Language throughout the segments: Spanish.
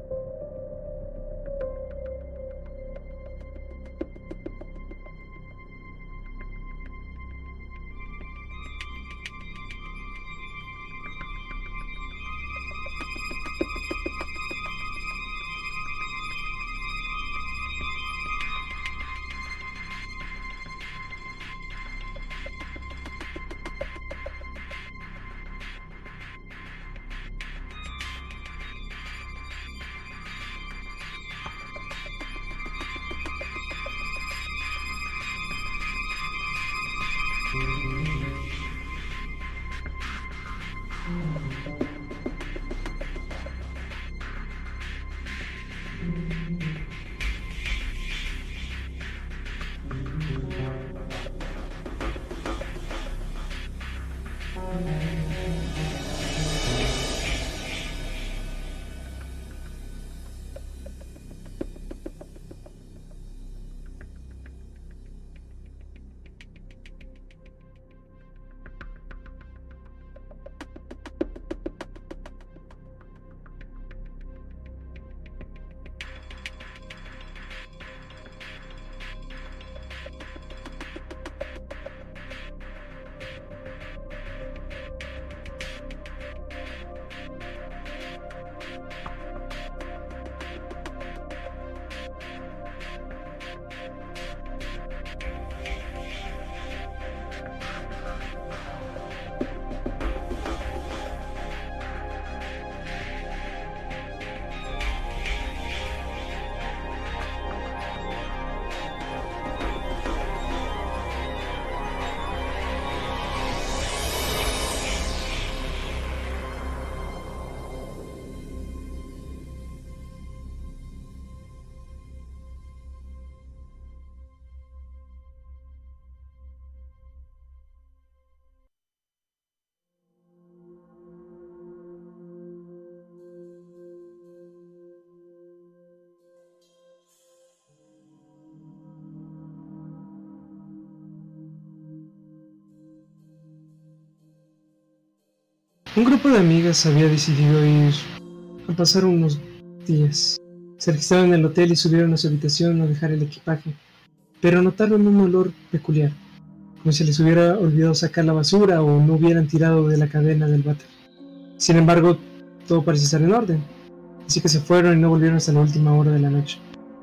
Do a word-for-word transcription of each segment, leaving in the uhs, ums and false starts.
Un grupo de amigas había decidido ir a pasar unos días. Se registraron en el hotel y subieron a su habitación a dejar el equipaje, pero notaron un olor peculiar, como si les hubiera olvidado sacar la basura o no hubieran tirado de la cadena del váter. Sin embargo, todo parecía estar en orden, así que se fueron y no volvieron hasta la última hora de la noche.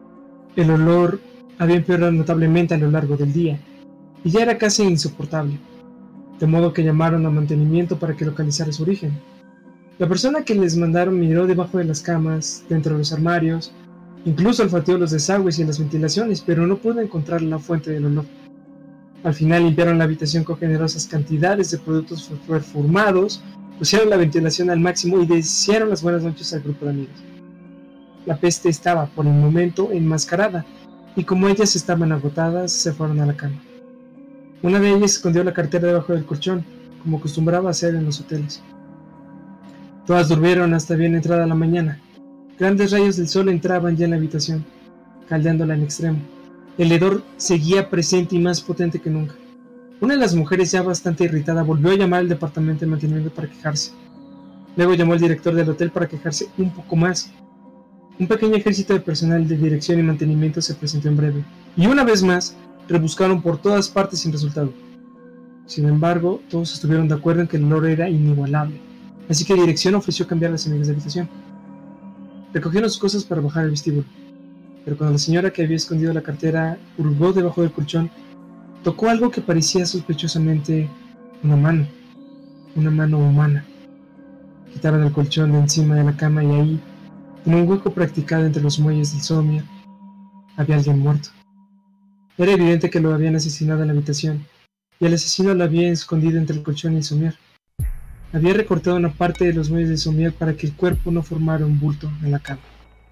El olor había empeorado notablemente a lo largo del día, y ya era casi insoportable, de modo que llamaron a mantenimiento para que localizara su origen. La persona que les mandaron miró debajo de las camas, dentro de los armarios, incluso olfateó los desagües y las ventilaciones, pero no pudo encontrar la fuente del olor. Al final limpiaron la habitación con generosas cantidades de productos perfumados, pusieron la ventilación al máximo y desearon las buenas noches al grupo de amigos. La peste estaba, por el momento, enmascarada, y como ellas estaban agotadas, se fueron a la cama. Una de ellas escondió la cartera debajo del colchón, como acostumbraba hacer en los hoteles. Todas durmieron hasta bien entrada la mañana. Grandes rayos del sol entraban ya en la habitación, caldeándola en extremo. El hedor seguía presente y más potente que nunca. Una de las mujeres, ya bastante irritada, volvió a llamar al departamento de mantenimiento para quejarse. Luego llamó al director del hotel para quejarse un poco más. Un pequeño ejército de personal de dirección y mantenimiento se presentó en breve, y una vez más rebuscaron por todas partes sin resultado. Sin embargo, todos estuvieron de acuerdo en que el olor era inigualable, así que dirección ofreció cambiar las amigas de habitación. Recogieron sus cosas para bajar al vestíbulo, pero cuando la señora que había escondido la cartera hurgó debajo del colchón, tocó algo que parecía sospechosamente una mano, una mano humana. Quitaron el colchón de encima de la cama y ahí, en un hueco practicado entre los muelles del Somier, había alguien muerto. Era evidente que lo habían asesinado en la habitación, y el asesino lo había escondido entre el colchón y el somier. Había recortado una parte de los muelles del somier para que el cuerpo no formara un bulto en la cama.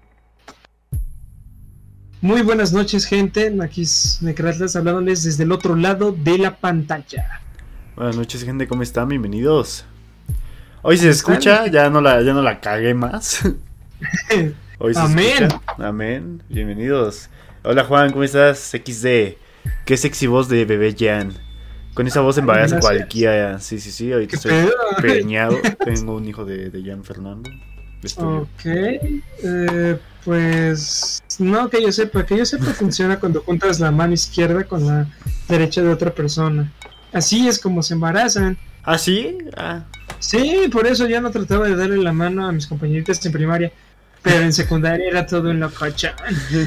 Muy buenas noches, gente. Aquí es Necratlas hablándoles desde el otro lado de la pantalla. Buenas noches, gente. ¿Cómo están? Bienvenidos. Hoy se escucha, ya no la, ya no la cagué más. Hoy se Amén. escucha. Amén. Bienvenidos. Hola Juan, ¿cómo estás? equis de. Qué sexy voz de bebé Jan. Con esa voz embaraza cualquiera. Sí, sí, sí. Ahorita estoy preñado. Tengo un hijo de, de Jan Fernando. estudio. Ok, eh, pues no que yo sepa, que yo sepa funciona cuando juntas la mano izquierda con la derecha de otra persona. Así es como se embarazan. ¿Ah, sí? Ah. Sí, por eso yo no trataba de darle la mano a mis compañeritas en primaria, pero en secundaria era todo en lococha.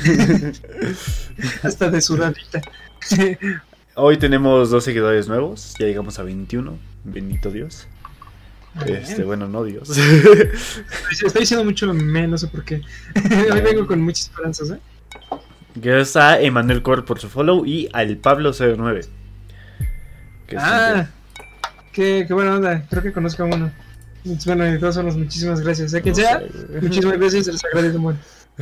Hasta de sudadita. Hoy tenemos dos seguidores nuevos, ya llegamos a veintiuno, bendito Dios. Este, bueno, no Dios. Estoy diciendo mucho menos, no sé por qué. Hoy vengo con muchas esperanzas, ¿eh? Gracias a Emanuel Cor por su follow y al Pablo cero nueve. Que ah, qué, qué buena onda, creo que conozco a uno. Bueno, de todos somos, muchísimas gracias. A quien no sea, sé, muchísimas gracias, se les agradece mucho.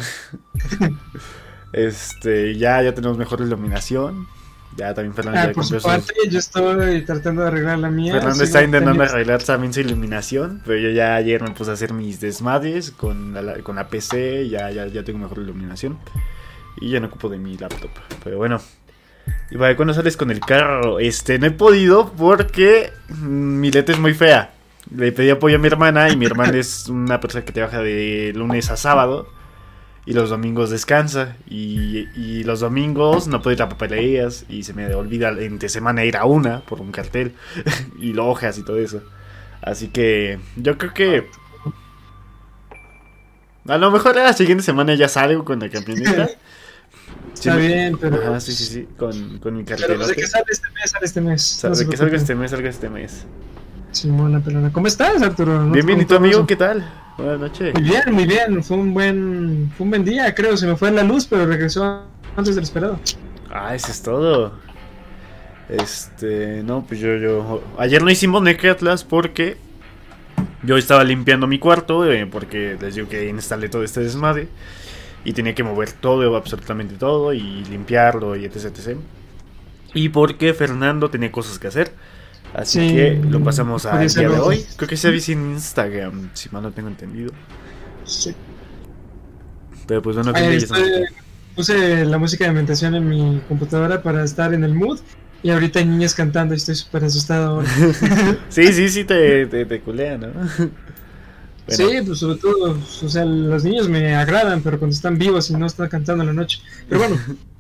Este, ya, ya tenemos mejor iluminación. Ya también Fernando ah, ya por su parte, sus... yo estoy tratando de arreglar la mía. Fernando está intentando arreglar también su iluminación, pero yo ya ayer me puse a hacer mis desmadres con la, con la P C, ya, ya, ya tengo mejor iluminación. Y ya no ocupo de mi laptop, pero bueno. Y para cuando sales con el carro, este, no he podido porque mi letra es muy fea. Le pedí apoyo a mi hermana y mi hermana es una persona que trabaja de lunes a sábado. Y los domingos descansa. Y, y los domingos no puedo ir a papelerías. Y se me olvida entre semana ir a una por un cartel. Y lo hojas y todo eso. Así que yo creo que a lo mejor la siguiente semana ya salgo con la camioneta. Sí, está bien, pero... Ajá, sí, sí, sí, con, con mi cartel. Pero pues de que sale este mes, sale este mes. No de que salga este mes, salga este mes. Simona Pelona. ¿Cómo estás, Arturo? ¿No bien, bien, ¿y tu amigo eso? ¿Qué tal? Buenas noches. Muy bien, muy bien. Fue un buen fue un buen día, creo. Se me fue la luz, pero regresó antes de lo esperado. Ah, eso es todo. Este, no, pues yo, yo... Ayer no hicimos Necatlas porque yo estaba limpiando mi cuarto, eh, porque les digo que instalé todo este desmadre. Y tenía que mover todo, absolutamente todo, y limpiarlo, y etc, etc. Y porque Fernando tenía cosas que hacer. Así sí, que lo pasamos al día de hoy. Creo que se avisa en Instagram, si mal no tengo entendido. Sí. Pero pues bueno, Ay, estoy, puse la música de ambientación en mi computadora para estar en el mood. Y ahorita hay niñas cantando y estoy súper asustado ahora. Sí, sí, sí, te, te, te culean, ¿no? Bueno. Sí, pues sobre todo, o sea, los niños me agradan, pero cuando están vivos y no están cantando en la noche. Pero bueno.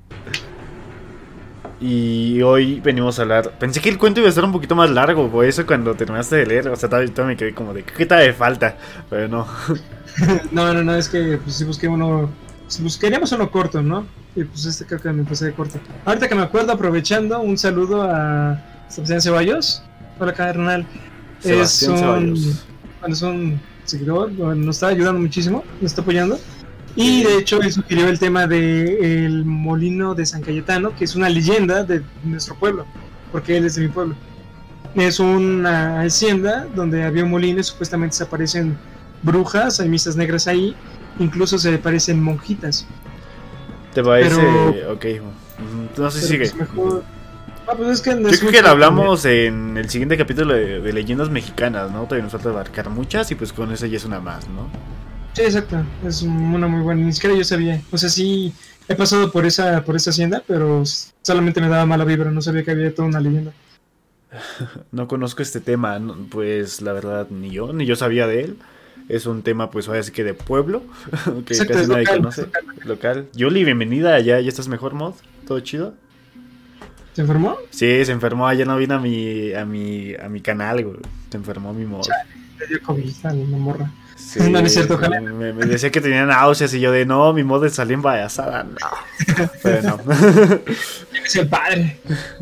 Y hoy venimos a hablar. Pensé que el cuento iba a estar un poquito más largo, por eso cuando terminaste de leer, o sea, todavía me quedé como de ¿qué tal de falta? Pero no. No, no, no, es que pues si busqué uno, si buscaríamos uno corto, ¿no? Y pues este creo que me pasé de corto. Ahorita que me acuerdo, aprovechando, un saludo a Sebastián Ceballos. Hola, carnal. Sebastián es un, Ceballos. Bueno, es un seguidor, nos está ayudando muchísimo, nos está apoyando. Y de hecho él sugirió el tema de el molino de San Cayetano, que es una leyenda de nuestro pueblo, porque él es de mi pueblo. Es una hacienda donde había un molino y supuestamente se aparecen brujas, hay misas negras ahí, incluso se aparecen monjitas. ¿Te parece? Pero, ok, no sé si sigue. Pues mejor... ah, pues es que Yo creo que lo hablamos en el siguiente capítulo de, de leyendas mexicanas, ¿no? Todavía nos falta abarcar muchas y pues con esa ya es una más, ¿no? Sí, exacto, es una muy buena, ni siquiera yo sabía, o sea, sí he pasado por esa por esa hacienda, pero solamente me daba mala vibra, no sabía que había toda una leyenda. No conozco este tema, no, pues la verdad ni yo, ni yo sabía de él. Es un tema pues ahora sí que de pueblo, que exacto, casi nadie local, conoce, local. local. Yuli, bienvenida, ¿ya, ya estás mejor, Mod? ¿Todo chido? ¿Se enfermó? Sí, se enfermó, ayer no vino a mi, a mi, a mi canal, güey. Se enfermó mi Mod. Le dio COVID a una morra. Sí, no, no es cierto, ojalá. Me, me decía que tenía náuseas y yo de no, mi Mod salió embarazada. No, pero no. Es el padre.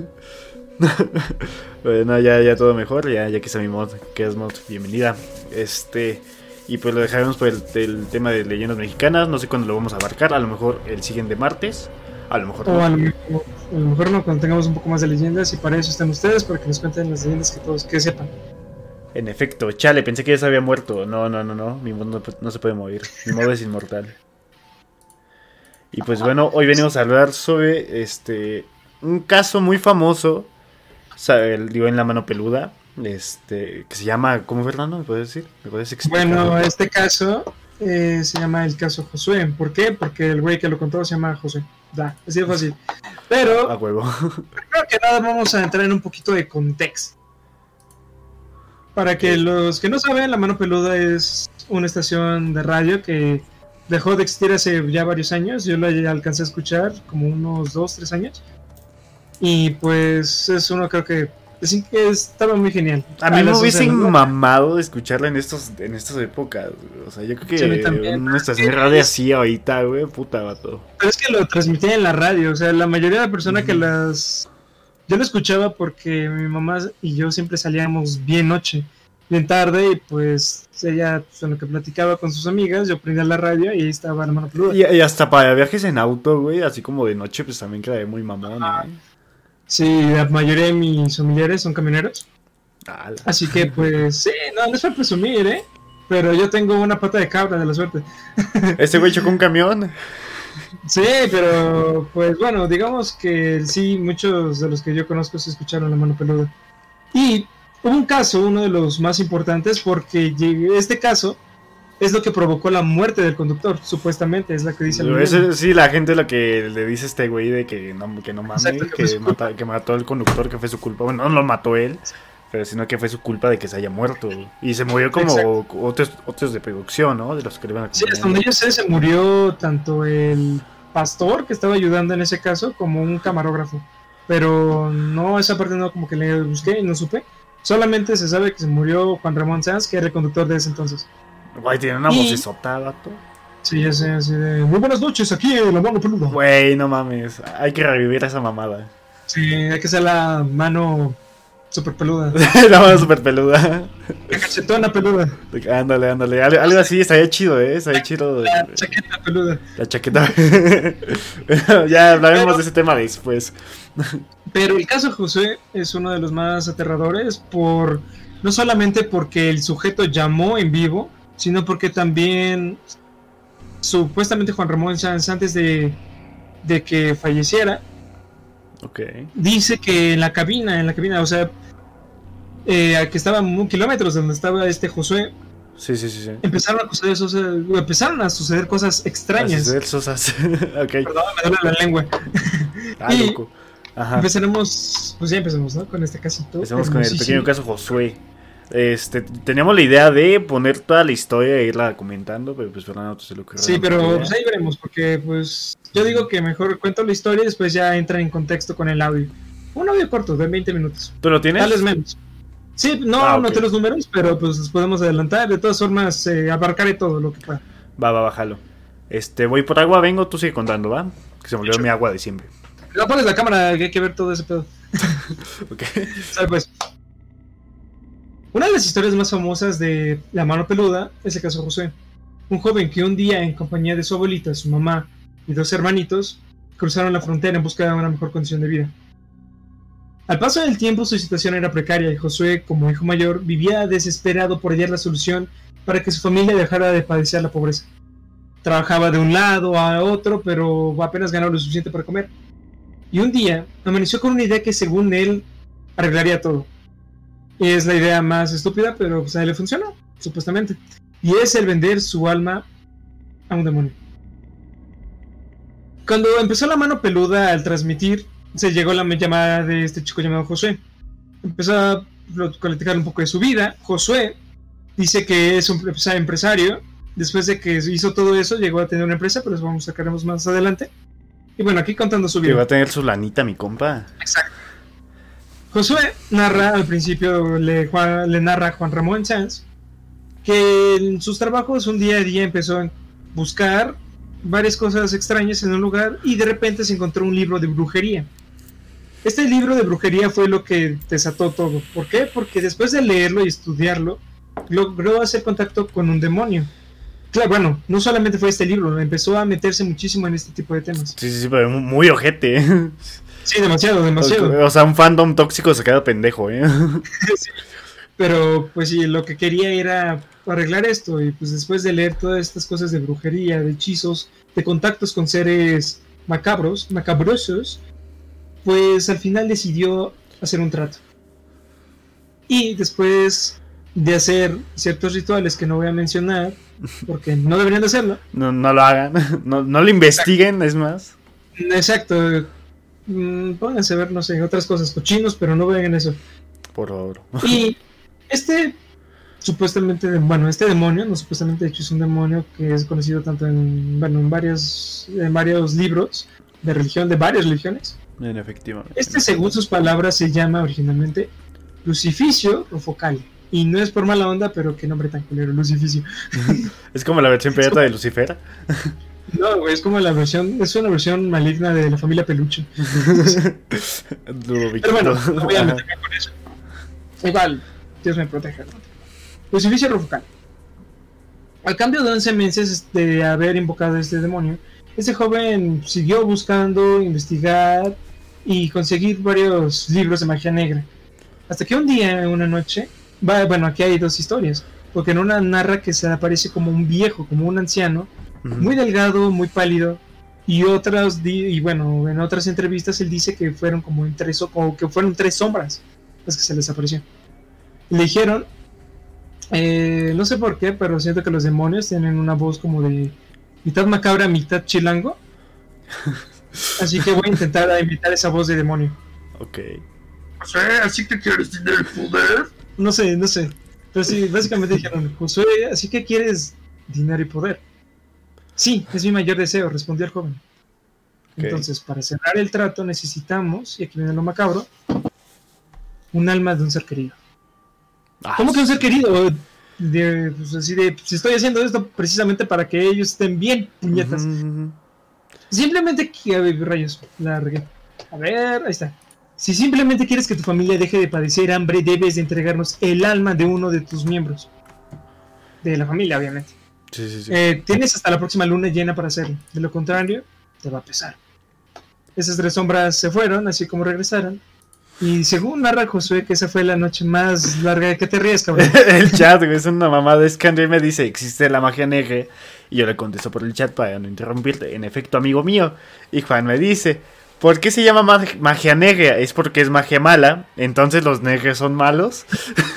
Bueno, ya, ya todo mejor, ya, ya que está mi Mod, que es Mod, bienvenida. Este, y pues lo dejaremos por el, el tema de leyendas mexicanas, no sé cuándo lo vamos a abarcar, a lo mejor el siguiente martes, a lo mejor o no. a lo mejor, a lo mejor no, cuando tengamos un poco más de leyendas, y para eso están ustedes, para que nos cuenten las leyendas que todos que sepan. En efecto, chale, pensé que ya se había muerto. No, no, no, no, mi Mod no, no se puede mover, mi Mod es inmortal. Y pues bueno, hoy venimos a hablar sobre este un caso muy famoso, o sea, el, digo, en la mano peluda, este, que se llama, ¿cómo, Fernando? ¿Me puedes decir? ¿Me puedes explicar? Bueno, este caso eh, se llama el caso Josué. ¿Por qué? Porque el güey que lo contó se llama José. Da, así de fácil. Pero, a huevo. Creo que nada, vamos a entrar en un poquito de contexto. Para que los que no saben, La Mano Peluda es una estación de radio que dejó de existir hace ya varios años. Yo la alcancé a escuchar como unos dos, tres años. Y pues es uno, creo que es, estaba muy genial. A mí a me hubiese mamado escucharla en estos en estas épocas. O sea, yo creo que sí, una estación de radio así ahorita, güey, puta vato. Pero es que lo transmitían en la radio. O sea, la mayoría de las personas uh-huh. que las... Yo lo escuchaba porque mi mamá y yo siempre salíamos bien noche, bien tarde, y pues ella, pues, en lo que platicaba con sus amigas, yo prendía la radio y ahí estaba La Mano Peluda. Y, y hasta para viajes en auto, güey, así como de noche, pues también quedaba muy mamón, ah. ¿eh? Sí, la mayoría de mis familiares son camioneros. Ala. Así que pues, sí, no, no es para presumir, ¿eh? Pero yo tengo una pata de cabra de la suerte. ¿Este güey chocó un camión? Sí, pero pues bueno, digamos que sí, muchos de los que yo conozco se escucharon La Mano Peluda. Y hubo un caso, uno de los más importantes, porque este caso es lo que provocó la muerte del conductor, supuestamente, es la que dice el Eso, sí, la gente lo que le dice a este güey de que no, que no mames, Exacto, que, que, mata, que mató al conductor, que fue su culpa. Bueno, no lo mató él, pero sino que fue su culpa de que se haya muerto. Y se murió como otros, otros de producción, ¿no? De los que le iban a Sí, hasta donde yo sé, se murió tanto el pastor que estaba ayudando en ese caso como un camarógrafo. Pero no, esa parte no, como que le busqué y no supe. Solamente se sabe que se murió Juan Ramón Sanz, que era el conductor de ese entonces. Güey, tiene una y... vocesota, vato. Sí, ya sé, así de... Muy buenas noches, aquí en La Mano Peluda. Güey, no mames, hay que revivir esa mamada. Sí, hay que ser la mano super peluda. La mano super peluda. La cachetona peluda. Ándale, ándale, algo, algo así, estaría chido, eh, estaría chido. La chaqueta peluda. La chaqueta. Ya hablaremos pero, de ese tema después. Pero el caso José es uno de los más aterradores por... No solamente porque el sujeto llamó en vivo, sino porque también supuestamente Juan Ramón Sanz, antes de, de que falleciera, okay. dice que en la cabina, en la cabina, o sea, eh, que estaban kilómetros de donde estaba este Josué, sí, sí, sí, sí. empezaron a suceder, suceder, empezaron a suceder cosas extrañas. A suceder cosas. Okay. Perdón, me duele la lengua. Ah, y loco. Ajá. Empezaremos, pues ya empezamos, ¿no? Con este casito. Empezamos con el pequeño caso Josué. Este, teníamos la idea de poner toda la historia e irla comentando, pero pues Fernando se lo ocurrió. Sí, pero pues ahí veremos, porque pues yo digo que mejor cuento la historia y después ya entra en contexto con el audio. Un audio corto, de veinte minutos. ¿Tú lo tienes? Tal vez menos. Sí, no ah, okay. noté los números, pero pues los podemos adelantar. De todas formas, eh, abarcaré todo lo que pueda. Va, va, bájalo. Este, voy por agua, vengo, tú sigue contando, ¿va? Que se me olvidó mi agua de siempre. No pones la cámara, que hay que ver todo ese pedo. Ok. ¿Sabes pues? Una de las historias más famosas de La Mano Peluda es el caso José, un joven que un día en compañía de su abuelita, su mamá y dos hermanitos cruzaron la frontera en busca de una mejor condición de vida. Al paso del tiempo su situación era precaria y Josué, como hijo mayor, vivía desesperado por hallar la solución para que su familia dejara de padecer la pobreza. Trabajaba de un lado a otro, pero apenas ganaba lo suficiente para comer. Y un día amaneció con una idea que según él arreglaría todo. Es la idea más estúpida, pero pues a él le funcionó, supuestamente. Y es el vender su alma a un demonio. Cuando empezó La Mano Peluda al transmitir, se llegó la llamada de este chico llamado Josué. Empezó a platicar un poco de su vida. Josué dice que es un empresario. Después de que hizo todo eso, llegó a tener una empresa, pero eso vamos a sacaremos más adelante. Y bueno, aquí contando su vida. Que va a tener su lanita, mi compa. Exacto. Josué narra, al principio le, Juan, le narra a Juan Ramón Sanz que en sus trabajos un día a día empezó a buscar varias cosas extrañas en un lugar y de repente se encontró un libro de brujería. Este libro de brujería fue lo que desató todo. ¿Por qué? Porque después de leerlo y estudiarlo, logró hacer contacto con un demonio. Claro, bueno, no solamente fue este libro, empezó a meterse muchísimo en este tipo de temas. Sí, sí, sí, pero muy ojete. Sí, demasiado, demasiado. O sea, un fandom tóxico se queda pendejo, ¿eh? Sí. Pero, pues sí, lo que quería era arreglar esto. Y pues después de leer todas estas cosas de brujería, de hechizos, de contactos con seres macabros, macabrosos, pues al final decidió hacer un trato. Y después de hacer ciertos rituales que no voy a mencionar, porque no deberían de hacerlo. No, no lo hagan, no, no lo investiguen, es más. Exacto. Pónganse a ver, no sé, otras cosas, cochinos, pero no vean eso. Por favor. Y Este, supuestamente, bueno, este demonio, no supuestamente, de hecho es un demonio que es conocido tanto en, bueno, en varios, en varios libros de religión, de varias religiones. En efectivamente. Este, según sus palabras, se llama originalmente Lucificio Rufocale. Y no es por mala onda, pero qué nombre tan culero, Lucificio. Es como la versión pirata de Lucifer. No, güey, es como la versión, es una versión maligna de la familia Peluche. Pero bueno, no voy a meterme con eso. Igual, Dios me proteja. Lucificio Rufocale. Al cambio de once meses de haber invocado a este demonio, este joven siguió buscando, investigar y conseguir varios libros de magia negra. Hasta que un día, una noche, va, bueno, aquí hay dos historias, porque en una narra que se aparece como un viejo, como un anciano, uh-huh. muy delgado, muy pálido, y otras, y bueno, en otras entrevistas él dice que fueron como en tres, o que fueron tres sombras las que se les apareció. Le dijeron, eh, no sé por qué, pero siento que los demonios tienen una voz como de mitad macabra, mitad chilango, así que voy a intentar imitar esa voz de demonio. Ok. José, ¿así que quieres tener poder? No sé, no sé. Pero sí, básicamente dijeron, José, ¿así que quieres dinero y poder? Sí, es mi mayor deseo, respondió el joven. Okay. Entonces, para cerrar el trato necesitamos, y aquí viene lo macabro, un alma de un ser querido. Ah, ¿cómo que un ser querido? De, pues así de, si estoy haciendo esto precisamente para que ellos estén bien, puñetas. Uh-huh. Simplemente, a ver, rayos, la regué. A ver, ahí está. Si simplemente quieres que tu familia deje de padecer hambre, debes de entregarnos el alma de uno de tus miembros. De la familia, obviamente. Sí, sí, sí. Eh, tienes hasta la próxima luna llena para hacerlo. De lo contrario, te va a pesar. Esas tres sombras se fueron, así como regresaron. Y según narra Josué, que esa fue la noche más larga de que te ríes, cabrón. El chat, güey, es una mamada. Es que André me dice, existe la magia negra. Y yo le contesto por el chat para no interrumpirte. En efecto, amigo mío. Y Juan me dice, ¿por qué se llama mag- magia negra? Es porque es magia mala. Entonces los negros son malos.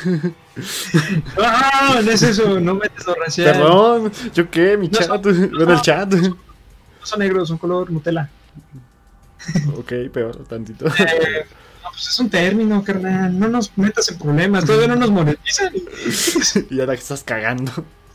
No, no es eso, no metes lo racial. Perdón, ¿yo qué? Mi no chat, son, no, el chat. No son negros, son color Nutella. Ok, peor, tantito. Eh, no, pues es un término, carnal. No nos metas en problemas, todavía no nos monetizan. Y ahora que estás cagando.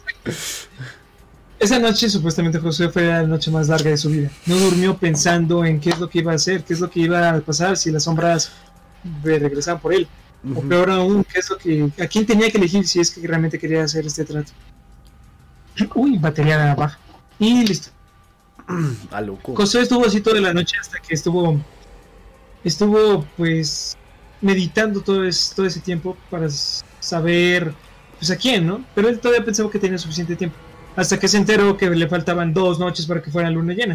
Esa noche, supuestamente, José fue la noche más larga de su vida. No durmió pensando en qué es lo que iba a hacer, qué es lo que iba a pasar si las sombras regresaban por él. Uh-huh. O peor aún, qué es lo que, a quién tenía que elegir si es que realmente quería hacer este trato. Uy, batería baja. Y listo. A loco. José estuvo así toda la noche hasta que estuvo, estuvo pues meditando todo, es, todo ese tiempo para saber, pues a quién, ¿no? Pero él todavía pensaba que tenía suficiente tiempo. Hasta que se enteró que le faltaban dos noches para que fuera luna llena.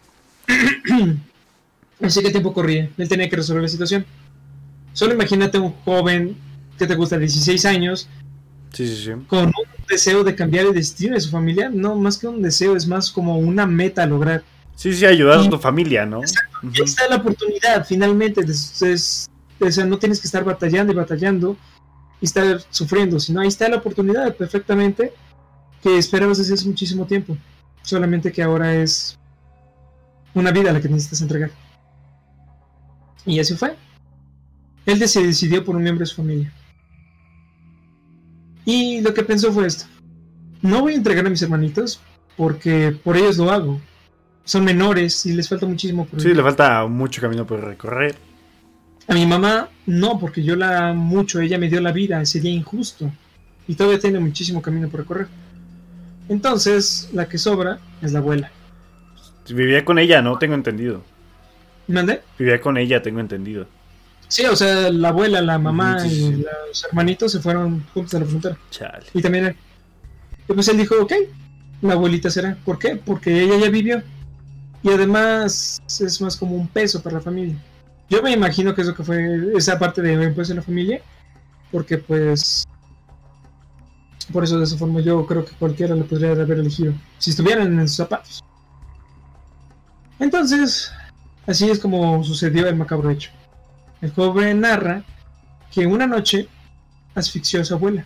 Así que el tiempo corría. Él tenía que resolver la situación. Solo imagínate un joven que te gusta dieciséis años. Sí, sí, sí. Con un deseo de cambiar el destino de su familia. No, más que un deseo, es más como una meta a lograr. Sí, sí, ayudar y, a tu familia, ¿no? Exacto. Uh-huh. Ahí está la oportunidad, finalmente. Entonces, o sea, no tienes que estar batallando y batallando y estar sufriendo, sino ahí está la oportunidad perfectamente que esperabas desde hace muchísimo tiempo, solamente que ahora es una vida a la que necesitas entregar. Y así fue. Él se decidió por un miembro de su familia. Y lo que pensó fue esto: no voy a entregar a mis hermanitos porque por ellos lo hago. Son menores y les falta muchísimo por Sí, vivir. Le falta mucho camino por recorrer. A mi mamá no, porque yo la amo mucho, ella me dio la vida, sería injusto. Y todavía tiene muchísimo camino por recorrer. Entonces, la que sobra es la abuela. Vivía con ella, ¿no? Tengo entendido. ¿Mande? Vivía con ella, tengo entendido. Sí, o sea, la abuela, la mamá sí, sí, sí. y los hermanitos se fueron juntos a la frontera. Chale. Y también él. Y pues él dijo, ok, la abuelita será. ¿Por qué? Porque ella ya vivió. Y además es más como un peso para la familia. Yo me imagino que eso que fue esa parte de un peso en la familia. Porque pues... Por eso de esa forma yo creo que cualquiera le podría haber elegido si estuvieran en sus zapatos. Entonces, así es como sucedió el macabro hecho. El joven narra que una noche asfixió a su abuela.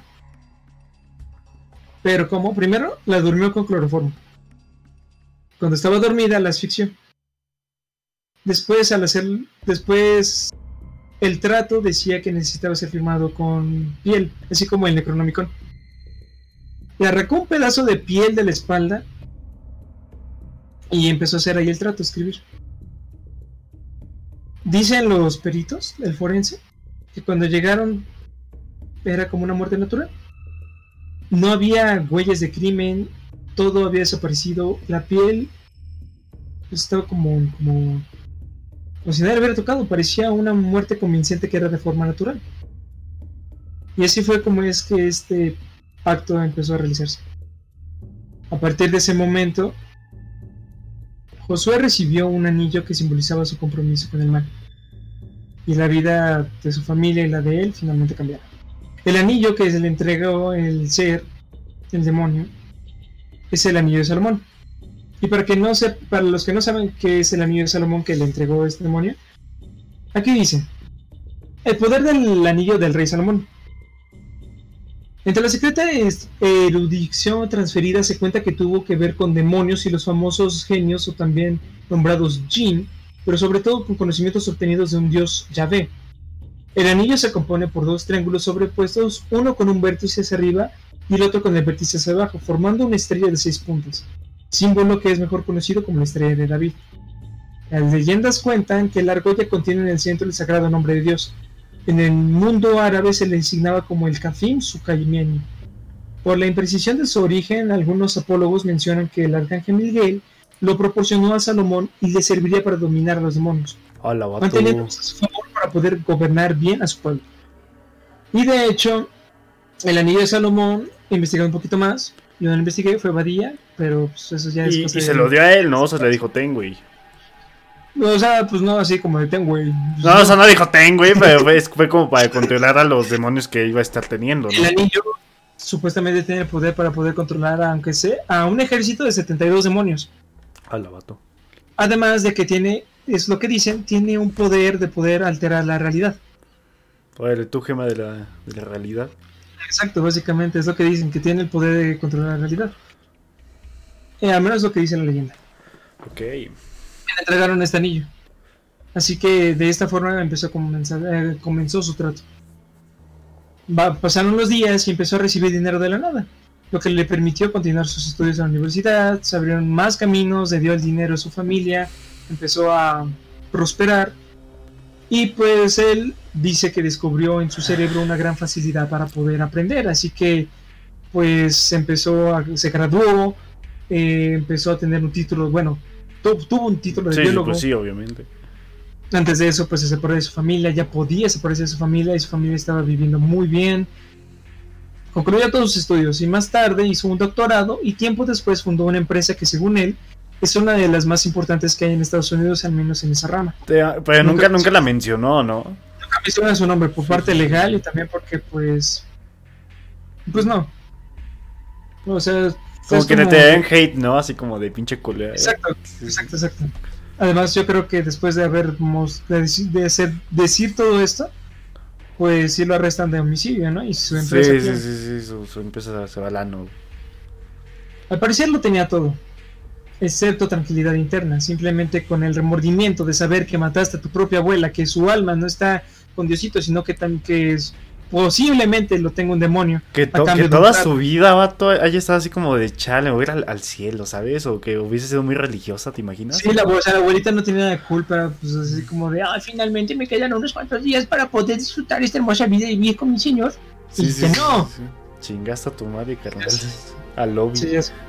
Pero ¿cómo? Primero la durmió con cloroformo. Cuando estaba dormida la asfixió. Después al hacer, después el trato decía que necesitaba ser firmado con piel, así como el Necronomicon. Le arrancó un pedazo de piel de la espalda y empezó a hacer ahí el trato, a escribir. Dicen los peritos, el forense, que cuando llegaron era como una muerte natural. No había huellas de crimen, todo había desaparecido, la piel estaba como, como, como si nadie le hubiera tocado, parecía una muerte convincente que era de forma natural. Y así fue como es que este pacto empezó a realizarse. A partir de ese momento, Josué recibió un anillo que simbolizaba su compromiso con el mal. Y la vida de su familia y la de él finalmente cambiaron. El anillo que se le entregó el ser, el demonio, es el anillo de Salomón. Y para que no se, para los que no saben qué es el anillo de Salomón que le entregó este demonio, aquí dice: el poder del anillo del rey Salomón. Entre la secreta erudición transferida se cuenta que tuvo que ver con demonios y los famosos genios, o también nombrados Jinn, pero sobre todo con conocimientos obtenidos de un dios Yahvé. El anillo se compone por dos triángulos sobrepuestos, uno con un vértice hacia arriba y el otro con el vértice hacia abajo, formando una estrella de seis puntas, símbolo que es mejor conocido como la estrella de David. Las leyendas cuentan que la argolla contiene en el centro el sagrado nombre de Dios. En el mundo árabe se le designaba como el Kafim Sukaimiani. Por la imprecisión de su origen, algunos apólogos mencionan que el arcángel Miguel lo proporcionó a Salomón y le serviría para dominar a los demonios, Hola, vato. manteniéndose a su favor para poder gobernar bien a su pueblo. Y de hecho, el anillo de Salomón, investigué un poquito más, yo no lo investigué, fue Badía, pero pues eso ya es Y, cosa y de... se lo dio a él, ¿no? O sea, le dijo, ten, güey. O sea, pues no así como de ten, güey. No, o sea, no dijo ten, güey, pero fue, fue como para controlar a los demonios que iba a estar teniendo, ¿no? El anillo supuestamente tiene el poder para poder controlar, aunque sea, a un ejército de setenta y dos demonios. Hola, vato. Además de que tiene, es lo que dicen, tiene un poder de poder alterar la realidad. Oye, tu gema de la, de la realidad. Exacto, básicamente es lo que dicen, que tiene el poder de controlar la realidad. Eh, al menos es lo que dice la leyenda. Ok. Le entregaron este anillo. Así que de esta forma empezó a comenzar, eh, comenzó su trato. Va, pasaron los días y empezó a recibir dinero de la nada, lo que le permitió continuar sus estudios en la universidad. Se abrieron más caminos, le dio el dinero a su familia, empezó a prosperar. Y pues él dice que descubrió en su cerebro una gran facilidad para poder aprender, así que pues empezó a, se graduó, eh, empezó a tener un título, bueno, tu, tuvo un título de Sí, biólogo. pues sí, obviamente. Antes de eso pues se separó de su familia, ya podía separarse de su familia y su familia estaba viviendo muy bien. Concluyó todos sus estudios y más tarde hizo un doctorado y tiempo después fundó una empresa que según él es una de las más importantes que hay en Estados Unidos, al menos en esa rama. Te, pero nunca, nunca, nunca la mencionó, ¿no? Nunca menciona su nombre por parte legal y también porque pues... Pues no. O sea... Como que como... te den hate, ¿no? Así como de pinche culera. Exacto, exacto, exacto. Además yo creo que después de haber de, de hacer, decir todo esto, pues sí lo arrestan de homicidio, ¿no? Y su empresa... Sí, sí, sí, sí, su, su empresa se va al ano. Al parecer lo tenía todo, excepto tranquilidad interna, simplemente con el remordimiento de saber que mataste a tu propia abuela, que su alma no está con Diosito, sino que, tan, que es, posiblemente lo tenga un demonio. Que, to, que toda su vida, vato, haya estado así como de chale, me voy a ir al, al cielo, ¿sabes? O que hubiese sido muy religiosa, ¿te imaginas? Sí, la, o sea, la abuelita no tenía nada de culpa, pues así como de, ah, finalmente me quedan unos cuantos días para poder disfrutar esta hermosa vida y vivir con mi señor. Sí, y sí, que sí, no. Sí, sí. Chingaste a tu madre, carnal. Al lobby. Sí, eso.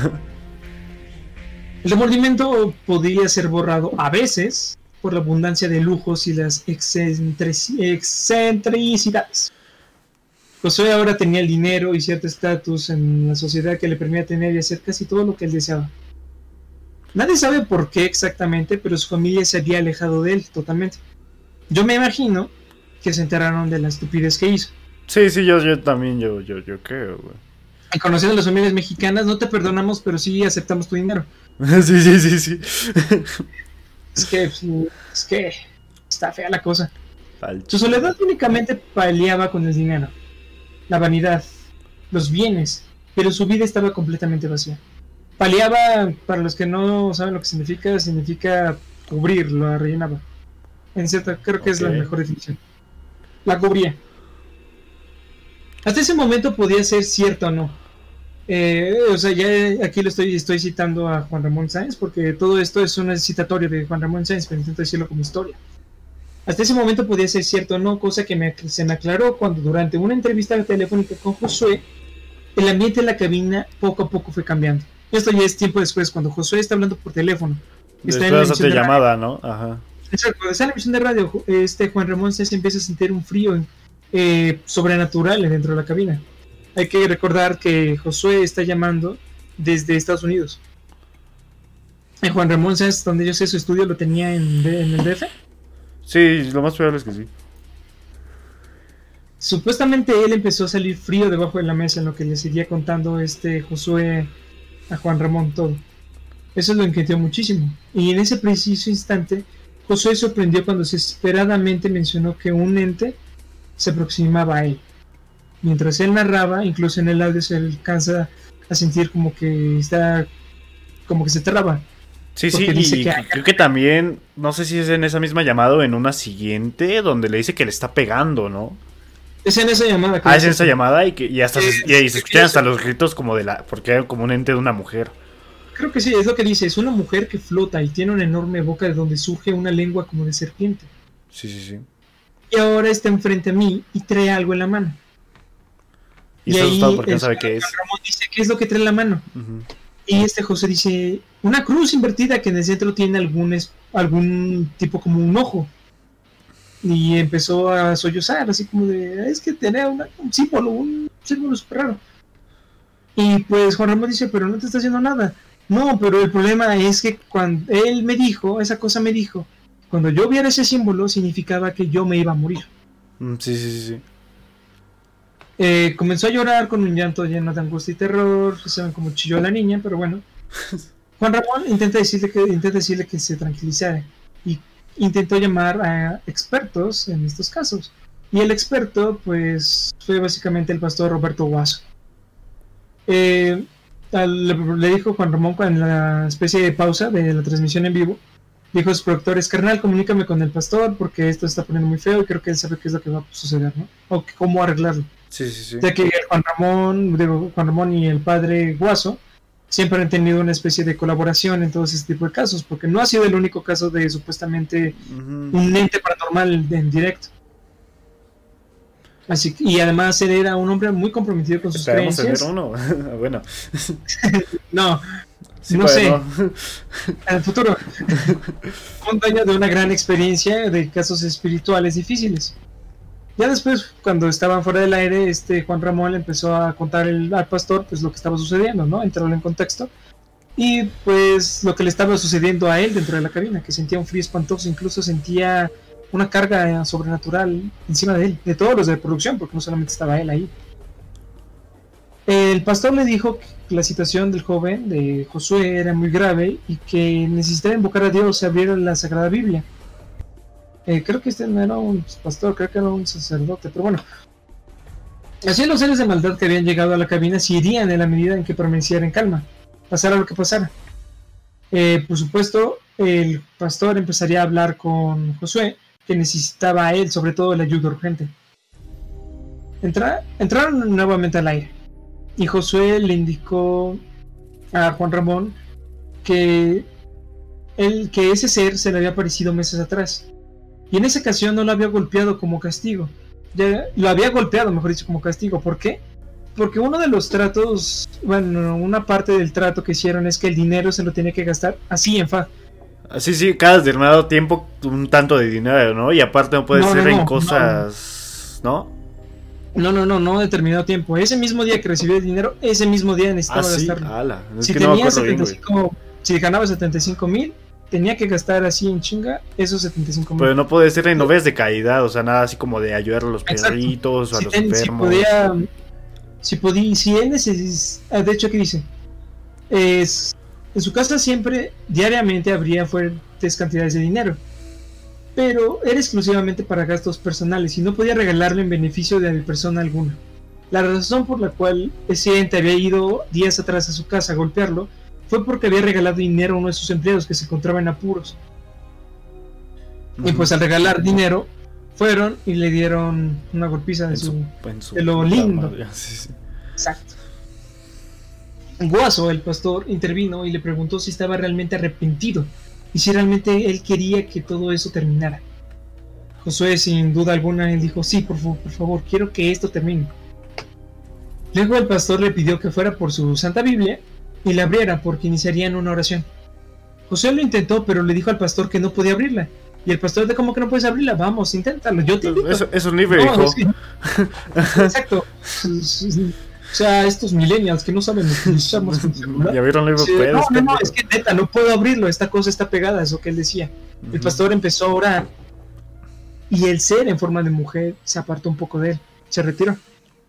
El remordimiento podría ser borrado a veces por la abundancia de lujos y las excentricidades. Josué ahora tenía el dinero y cierto estatus en la sociedad que le permitía tener y hacer casi todo lo que él deseaba. Nadie sabe por qué exactamente, pero su familia se había alejado de él totalmente. Yo me imagino que se enteraron de la estupidez que hizo. Sí, sí, yo, yo también, yo, yo, yo creo, güey. Y conociendo a las familias mexicanas, no te perdonamos, pero sí aceptamos tu dinero. Sí, sí, sí, sí. Es que, es que está fea la cosa. Falcho. Su soledad únicamente paliaba con el dinero, la vanidad, los bienes, pero su vida estaba completamente vacía. Paliaba, para los que no saben lo que significa, significa cubrir, lo rellenaba. En cierta, creo que Ok. es la mejor definición. La cubría. Hasta ese momento podía ser cierto o no. Eh, o sea, ya aquí lo estoy, estoy citando a Juan Ramón Sáenz, porque todo esto es un citatorio de Juan Ramón Sáenz, pero intento decirlo como historia. Hasta ese momento podía ser cierto o no, cosa que me, se me aclaró cuando durante una entrevista telefónica con Josué, el ambiente de la cabina poco a poco fue cambiando. Esto ya es tiempo después, cuando Josué está hablando por teléfono. Está en la Después emisión de de llamada, radio. ¿no? Ajá. Exacto, cuando está en la emisión de radio, este Juan Ramón se empieza a sentir un frío eh, sobrenatural dentro de la cabina. Hay que recordar que Josué está llamando desde Estados Unidos. Eh, Juan Ramón Sáenz, donde yo sé su estudio, lo tenía en, en el D F. Sí, lo más probable es que sí. Supuestamente él empezó a salir frío debajo de la mesa en lo que le seguía contando este Josué a Juan Ramón todo. Eso lo inquietó muchísimo. Y en ese preciso instante, Josué sorprendió cuando desesperadamente mencionó que un ente se aproximaba a él. Mientras él narraba, incluso en el audio se alcanza a sentir como que está, como que se traba. Sí, sí, Porque dice y que- creo que también, no sé si es en esa misma llamada o en una siguiente, donde le dice que le está pegando, ¿no? Es en esa llamada. que Ah, es en dice- esa llamada y que y hasta se, Eh, y, y se escuchan hasta eso. los gritos como de la, porque era como un ente de una mujer. Creo que sí, es lo que dice. Es una mujer que flota y tiene una enorme boca de donde surge una lengua como de serpiente. Sí, sí, sí. Y ahora está enfrente a mí y trae algo en la mano. Y está asustado porque no el sabe señor qué es. Juan Ramón dice, ¿qué es lo que trae en la mano? Ujú. Y este José dice, una cruz invertida que en el centro tiene algún, es- algún tipo como un ojo. Y empezó a sollozar, así como de, es que tenía una- un símbolo, un símbolo súper raro. Y pues Juan Ramón dice, pero no te está haciendo nada. No, pero el problema es que cuando él me dijo, esa cosa me dijo, cuando yo viera ese símbolo significaba que yo me iba a morir. Mm, Sí, sí, sí, sí. Eh, comenzó a llorar con un llanto lleno de angustia y terror. Saben cómo chilló la niña, pero bueno. Juan Ramón intenta decirle que, intenta decirle que se tranquilizara y intentó llamar a expertos en estos casos. Y el experto, pues, fue básicamente el pastor Roberto Guaso. Eh, al- le, le dijo Juan Ramón en la especie de pausa de la transmisión en vivo. Dijo a sus productores, carnal, comunícame con el pastor porque esto está poniendo muy feo y creo que él sabe qué es lo que va a suceder, ¿no? O que- cómo arreglarlo. Sí, sí, sí. Ya que Juan Ramón, digo, Juan Ramón y el padre Guaso siempre han tenido una especie de colaboración en todos este tipo de casos, porque no ha sido el único caso de supuestamente Ujú. un ente paranormal en directo. Así que- y además él era un hombre muy comprometido con sus Esperemos tener creencias. uno. Bueno, No, sí, No puede, sé. ¿no? en el futuro. Un dueño de una gran experiencia de casos espirituales difíciles. Ya después, cuando estaban fuera del aire, este Juan Ramón le empezó a contar el, al pastor pues lo que estaba sucediendo, ¿no? Entrarlo en contexto. Y pues lo que le estaba sucediendo a él dentro de la cabina, que sentía un frío espantoso, incluso sentía una carga sobrenatural encima de él, de todos los de producción, porque no solamente estaba él ahí. El pastor le dijo que la situación del joven, de Josué, era muy grave y que necesitaba invocar a Dios y abrir la Sagrada Biblia. Eh, creo que este no era un pastor, creo que era un sacerdote, pero bueno. Así los seres de maldad que habían llegado a la cabina se irían en la medida en que permaneciera en calma, pasara lo que pasara. Eh, por supuesto, el pastor empezaría a hablar con Josué, que necesitaba a él, sobre todo la ayuda urgente. Entra- entraron nuevamente al aire, y Josué le indicó a Juan Ramón que, él, que ese ser se le había aparecido meses atrás. Y en esa ocasión no lo había golpeado como castigo. Ya, lo había golpeado, mejor dicho, como castigo. ¿Por qué? Porque uno de los tratos, bueno, una parte del trato que hicieron es que el dinero se lo tenía que gastar así en fa. Sí, sí, cada determinado tiempo un tanto de dinero, ¿no? Y aparte no puede No, ser no, en no, cosas, ¿no? No, no, no, no determinado tiempo. Ese mismo día que recibió el dinero, ese mismo día Ah, necesitaba sí, gastarlo. ala. Es Si que no me tenía acuerdo bien, setenta y güey. cinco, si ganaba setenta y cinco mil, tenía que gastar así en chinga esos setenta y cinco mil. Pero no puede ser en novelas de caridad, o sea, nada así como de ayudar a los Exacto. perritos o a Si, los ten- si enfermos. podía, si podía, si él necesitaba, de hecho, ¿qué dice? Es, en su casa siempre, diariamente, habría fuertes cantidades de dinero, pero era exclusivamente para gastos personales y no podía regalarlo en beneficio de persona alguna. La razón por la cual ese ente había ido días atrás a su casa a golpearlo fue porque había regalado dinero a uno de sus empleados que se encontraba en apuros. Uh-huh. Y pues al regalar dinero, fueron y le dieron una golpiza de, su, su, su de lo lindo. Sí, sí. Exacto. Guaso, el pastor, intervino y le preguntó si estaba realmente arrepentido y si realmente él quería que todo eso terminara. Josué, sin duda alguna, él dijo: sí, por favor, por favor, quiero que esto termine. Luego el pastor le pidió que fuera por su Santa Biblia y la abriera porque iniciarían una oración. Josué lo intentó, pero le dijo al pastor que no podía abrirla. Y el pastor, de ¿cómo que no puedes abrirla? Vamos, inténtalo, yo te invito. Eso, es un libro, no, hijo. Es que, exacto. O sea, estos millennials que no saben utilizar más que un celular. Ya vieron el libro, sí, puedes, no, no, no, es que neta, no puedo abrirlo, esta cosa está pegada, es lo que él decía. Uh-huh. El pastor empezó a orar y el ser en forma de mujer se apartó un poco de él, se retiró.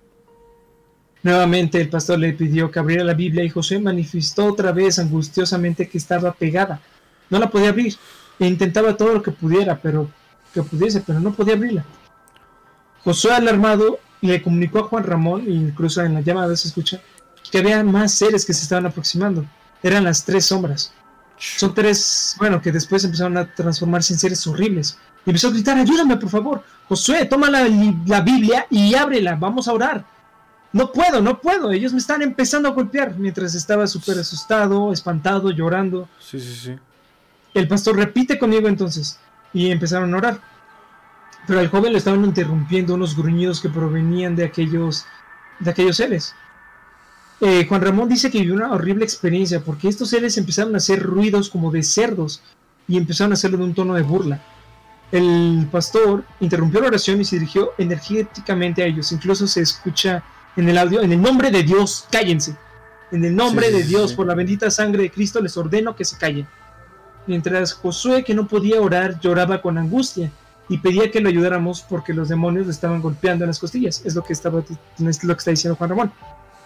Nuevamente el pastor le pidió que abriera la Biblia y Josué manifestó otra vez angustiosamente que estaba pegada. No la podía abrir. E intentaba todo lo que pudiera, pero que pudiese, pero no podía abrirla. Josué, alarmado, le comunicó a Juan Ramón, incluso en la llamada se escucha, que había más seres que se estaban aproximando. Eran las tres sombras. Son tres, bueno, que después empezaron a transformarse en seres horribles. Y empezó a gritar: ayúdame, por favor. Josué, toma la, la Biblia y ábrela, vamos a orar. No puedo, no puedo, ellos me están empezando a golpear. Mientras estaba súper asustado, espantado, llorando. Sí, sí, sí. El pastor: repite conmigo entonces. Y empezaron a orar. Pero al joven le estaban interrumpiendo unos gruñidos que provenían de aquellos, de aquellos seres. Eh, Juan Ramón dice que vivió una horrible experiencia porque estos seres empezaron a hacer ruidos como de cerdos y empezaron a hacerlo de un tono de burla. El pastor interrumpió la oración y se dirigió energéticamente a ellos. Incluso se escucha en el audio: en el nombre de Dios, cállense. En el nombre sí, de Dios, sí. Por la bendita sangre de Cristo, les ordeno que se callen. Mientras Josué, que no podía orar, lloraba con angustia y pedía que lo ayudáramos porque los demonios le estaban golpeando en las costillas. Es lo que estaba, es lo que está diciendo Juan Ramón.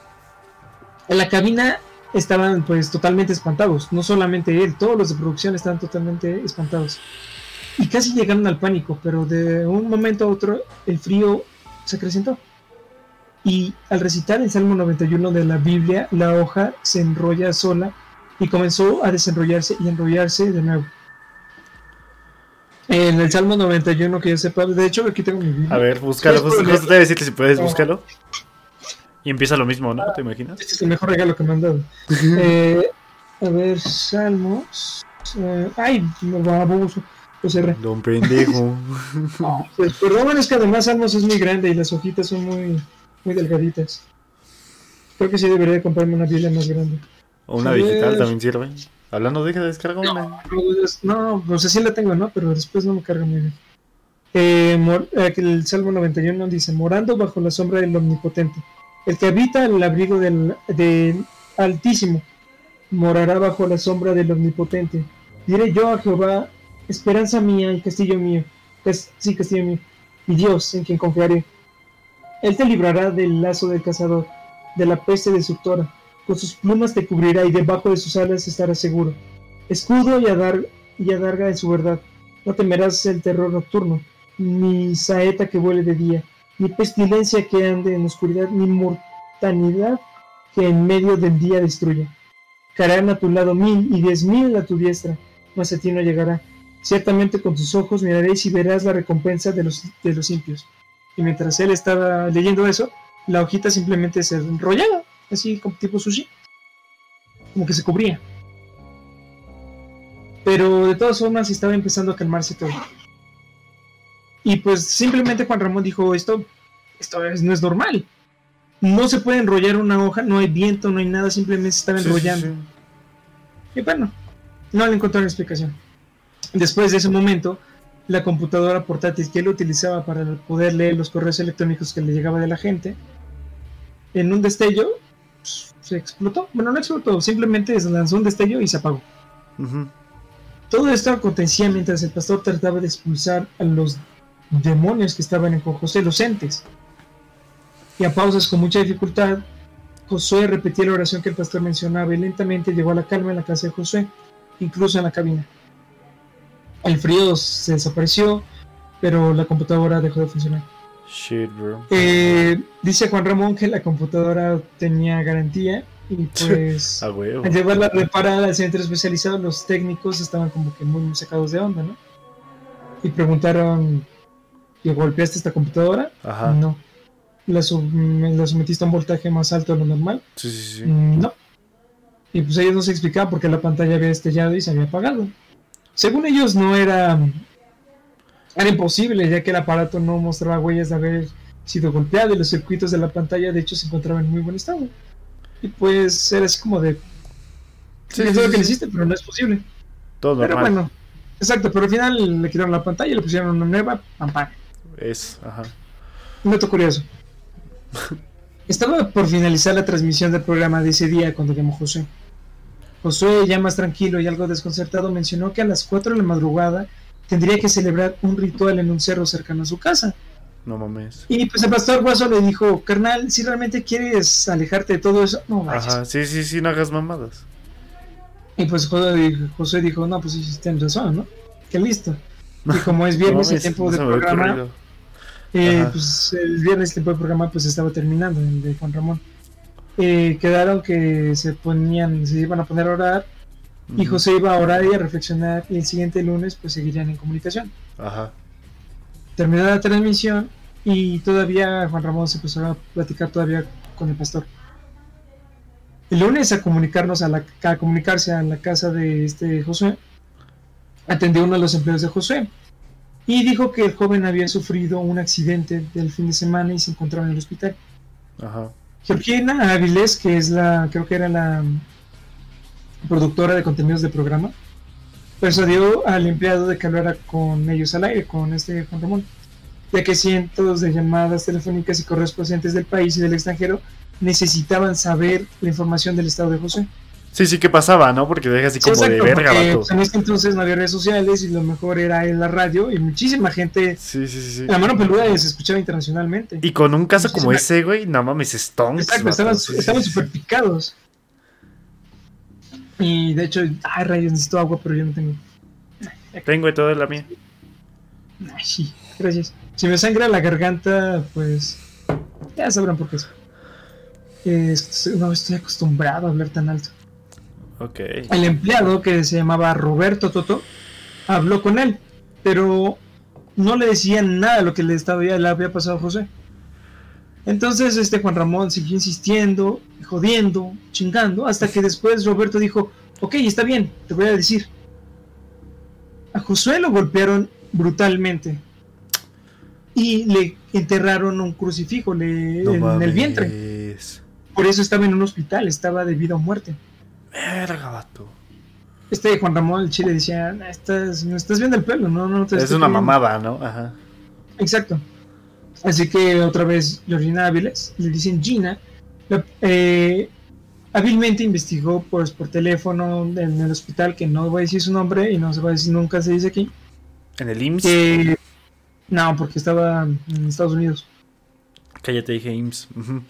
En la cabina estaban pues totalmente espantados. No solamente él, todos los de producción estaban totalmente espantados. Y casi llegaron al pánico, pero de un momento a otro el frío se acrecentó. Y al recitar el Salmo noventa y uno de la Biblia, la hoja se enrolla sola y comenzó a desenrollarse y enrollarse de nuevo. En el Salmo noventa y uno, que yo sepa, de hecho aquí tengo mi Biblia. A ver, búscalo, justo, justo te voy a decirte si puedes, no. Búscalo. Y empieza lo mismo, ¿no? ¿Te imaginas? Este es el mejor regalo que me han dado. eh, a ver, Salmos. Eh, ay, me va a baboso. Pues Don pendejo. No, pues, perdón, es que además Salmos es muy grande y las hojitas son muy, muy delgaditas. Creo que sí debería comprarme una Biblia más grande. O una digital también sirve. Hablando de que descarga no, una. No, no sé si la tengo, ¿no? Pero después no me carga muy bien. Eh, mor, eh, el Salmo noventa y uno dice: morando bajo la sombra del Omnipotente, el que habita en el abrigo del, del Altísimo, morará bajo la sombra del Omnipotente. Diré yo a Jehová: esperanza mía y castillo mío, cas, sí, castillo mío, y Dios en quien confiaré. Él te librará del lazo del cazador, de la peste destructora. Con sus plumas te cubrirá y debajo de sus alas estarás seguro. Escudo y, adar, y adarga de su verdad. No temerás el terror nocturno, ni saeta que vuele de día, ni pestilencia que ande en oscuridad, ni mortandad que en medio del día destruya. Caerán a tu lado mil y diez mil a tu diestra, mas a ti no llegará. Ciertamente con tus ojos miraréis y verás la recompensa de los, de los impios. Y mientras él estaba leyendo eso, la hojita simplemente se enrollaba, así como tipo sushi, como que se cubría. Pero de todas formas estaba empezando a calmarse todo. Y pues simplemente Juan Ramón dijo: esto, esto es, no es normal. No se puede enrollar una hoja, no hay viento, no hay nada, simplemente se estaba enrollando. Sí, sí, sí. Y bueno, no le encontraron explicación. Después de ese momento, la computadora portátil que él utilizaba para poder leer los correos electrónicos que le llegaba de la gente, en un destello pues, se explotó. Bueno, no explotó, simplemente se lanzó un destello y se apagó. Uh-huh. Todo esto acontecía mientras el pastor trataba de expulsar a los demonios que estaban en José, los entes. Y a pausas, con mucha dificultad, Josué repetía la oración que el pastor mencionaba y lentamente llegó a la calma en la casa de Josué, incluso en la cabina. El frío se desapareció, pero la computadora dejó de funcionar. Shit, bro. Eh, dice Juan Ramón que la computadora tenía garantía y pues al llevarla reparada al centro especializado, los técnicos estaban como que muy sacados de onda, ¿no? y preguntaron, ¿y golpeaste esta computadora? Ajá. No. ¿La, sum- ¿La sometiste a un voltaje más alto de lo normal? Sí, sí, sí. Mm, no. Y pues ellos no se explicaban por qué la pantalla había estallado y se había apagado. Según ellos no era, era imposible, ya que el aparato no mostraba huellas de haber sido golpeado y los circuitos de la pantalla de hecho se encontraban en muy buen estado. Y pues era así como de, Sí, es sí, lo sí, que le sí. hiciste, pero no es posible. Todo Pero normal. bueno, exacto, pero al final le quitaron la pantalla y le pusieron una nueva, pam, pam. Es, ajá. Un dato curioso. Estaba por finalizar la transmisión del programa de ese día cuando llamó José. Josué, ya más tranquilo y algo desconcertado, mencionó que a las cuatro de la madrugada tendría que celebrar un ritual en un cerro cercano a su casa. No mames. Y pues el pastor Guaso le dijo, carnal, si realmente quieres alejarte de todo eso, no vayas. Ajá, sí, sí, sí, no hagas mamadas. Y pues Josué dijo, no, pues sí, tienes razón, ¿no? Que listo. Y como es viernes, No el tiempo no del se me había programa, ocurrido. eh, Ajá. pues el viernes el tiempo del programa pues estaba terminando, el de Juan Ramón. Eh, quedaron que se ponían, se iban a poner a orar, y Ujú. José iba a orar y a reflexionar, y el siguiente lunes pues seguirían en comunicación. Ajá. Terminó la transmisión y todavía Juan Ramón se empezó a platicar todavía con el pastor. El lunes a comunicarnos a, la, a comunicarse a la casa de este Josué, atendió uno de los empleados de Josué y dijo que el joven había sufrido un accidente del fin de semana y se encontraba en el hospital. Ajá. Georgina Avilés, que es la, creo que era la productora de contenidos del programa, persuadió al empleado de que hablara con ellos al aire, con este Juan Ramón, ya que cientos de llamadas telefónicas y correos procedentes del país y del extranjero necesitaban saber la información del estado de José. Sí, sí, ¿qué pasaba, no? Porque deja así Sí, como exacto, de verga, porque vato. pues, en este entonces no había redes sociales y lo mejor era en la radio y muchísima gente, Sí, sí, sí, sí. la mano peluda se escuchaba internacionalmente. Y con un caso como Muchísima- ese, güey, no mames, stonks. Exacto, vato. estaban Sí, sí, estaban sí, súper sí. picados. Y de hecho, ay rayos, necesito agua, pero yo no tengo. Tengo y todo es la mía. Ay, sí, gracias. Si me sangra la garganta, pues ya sabrán por qué es. Eh, no estoy acostumbrado a hablar tan alto. Ok. El empleado, que se llamaba Roberto Toto, habló con él, pero no le decían nada de lo que le, estaba, le había pasado a José. Entonces este Juan Ramón siguió insistiendo, jodiendo, chingando, hasta que después Roberto dijo, ok, está bien, te voy a decir. A Josué lo golpearon brutalmente y le enterraron un crucifijo le, No en mames. el vientre. Por eso estaba en un hospital, estaba de vida o muerte. Verga, vato. Este Juan Ramón el Chile decía, "Nah, estás, me estás viendo el pelo, no, no te Es estoy una creyendo". mamada, ¿no? Ajá. Exacto. Así que otra vez Georgina Áviles, le dicen Gina, la- eh, hábilmente investigó pues, por teléfono en el hospital, que no voy a decir su nombre y no se va a decir, nunca se dice aquí, En el I M S S. que no, porque estaba en Estados Unidos. Que ya te dije I M S S. Ujú.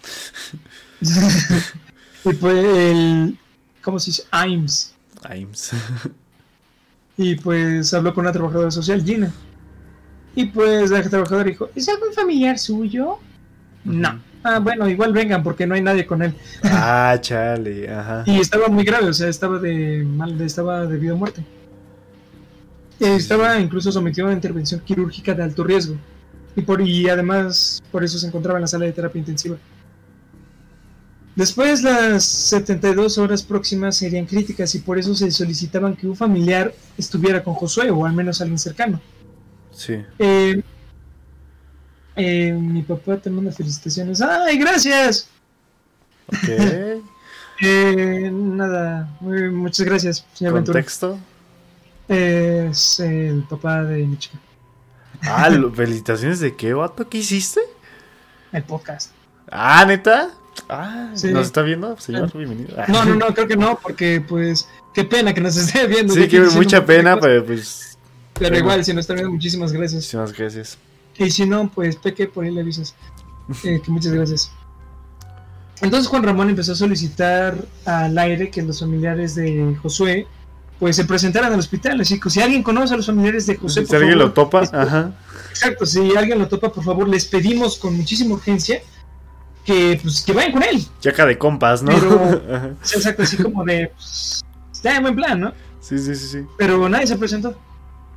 Y pues el, ¿cómo se dice? I M S S. A I M S S. Y pues habló con una trabajadora social, Gina. Y pues la trabajadora dijo, ¿es algún familiar suyo? No. Ah, bueno, igual vengan porque no hay nadie con él. Ah, chale, ajá. Y estaba muy grave, o sea, estaba de mal, estaba de vida o muerte. Eh, Estaba incluso sometido a una intervención quirúrgica de alto riesgo. Y, por, y además por eso se encontraba en la sala de terapia intensiva. Después las setenta y dos horas próximas serían críticas y por eso se solicitaban que un familiar estuviera con Josué o al menos alguien cercano. Sí. Eh, eh, mi papá te manda felicitaciones. ¡Ay, gracias! Ok. Eh, nada, muy- muchas gracias, señor Ventura. Contexto. Es el papá de mi chica. Ah, lo- felicitaciones de qué, vato, ¿qué hiciste? El podcast. Ah, neta. Ah, Sí. ¿nos está viendo, señor? Bienvenido. Ah. No, no, no, creo que no, porque pues qué pena que nos esté viendo. Sí, de aquí que diciendo mucha un montón de pena, cosas. pero pues. Pero bueno. igual, si nos está viendo, muchísimas gracias. Muchísimas gracias. Y si no, pues Peque, por ahí le avisas. Eh, que muchas gracias. Entonces Juan Ramón empezó a solicitar al aire que los familiares de Josué pues se presentaran al hospital. Así que si alguien conoce a los familiares de José, Si por alguien favor, lo topa, les- ajá. Exacto, si alguien lo topa, por favor, les pedimos con muchísima urgencia que, pues, que vayan con él. Chaca de compas, ¿no? Pero- Ajá. Sí, exacto, así como de, pues, está en buen plan, ¿no? Sí, sí, sí, sí. Pero nadie se presentó.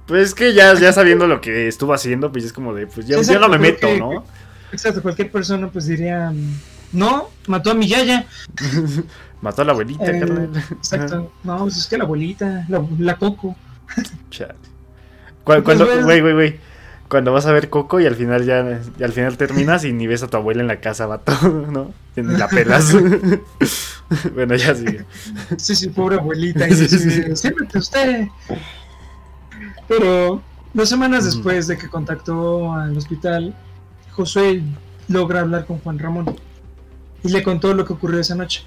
Pues es que ya, ya sabiendo lo que estuvo haciendo, pues es como de, pues ya, Exacto, ya no me meto, que, ¿no? Exacto, cualquier persona pues diría, no, mató a mi yaya. Mató a la abuelita, Eh, carnal. exacto, no, pues es que la abuelita, la, la Coco. Chale. Cu- Cuando, güey, güey, güey. Cuando vas a ver Coco y al final ya, y al final terminas y ni ves a tu abuela en la casa, vato, ¿no? Y ni la pelas. Bueno, ya sigue. Sí, sí, pobre abuelita. Y Sí, sí, sí. sí, siéntate usted. Pero dos semanas después de que contactó al hospital, Josué logra hablar con Juan Ramón y le contó lo que ocurrió esa noche.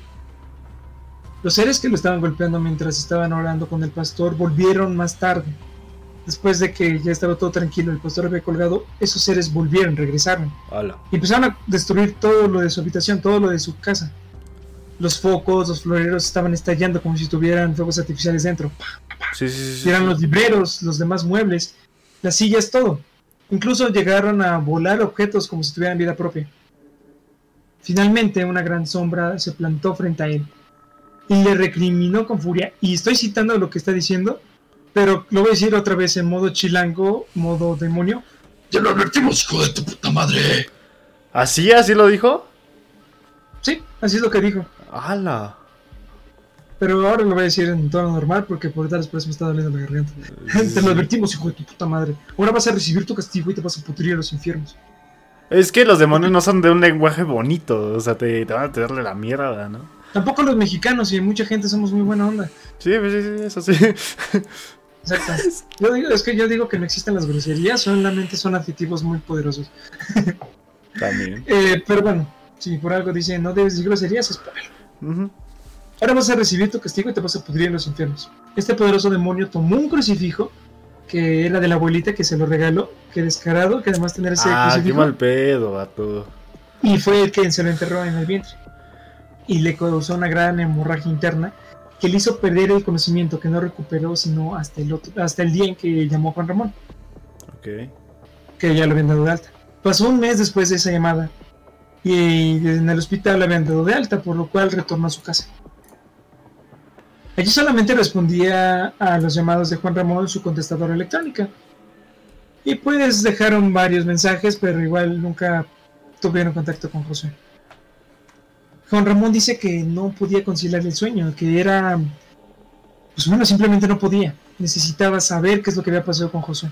Los seres que lo estaban golpeando mientras estaban orando con el pastor volvieron más tarde. Después de que ya estaba todo tranquilo, el pastor había colgado, esos seres volvieron, regresaron. Hola. Y empezaron a destruir todo lo de su habitación, todo lo de su casa. Los focos, los floreros estaban estallando como si tuvieran fuegos artificiales dentro. Sí, sí, sí, sí. Y eran los libreros, los demás muebles, las sillas, todo. Incluso llegaron a volar objetos como si tuvieran vida propia. Finalmente, una gran sombra se plantó frente a él y le recriminó con furia. Y estoy citando lo que está diciendo, pero lo voy a decir otra vez en modo chilango, modo demonio. Ya lo advertimos, hijo de tu puta madre. ¿Así? ¿Así lo dijo? Sí, así es lo que dijo. ¡Hala! Pero ahora lo voy a decir en tono normal porque por tal después me está doliendo la garganta. Te lo advertimos, hijo de tu puta madre. Ahora vas a recibir tu castigo y te vas a pudrir a los infiernos. Es que los demonios no son de un lenguaje bonito. O sea, te, te van a tirarle la mierda, ¿no? Tampoco los mexicanos y mucha gente somos muy buena onda. Sí, pues sí, sí, eso sí. Exacto. Yo digo, es que yo digo que no existen las groserías, solamente son adjetivos muy poderosos. También. Eh, pero bueno, si por algo dicen no debes decir groserías, es por algo. Uh-huh. Ahora vas a recibir tu castigo y te vas a pudrir en los infiernos. Este poderoso demonio tomó un crucifijo, que era de la abuelita que se lo regaló, que descarado, que además tener ese Ah, crucifijo. qué mal pedo, vato. Y fue el que se lo enterró en el vientre. Y le causó una gran hemorragia interna que le hizo perder el conocimiento, que no recuperó sino hasta el, otro, hasta el día en que llamó a Juan Ramón. Ok. Que ya lo habían dado de alta. Pasó un mes después de esa llamada y en el hospital lo habían dado de alta, por lo cual retornó a su casa. Allí solamente respondía a los llamados de Juan Ramón su contestadora electrónica. Y pues dejaron varios mensajes, pero igual nunca tuvieron contacto con José. Juan Ramón dice que no podía conciliar el sueño, que era... Pues bueno, simplemente no podía. Necesitaba saber qué es lo que había pasado con José.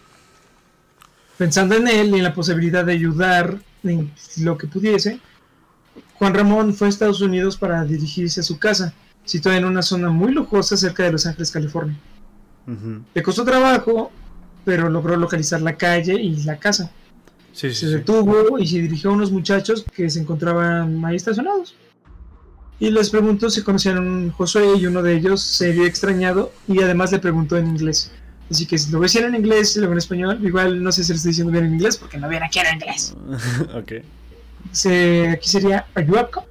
Pensando en él y en la posibilidad de ayudar en lo que pudiese, Juan Ramón fue a Estados Unidos para dirigirse a su casa, situada en una zona muy lujosa cerca de Los Ángeles, California. Uh-huh. Le costó trabajo, pero logró localizar la calle y la casa. Sí, sí, Se sí. detuvo y se dirigió a unos muchachos que se encontraban ahí estacionados. Y les preguntó si conocían a un Josué, y uno de ellos se vio extrañado y además le preguntó en inglés. Así que si lo ves en inglés y luego en español, igual no sé si lo estoy diciendo bien en inglés porque no viene aquí en inglés. Ok. Se, aquí sería Ayuaco.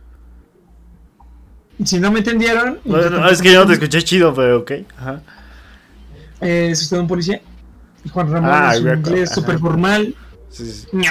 Si no me entendieron... No, no, es que yo no te escuché chido, pero ok. Ajá. Eh, es usted un policía. Y Juan Ramón Ah, es un Ayuaco, inglés ajá. súper formal. Sí, sí. Ña.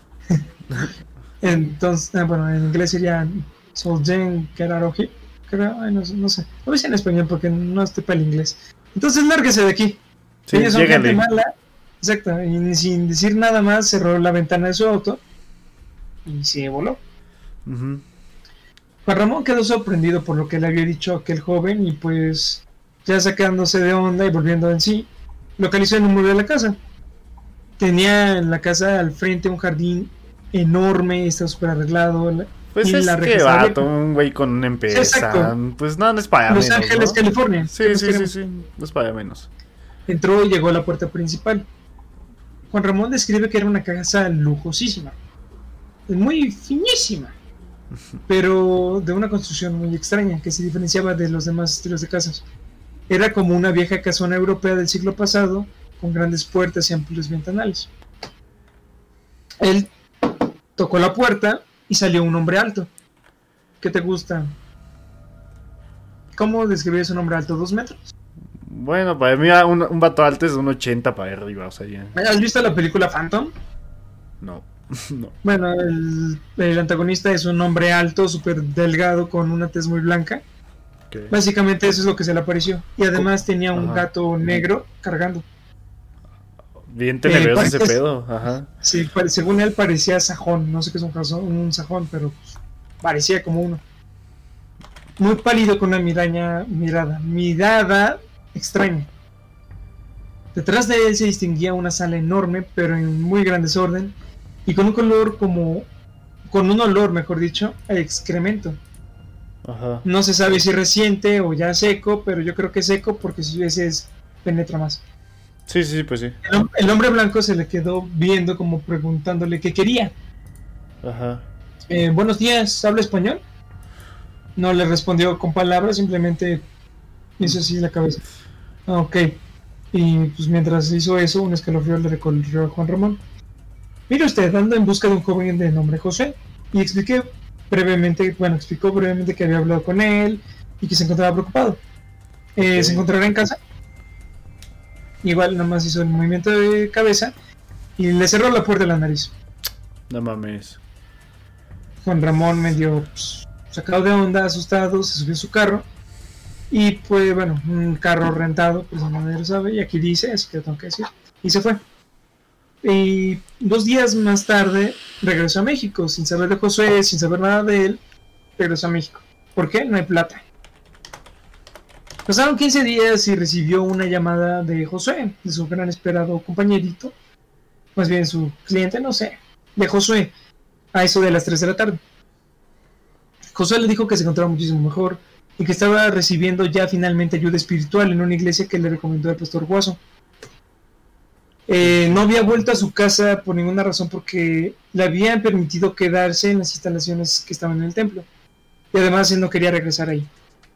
Entonces, ah, bueno, en inglés sería Soljen Kararoji. Creo, ay, no, no sé. Lo voy a decir en español porque no estoy para el inglés. Entonces, lárguese de aquí. Sí, Ellos son llégale. gente mala. Exacto. Y sin decir nada más, cerró la ventana de su auto y se voló. Uh-huh. Juan Ramón quedó sorprendido por lo que le había dicho aquel joven y pues, ya sacándose de onda y volviendo en sí, localizó en un mueble de la casa. Tenía en la casa al frente un jardín enorme, estaba súper arreglado. la- Pues y es la que reja estaba vato, abierta. un güey con una Sí, empresa. exacto. Pues no, no es para Los menos, Ángeles, ¿no? California. Sí, ¿Qué nos sí, sí, queremos? sí. No es para menos. Entró y llegó a la puerta principal. Juan Ramón describe que era una casa lujosísima, muy finísima, pero de una construcción muy extraña que se diferenciaba de los demás estilos de casas. Era como una vieja casona europea del siglo pasado, con grandes puertas y amplios ventanales. Él tocó la puerta y salió un hombre alto. ¿Qué te gusta? ¿Cómo describes un hombre alto? ¿Dos metros? Bueno, para mí un, un vato alto es un ochenta para arriba, o sea, ya. ¿Has visto la película Phantom? No, no. Bueno, el, el antagonista es un hombre alto, súper delgado, con una tez muy blanca. Okay. Básicamente eso es lo que se le apareció. Y además tenía un Ajá. gato negro cargando. Bien tenebroso Eh, ese parecía- pedo. Ajá. Sí, pare- según él parecía sajón, no sé qué es un, jasón- un sajón, pero pues, parecía como uno. Muy pálido con una miraña, mirada, mirada extraña. Detrás de él se distinguía una sala enorme, pero en muy gran desorden, y con un color como, con un olor, mejor dicho, a excremento. Ajá. No se sabe si reciente o ya seco, pero yo creo que seco porque si ese es, penetra más. Sí, sí, sí, pues sí. El, hom- el hombre blanco se le quedó viendo como preguntándole qué quería. Ajá. Eh, buenos días, ¿habla español? No le respondió con palabras, simplemente hizo así la cabeza. Ah, ok. Y pues mientras hizo eso, un escalofrío le recorrió a Juan Ramón. Mire usted, ando en busca de un joven de nombre José. Y expliqué brevemente, bueno, explicó brevemente que había hablado con él y que se encontraba preocupado. Eh, Ok. ¿Se encontrará en casa? Igual nada más hizo el movimiento de cabeza y le cerró la puerta de la nariz. No mames. Juan Ramón medio pues, sacado de onda, asustado, se subió a su carro. Y pues bueno, un carro rentado, pues nadie lo sabe, y aquí dice, así que lo tengo que decir. Y se fue. Y dos días más tarde regresó a México, sin saber de Josué, sin saber nada de él, regresó a México. ¿Por qué? No hay plata. Pasaron quince días y recibió una llamada de Josué, de su gran esperado compañerito, más bien su cliente, no sé, de Josué, a eso de las tres de la tarde. Josué le dijo que se encontraba muchísimo mejor y que estaba recibiendo ya finalmente ayuda espiritual en una iglesia que le recomendó el pastor Guaso. Eh, no había vuelto a su casa por ninguna razón porque le habían permitido quedarse en las instalaciones que estaban en el templo y además él no quería regresar ahí.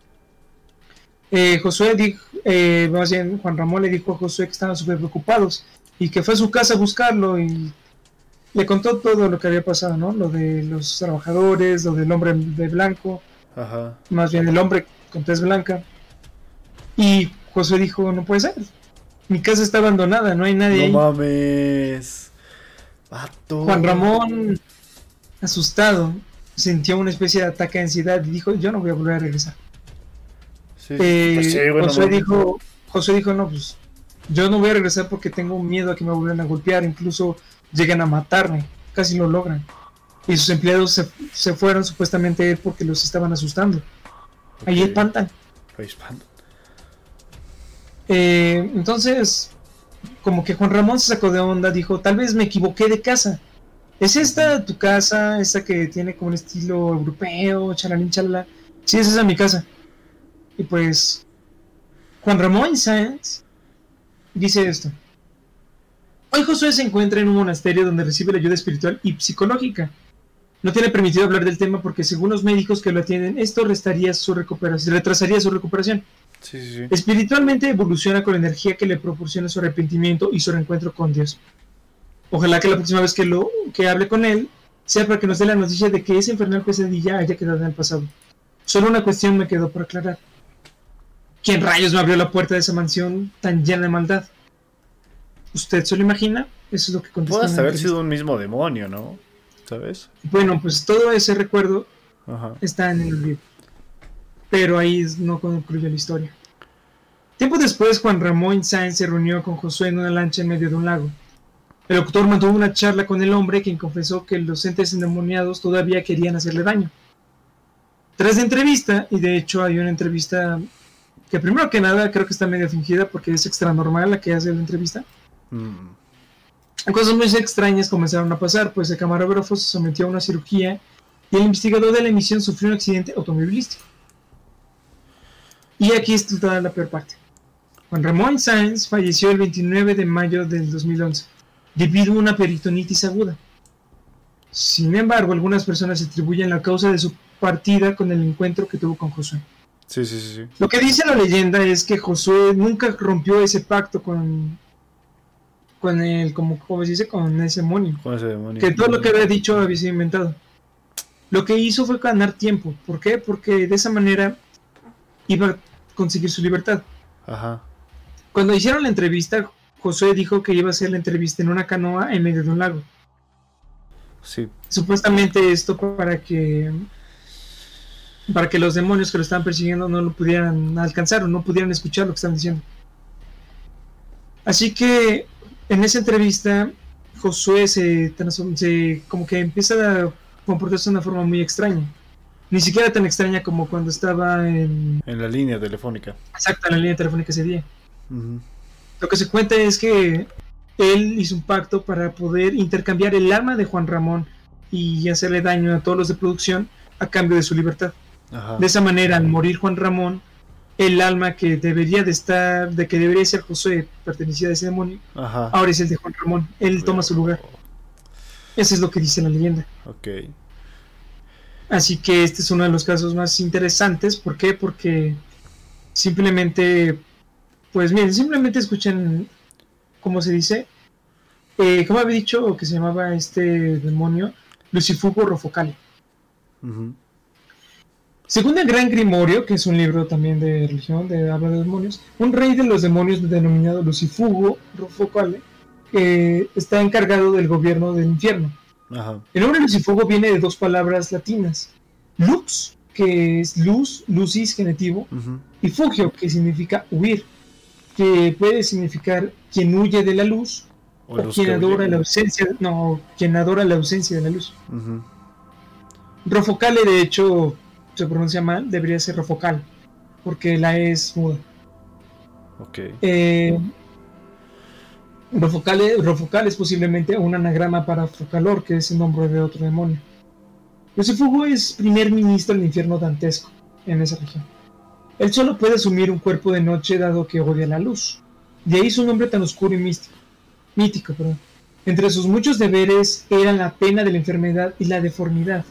Eh, Josué dijo, eh, más bien Juan Ramón le dijo a Josué que estaban súper preocupados y que fue a su casa a buscarlo y le contó todo lo que había pasado, ¿no? Lo de los trabajadores, lo del hombre de blanco, Ajá. más bien el hombre con tez blanca. Y Josué dijo, no puede ser, mi casa está abandonada, no hay nadie No ahí. mames. Vato. Juan Ramón, asustado, sintió una especie de ataque de ansiedad y dijo, yo no voy a volver a regresar. Sí, Eh, pues sí, bueno, Josué, mames. dijo, Josué dijo, no, pues yo no voy a regresar porque tengo miedo a que me vuelvan a golpear, incluso lleguen a matarme, casi lo logran. Y sus empleados se, se fueron supuestamente porque los estaban asustando. Ahí Ok. espantan. Ahí espantan. Eh, entonces, como que Juan Ramón se sacó de onda, dijo, tal vez me equivoqué de casa. ¿Es esta tu casa? Esta que tiene como un estilo europeo, chalalín, chalala. Sí, esa es mi casa. Y pues, Juan Ramón Sáenz dice esto. Hoy Josué se encuentra en un monasterio donde recibe la ayuda espiritual y psicológica. No tiene permitido hablar del tema porque según los médicos que lo atienden, esto restaría su recuperación, retrasaría su recuperación. Sí, sí, sí. Espiritualmente evoluciona con la energía que le proporciona su arrepentimiento y su reencuentro con Dios. Ojalá que la próxima vez que lo que hable con él sea para que nos dé la noticia de que esa infernal pesadilla haya quedado en el pasado. Solo una cuestión me quedó por aclarar. ¿Quién rayos me abrió la puerta de esa mansión tan llena de maldad? ¿Usted se lo imagina? Eso es lo que contestó. Puede haber sido un mismo demonio, ¿no? ¿Sabes? Bueno, pues todo ese recuerdo Ajá. está en el libro. Pero ahí no concluye la historia. Tiempo después, Juan Ramón Sáenz se reunió con Josué en una lancha en medio de un lago. El doctor mantuvo una charla con el hombre, quien confesó que los entes endemoniados todavía querían hacerle daño. Tras la entrevista, y de hecho hay una entrevista que primero que nada creo que está medio fingida porque es extra normal la que hace la entrevista, Mm. cosas muy extrañas comenzaron a pasar, pues el camarógrafo se sometió a una cirugía y el investigador de la emisión sufrió un accidente automovilístico. Y aquí está toda la peor parte. Juan Ramón Sáenz falleció el veintinueve de mayo del dos mil once debido a una peritonitis aguda. Sin embargo, algunas personas atribuyen la causa de su partida con el encuentro que tuvo con Josué. Sí, sí, sí, sí. Lo que dice la leyenda es que Josué nunca rompió ese pacto con con el, como, como se dice, con ese demonio. Con ese demonio. Que todo lo que había dicho había sido inventado. Lo que hizo fue ganar tiempo. ¿Por qué? Porque de esa manera iba a conseguir su libertad. Ajá. Cuando hicieron la entrevista, Josué dijo que iba a hacer la entrevista en una canoa en medio de un lago. Sí. Supuestamente esto para que para que los demonios que lo estaban persiguiendo no lo pudieran alcanzar o no pudieran escuchar lo que estaban diciendo. Así que en esa entrevista Josué se, se como que empieza a comportarse de una forma muy extraña. Ni siquiera tan extraña como cuando estaba en... En la línea telefónica. Exacto, en la línea telefónica ese día. Uh-huh. Lo que se cuenta es que él hizo un pacto para poder intercambiar el alma de Juan Ramón y hacerle daño a todos los de producción a cambio de su libertad. Ajá. De esa manera, al morir Juan Ramón, el alma que debería de estar, de que debería ser Josué, pertenecía a ese demonio, Ajá. ahora es el de Juan Ramón. Él Pero... toma su lugar. Eso es lo que dice la leyenda. Ok. Así que este es uno de los casos más interesantes. ¿Por qué? Porque simplemente, pues miren, simplemente escuchen, ¿cómo se dice? Eh, ¿Cómo había dicho que se llamaba este demonio? Lucifugo Rofocale. Uh-huh. Según el Gran Grimorio, que es un libro también de religión, de habla de demonios, un rey de los demonios denominado Lucifugo Rofocale eh, está encargado del gobierno del infierno. Ajá. El nombre Lucifugo viene de dos palabras latinas: lux, que es luz, lucis genitivo, uh-huh. y fugio, que significa huir, que puede significar quien huye de la luz o, o quien adora la ausencia, no, quien adora la ausencia de la luz. Uh-huh. Rofocale, de hecho, se pronuncia mal, debería ser Rofocal, porque la E es muda. Okay. Eh, Rofocale, Rofocal es posiblemente un anagrama para Focalor, que es el nombre de otro demonio. Lucifugo es primer ministro del infierno dantesco en esa región. Él solo puede asumir un cuerpo de noche dado que odia la luz. De ahí su nombre tan oscuro y místico. mítico. Perdón. Entre sus muchos deberes eran la pena de la enfermedad y la deformidad.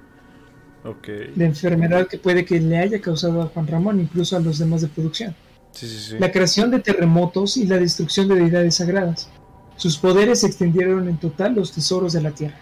Okay. La enfermedad que puede que le haya causado a Juan Ramón, incluso a los demás de producción. Sí, sí, sí. La creación de terremotos y la destrucción de deidades sagradas. Sus poderes extendieron en total los tesoros de la tierra.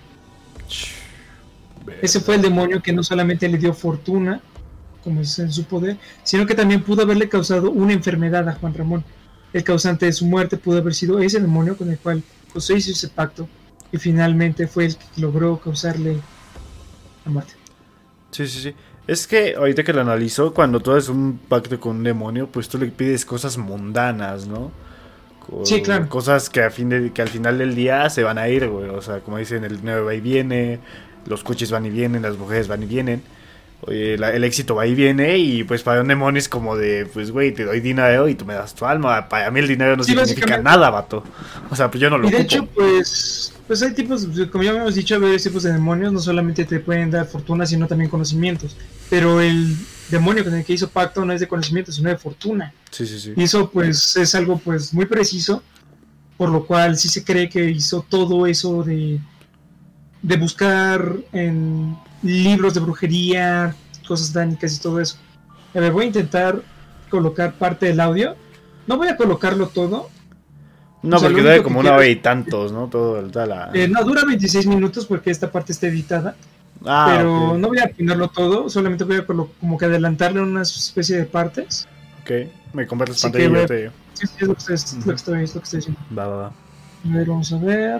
Ese fue el demonio que no solamente le dio fortuna, como es en su poder, sino que también pudo haberle causado una enfermedad a Juan Ramón. El causante de su muerte pudo haber sido ese demonio con el cual José hizo ese pacto, y finalmente fue el que logró causarle la muerte. Sí, sí, sí. Es que ahorita que lo analizo, cuando tú haces un pacto con un demonio, pues tú le pides cosas mundanas, ¿no? Co- Sí, claro. Cosas que, a fin de, que al final del día se van a ir, güey. O sea, como dicen, el dinero va y viene, los coches van y vienen, las mujeres van y vienen. Oye, la, el éxito va y viene, y pues para un demonio es como de, pues güey, te doy dinero y tú me das tu alma. Para mí el dinero no Sí, significa nada, vato. O sea, pues yo no lo Y de ocupo. hecho, pues, pues hay tipos, como ya hemos dicho, hay varios tipos de demonios. No solamente te pueden dar fortuna, sino también conocimientos. Pero el demonio con el que hizo pacto no es de conocimiento, sino de fortuna. Sí, sí, sí. Y eso pues es algo pues muy preciso, por lo cual sí se cree que hizo todo eso de, de buscar en libros de brujería, cosas dánicas y todo eso. A ver, voy a intentar colocar parte del audio. No voy a colocarlo todo. No, O sea, porque lo dura único como que una quiero hora y es- tantos, ¿no? Todo, toda la... Eh, no, dura veintiséis minutos porque esta parte está editada. Ah, pero ok. no voy a ponerlo todo, solamente voy a colo- como que adelantarle una especie de partes. Ok, me compartes Así pantalla que y yo ve- te... Sí, sí, es lo que estoy, es lo que estoy, es lo que estoy diciendo. Va, va, va. A ver, vamos a ver.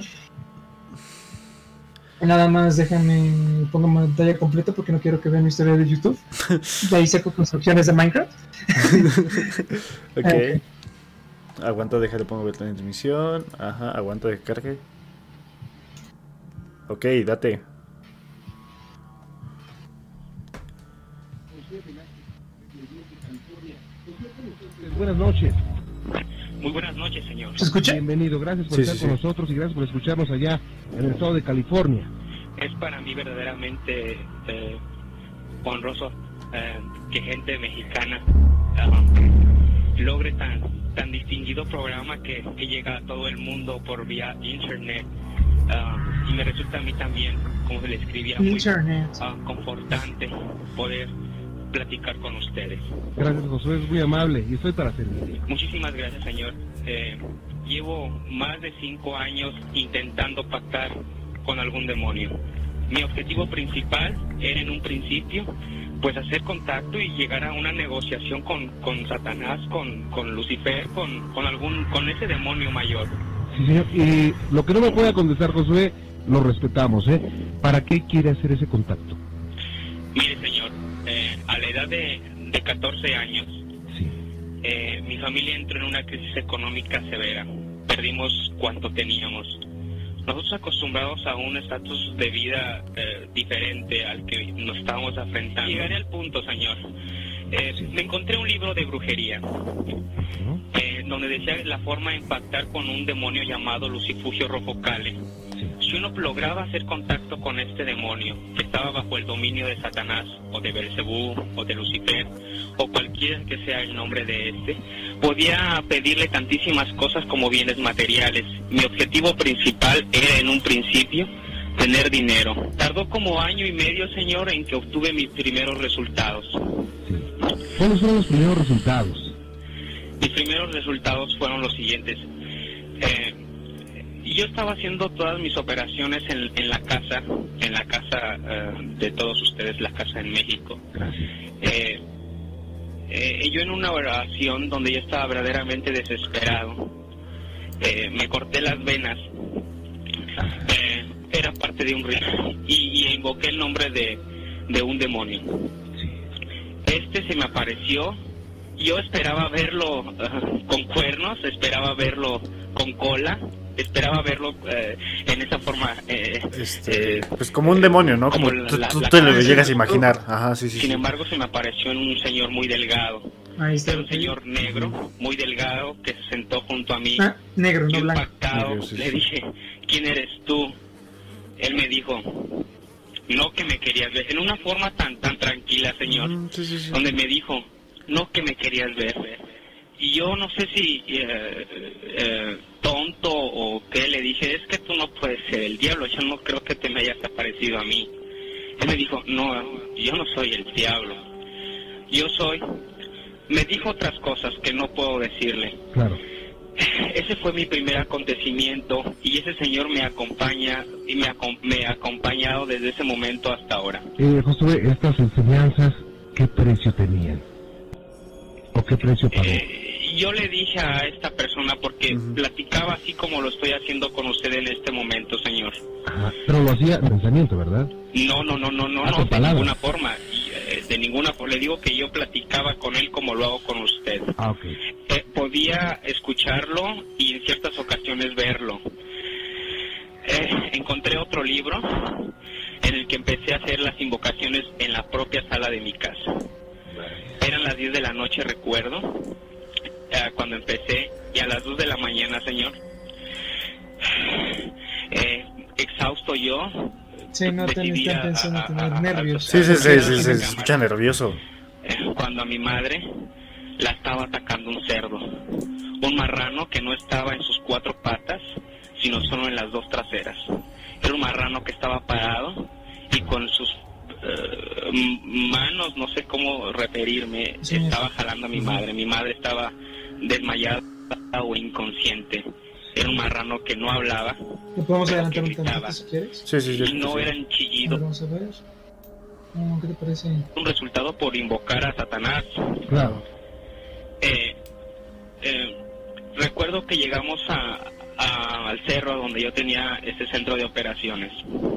Nada más déjame pongo pantalla completa porque no quiero que vean mi historia de YouTube. De ahí saco construcciones de Minecraft. Ok. Ok. Aguanta, déjale, pongo ver la transmisión. Ajá, aguanta de cargue. Ok, date. Buenas noches, Muy buenas noches, señor. ¿Se escucha? bienvenido, gracias por Sí, estar sí, con sí. nosotros y gracias por escucharnos allá en el estado de California. Es para mí verdaderamente eh, honroso eh, que gente mexicana uh, logre tan tan distinguido programa que, que llega a todo el mundo por vía internet. Uh, y me resulta a mí también, como se le escribía, muy Internet. uh, confortante poder platicar con ustedes. Gracias, Josué, es muy amable y estoy para servir. Muchísimas gracias, señor. Eh, llevo más de cinco años intentando pactar con algún demonio. Mi objetivo principal era en un principio pues hacer contacto y llegar a una negociación con, con Satanás, con, con Lucifer, con, con algún con ese demonio mayor. Sí, señor, y lo que no me pueda contestar, Josué, lo respetamos, ¿eh? ¿Para qué quiere hacer ese contacto? Mire, señor, eh, a la edad de, de catorce años, Sí. eh, mi familia entró en una crisis económica severa. perdimos cuanto teníamos. Nosotros acostumbrados a un estatus de vida eh, diferente al que nos estábamos enfrentando. Llegaré al punto, señor. Eh, me encontré un libro de brujería, eh, donde decía la forma de impactar con un demonio llamado Lucifugio Rofocale. Si uno lograba hacer contacto con este demonio, que estaba bajo el dominio de Satanás, o de Belcebú, o de Lucifer, o cualquiera que sea el nombre de este, podía pedirle tantísimas cosas como bienes materiales. Mi objetivo principal era, en un principio, tener dinero. Tardó como año y medio, señor, en que obtuve mis primeros resultados. ¿Cuáles fueron los primeros resultados? Mis primeros resultados fueron los siguientes. Eh, yo estaba haciendo todas mis operaciones en, en la casa, en la casa uh, de todos ustedes, la casa en México. Eh, eh, yo en una oración donde yo estaba verdaderamente desesperado, eh, me corté las venas. Eh, era parte de un ritual y, y invoqué el nombre de, de un demonio. Este se me apareció. Yo esperaba verlo uh, con cuernos, esperaba verlo con cola, esperaba verlo uh, en esa forma. Eh, este, eh, pues como un demonio, ¿no? Como, como tú, la, tú la te lo cabeza. llegas a imaginar. Ajá, sí, sí. Sin sí. embargo, se me apareció en un señor muy delgado. Ahí está. Era un señor negro, muy delgado, que se sentó junto a mí. Ah, negro, no Yo blanco. impactado, Negro, sí, le sí. dije, ¿quién eres tú? Él me dijo, no que me querías ver, en una forma tan tan tranquila, señor, Mm, sí, sí, sí. donde me dijo, no que me querías ver. Y yo no sé si eh, eh, tonto o qué, le dije, es que tú no puedes ser el diablo, yo no creo que te me hayas aparecido a mí. Él me dijo, no, yo no soy el diablo, yo soy... Me dijo otras cosas que no puedo decirle. Claro. Ese fue mi primer acontecimiento y ese señor me acompaña y me, acom- me ha acompañado desde ese momento hasta ahora. Eh, Josué, estas enseñanzas, ¿qué precio tenían? ¿O qué precio pagó? Eh, yo le dije a esta persona porque Ujú. platicaba así como lo estoy haciendo con usted en este momento, señor. Ajá. Pero lo hacía en pensamiento, ¿verdad? No, no, no, no, no, Ah, no, con de palabras. ninguna forma. Y, eh, de ninguna forma. Le digo que yo platicaba con él como lo hago con usted. Ah, ok. Eh, podía escucharlo y en ciertas ocasiones verlo. Eh, encontré otro libro en el que empecé a hacer las invocaciones en la propia sala de mi casa. Eran las diez de la noche, recuerdo, eh, cuando empecé, y a las dos de la mañana, señor, eh, exhausto yo, Sí, no te decidí están a- pensando a- tener a- a- nervios. Sí, sí, sí, a- sí, a- se a- escucha nervioso. eh, cuando a mi madre la estaba atacando un cerdo, un marrano que no estaba en sus cuatro patas, sino solo en las dos traseras. Era un marrano que estaba parado y con sus eh, m- manos, no sé cómo referirme, Sí. estaba jalando a mi madre. Mi madre estaba desmayada o inconsciente. Era un marrano que no hablaba ¿Lo podemos pero adelantar que un tantito gritaba. si quieres? Sí, sí, yo y no sí. era un A chillido. ver, vamos a ver. No, ¿qué te parece? Un resultado por invocar a Satanás. Claro. Eh, eh, recuerdo que llegamos a, a- al cerro donde yo tenía ese centro de operaciones.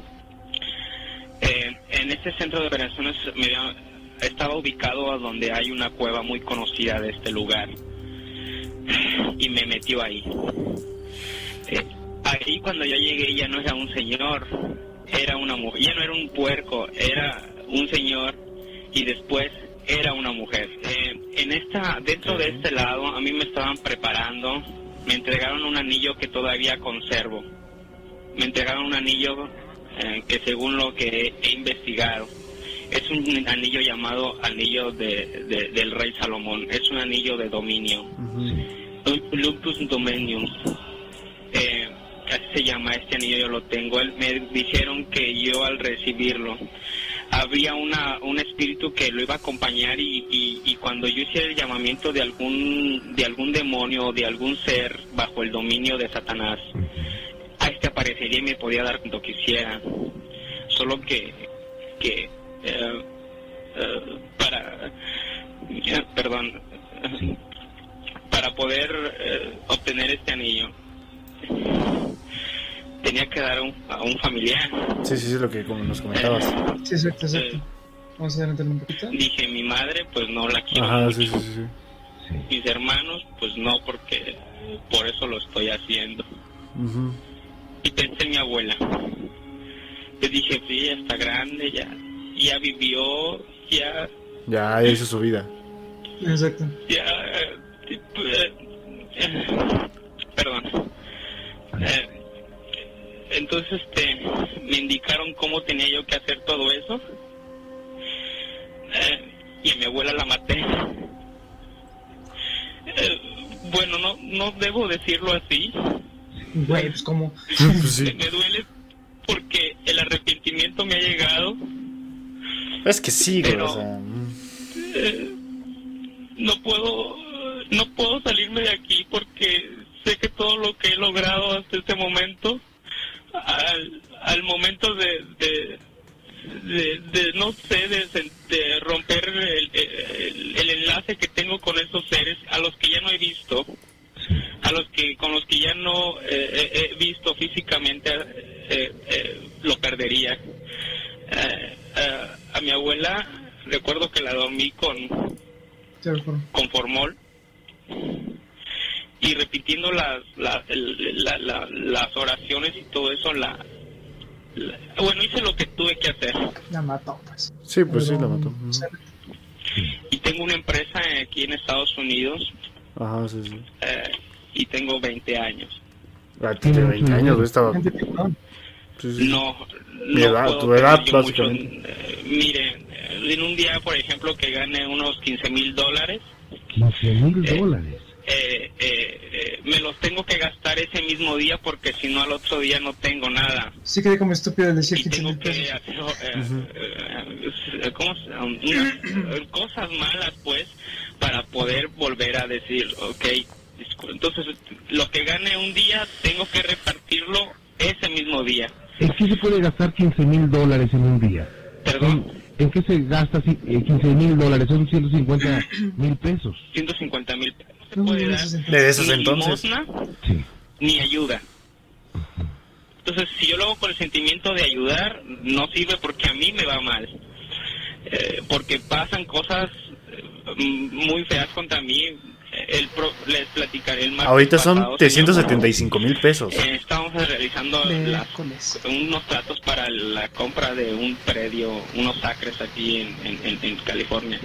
Eh, en ese centro de operaciones me había- estaba ubicado a donde hay una cueva muy conocida de este lugar y me metió ahí. Eh, ahí cuando yo llegué ya no era un señor, era una mujer, ya no era un puerco, era un señor y después era una mujer. Eh, en esta, dentro de este lado, a mí me estaban preparando, me entregaron un anillo que todavía conservo. Me entregaron un anillo eh, que según lo que he investigado, es un anillo llamado anillo de, de- del rey Salomón, es un anillo de dominio. Ujú. Lupus Dominium. Eh, así se llama este anillo, yo lo tengo. Él- me dijeron que yo al recibirlo había una un espíritu que lo iba a acompañar y, y, y cuando yo hiciera el llamamiento de algún de algún demonio o de algún ser bajo el dominio de Satanás, a este aparecería y me podía dar cuando quisiera. Solo que que eh, eh, para eh, perdón para poder eh, obtener este anillo tenía que dar a un, a un familiar. Sí, sí, sí, lo que como nos comentabas. Sí, exacto, exacto. Eh, Vamos a adelantarlo un poquito. Dije, mi madre, pues no la quiero Ajá, mucho. sí, sí, sí. Sí. Mis hermanos, pues no, porque por eso lo estoy haciendo. Uh-huh. Y pensé en mi abuela. Le dije, sí, ya está grande, ya, ya vivió, ya... Ya hizo su vida. Exacto. Ya... Eh, eh, perdón. Eh, entonces, este, me indicaron cómo tenía yo que hacer todo eso. Eh, y a mi abuela la maté. Eh, bueno, no, no debo decirlo así. Güey, pues como... Pues sí. Me duele porque el arrepentimiento me ha llegado. Es que sí, güey, Pero- o sea... Eh, no puedo, no puedo salirme de aquí porque sé que todo lo que he logrado hasta este momento, al, al momento de, de, de, de, no sé, de, de romper el, el, el enlace que tengo con esos seres a los que ya no he visto, a los que con los que ya no eh, he visto físicamente, eh, eh, lo perdería. Eh, eh, a mi abuela recuerdo que la dormí con con formol y repitiendo las la, el, la, la, las oraciones y todo eso, la, la bueno, hice lo que tuve que hacer. La mató, pues. Sí, pues Pero, sí, la mató. o sea, Y tengo una empresa aquí en Estados Unidos, Ajá, sí, sí. eh, y tengo veinte años. Ah, tiene veinte años, güey, estaba... gente picón. Sí, sí. No, Mi no edad, puedo tu edad, tener yo básicamente. muchos, eh, mire, en un día, por ejemplo, que gane unos quince mil dólares, quince mil Eh, dólares. eh, eh, eh, me los tengo que gastar ese mismo día porque si no al otro día no tengo nada. Sí quedé como estúpido al decir Y quince tengo mil que pesos. hacer eh, eh, ¿cómo se- um, unas, eh, cosas malas, pues, para poder volver a decir, ok, discul- entonces lo que gane un día tengo que repartirlo ese mismo día. ¿En qué se puede gastar quince mil dólares en un día? Perdón, ¿En, en qué se gasta si- eh, quince mil dólares? Son ciento cincuenta mil pesos. ciento cincuenta mil. No se No, puede no, dar esos De esos ni entonces. limosna Sí. ni ayuda. Entonces, si yo lo hago con el sentimiento de ayudar, no sirve porque a mí me va mal. Eh, porque pasan cosas eh, muy feas contra mí. El pro- les platicaré el martes Ahorita pasado, son trescientos señor. setenta y cinco mil pesos. Eh, estamos realizando las, Miércoles. unos tratos para la compra de un predio, unos acres aquí en, en, en, en California.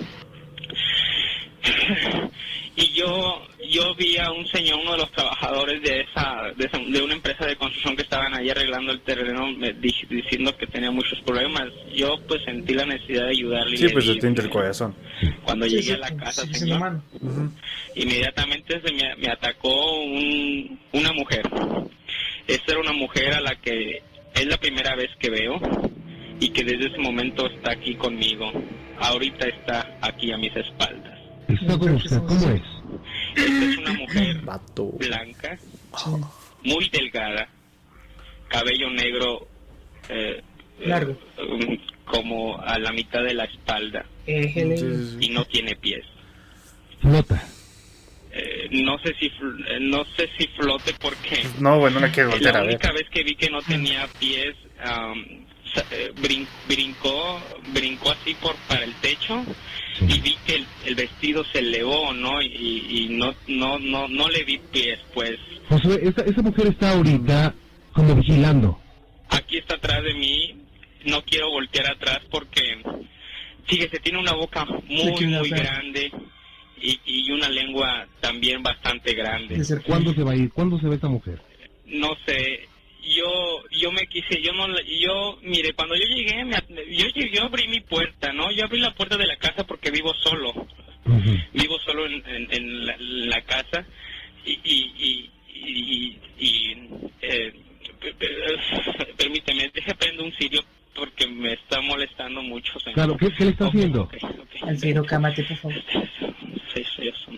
Y yo yo vi a un señor, uno de los trabajadores de esa, de esa de una empresa de construcción que estaban ahí arreglando el terreno, me di- diciendo que tenía muchos problemas. Yo pues sentí la necesidad de ayudarle. y Sí, le pues di- se tienta el corazón. Cuando Sí, llegué a sí, la casa, sí, sí, señor, humano. Ujú. inmediatamente se me, me atacó un, una mujer. Esta era una mujer a la que es la primera vez que veo y que desde ese momento está aquí conmigo. Ahorita está aquí a mis espaldas. Está con usted, ¿cómo es? Esta es una mujer Vato. blanca, Sí. muy delgada, cabello negro, eh, Largo. eh, como a la mitad de la espalda Éjele. Sí, sí, y sí. no tiene pies. Flota. Eh, no sé si fl- eh, no sé si flote porque No, bueno, no la quiero voltear la a ver. única vez que vi que no tenía pies, am, sa- eh, brin- brincó brincó así por para el techo y vi que el, el vestido se elevó, ¿no? Y, y no no no no le vi pies, pues. Josué, esa, esa mujer está ahorita como vigilando. Aquí está atrás de mí, no quiero voltear atrás porque, fíjese, tiene una boca Sí, muy, que una muy fea. grande y, y una lengua también bastante grande. De ser- ¿Cuándo se va a ir? ¿Cuándo se va esta mujer? No sé, yo yo me quise, yo no, la- yo, mire, cuando yo llegué, me, at- yo, llegué- yo abrí mi puerta, ¿no? Yo abrí la puerta de la casa porque vivo solo, Ujú. vivo solo en, en, en la, la casa y, y, y, y, y, eh, p- p- permíteme, deje prendo un cirio porque me está molestando mucho, señor. Claro, ¿qué, qué le está Ok, haciendo? ok, ok. Alfredo, cámate, por favor. Sí, sí, eso.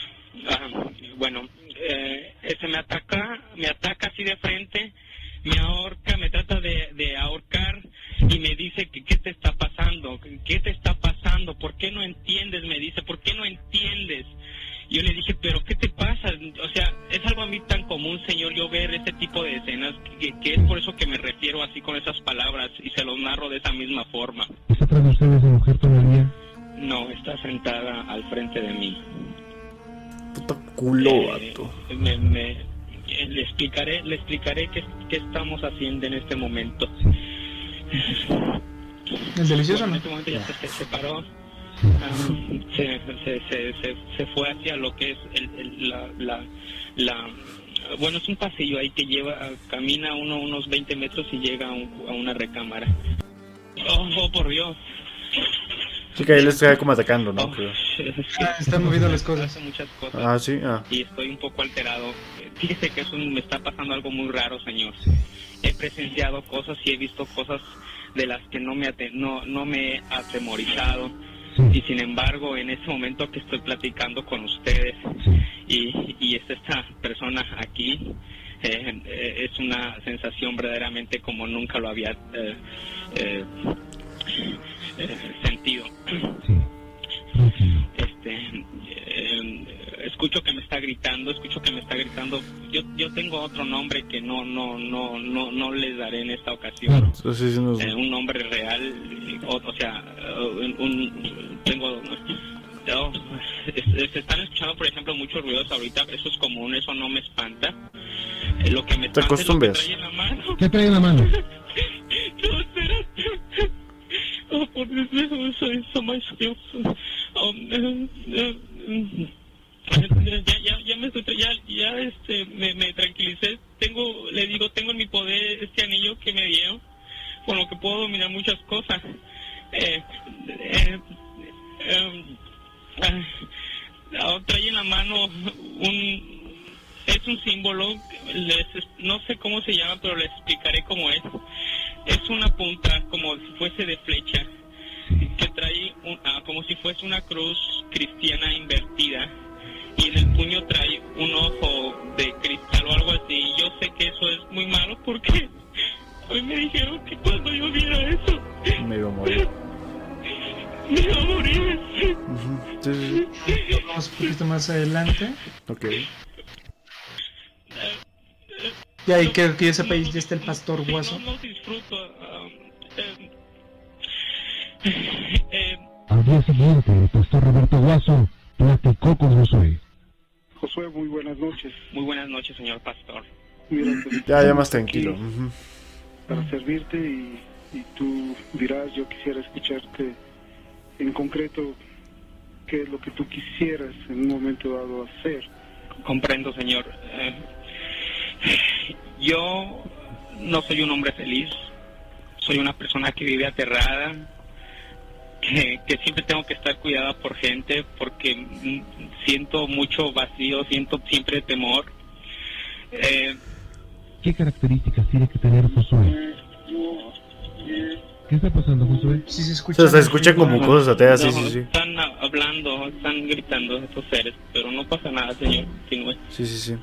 Ah, bueno, eh, ese me ataca, me ataca así de frente, me ahorca, me trata de, de ahorcar y me dice que qué te está pasando, qué te está pasando, por qué no entiendes, me dice, por qué no entiendes. Yo le dije, pero ¿qué te pasa? O sea, es algo a mí tan común, señor, yo ver este tipo de escenas, que, que es por eso que me refiero así con esas palabras y se los narro de esa misma forma. ¿Está atrás de usted esa mujer todavía? No, está sentada al frente de mí. culo, Eh, vato. me, me, eh, le explicaré, le explicaré qué, qué estamos haciendo en este momento. ¿El delicioso Bueno, en no? este momento ya se, se separó, um, se, se, se, se, se fue hacia lo que es el, el, la, la, la, bueno, es un pasillo ahí que lleva, camina uno unos veinte metros y llega a, un, a una recámara. Oh, oh, por Dios. Sí, que ahí les está como atacando, ¿no? Oh, Pero... es que Ah, están moviendo las cosas. hace muchas cosas. Ah, sí, ah. Y estoy un poco alterado. Fíjese que es un, me está pasando algo muy raro, señor. He presenciado cosas y he visto cosas de las que no me, ate- no, no me he atemorizado. Y sin embargo, en este momento que estoy platicando con ustedes y, y es esta persona aquí, eh, eh, es una sensación verdaderamente como nunca lo había eh, eh, eh, sentido. Sí, tranquilo. Este, eh, escucho que me está gritando, escucho que me está gritando. Yo, yo tengo otro nombre que no, no, no, no, no les daré en esta ocasión. Claro. Entonces, sí, nos... Eh, un nombre real, eh, o, o sea, uh, un, un- tengo, oh, es- se están escuchando, por ejemplo, muchos ruidos ahorita. Eso es común, eso no me espanta. Eh, lo que me Te espanta es lo que acostumbras. trae en la mano. ¿Qué trae en la mano? No, espérate. Oh, por Dios, eso, eso, eso, más Dios. Oh, eh, eh, mm. ya, ya, ya me estoy, ya, ya, este, me, me tranquilicé. Tengo, le digo, tengo en mi poder este anillo que me dieron, con lo que puedo dominar muchas cosas. Eh, eh, eh, ah, trae en la mano un, es un símbolo, les, no sé cómo se llama, pero les explicaré cómo es. Es una punta como si fuese de flecha, que trae un, ah, como si fuese una cruz cristiana invertida, y en el puño trae un ojo de cristal o algo así. Yo sé que eso es muy malo porque hoy me dijeron que cuando yo viera eso me iba a morir. me iba a morir. Ujú. Sí, sí, sí. Vamos un poquito más adelante. Ok. Y ahí creo que ese país ya está el pastor Sí, Guaso. no, no disfruto. um, eh, eh, Al día siguiente, el pastor Roberto Guaso platicó con Josué. Josué, muy buenas noches. muy buenas noches, señor pastor. Mira, pues, Ya, ya más estamos tranquilo. aquí Ujú. para servirte y, y tú dirás, yo quisiera escucharte en concreto qué es lo que tú quisieras en un momento dado hacer. Comprendo, señor. Eh, yo no soy un hombre feliz. Soy una persona que vive aterrada, que, que siempre tengo que estar cuidada por gente, porque mm, siento mucho vacío, siento siempre temor. Eh, ¿Qué características tiene que tener Josué? ¿Qué está pasando, Josué? Sí se O escucha. sea, se escuchan como cosas ateas, sí, no, sí, sí. Están ah, hablando, están gritando estos seres, pero no pasa nada, señor. Continúe. Sí, sí, sí.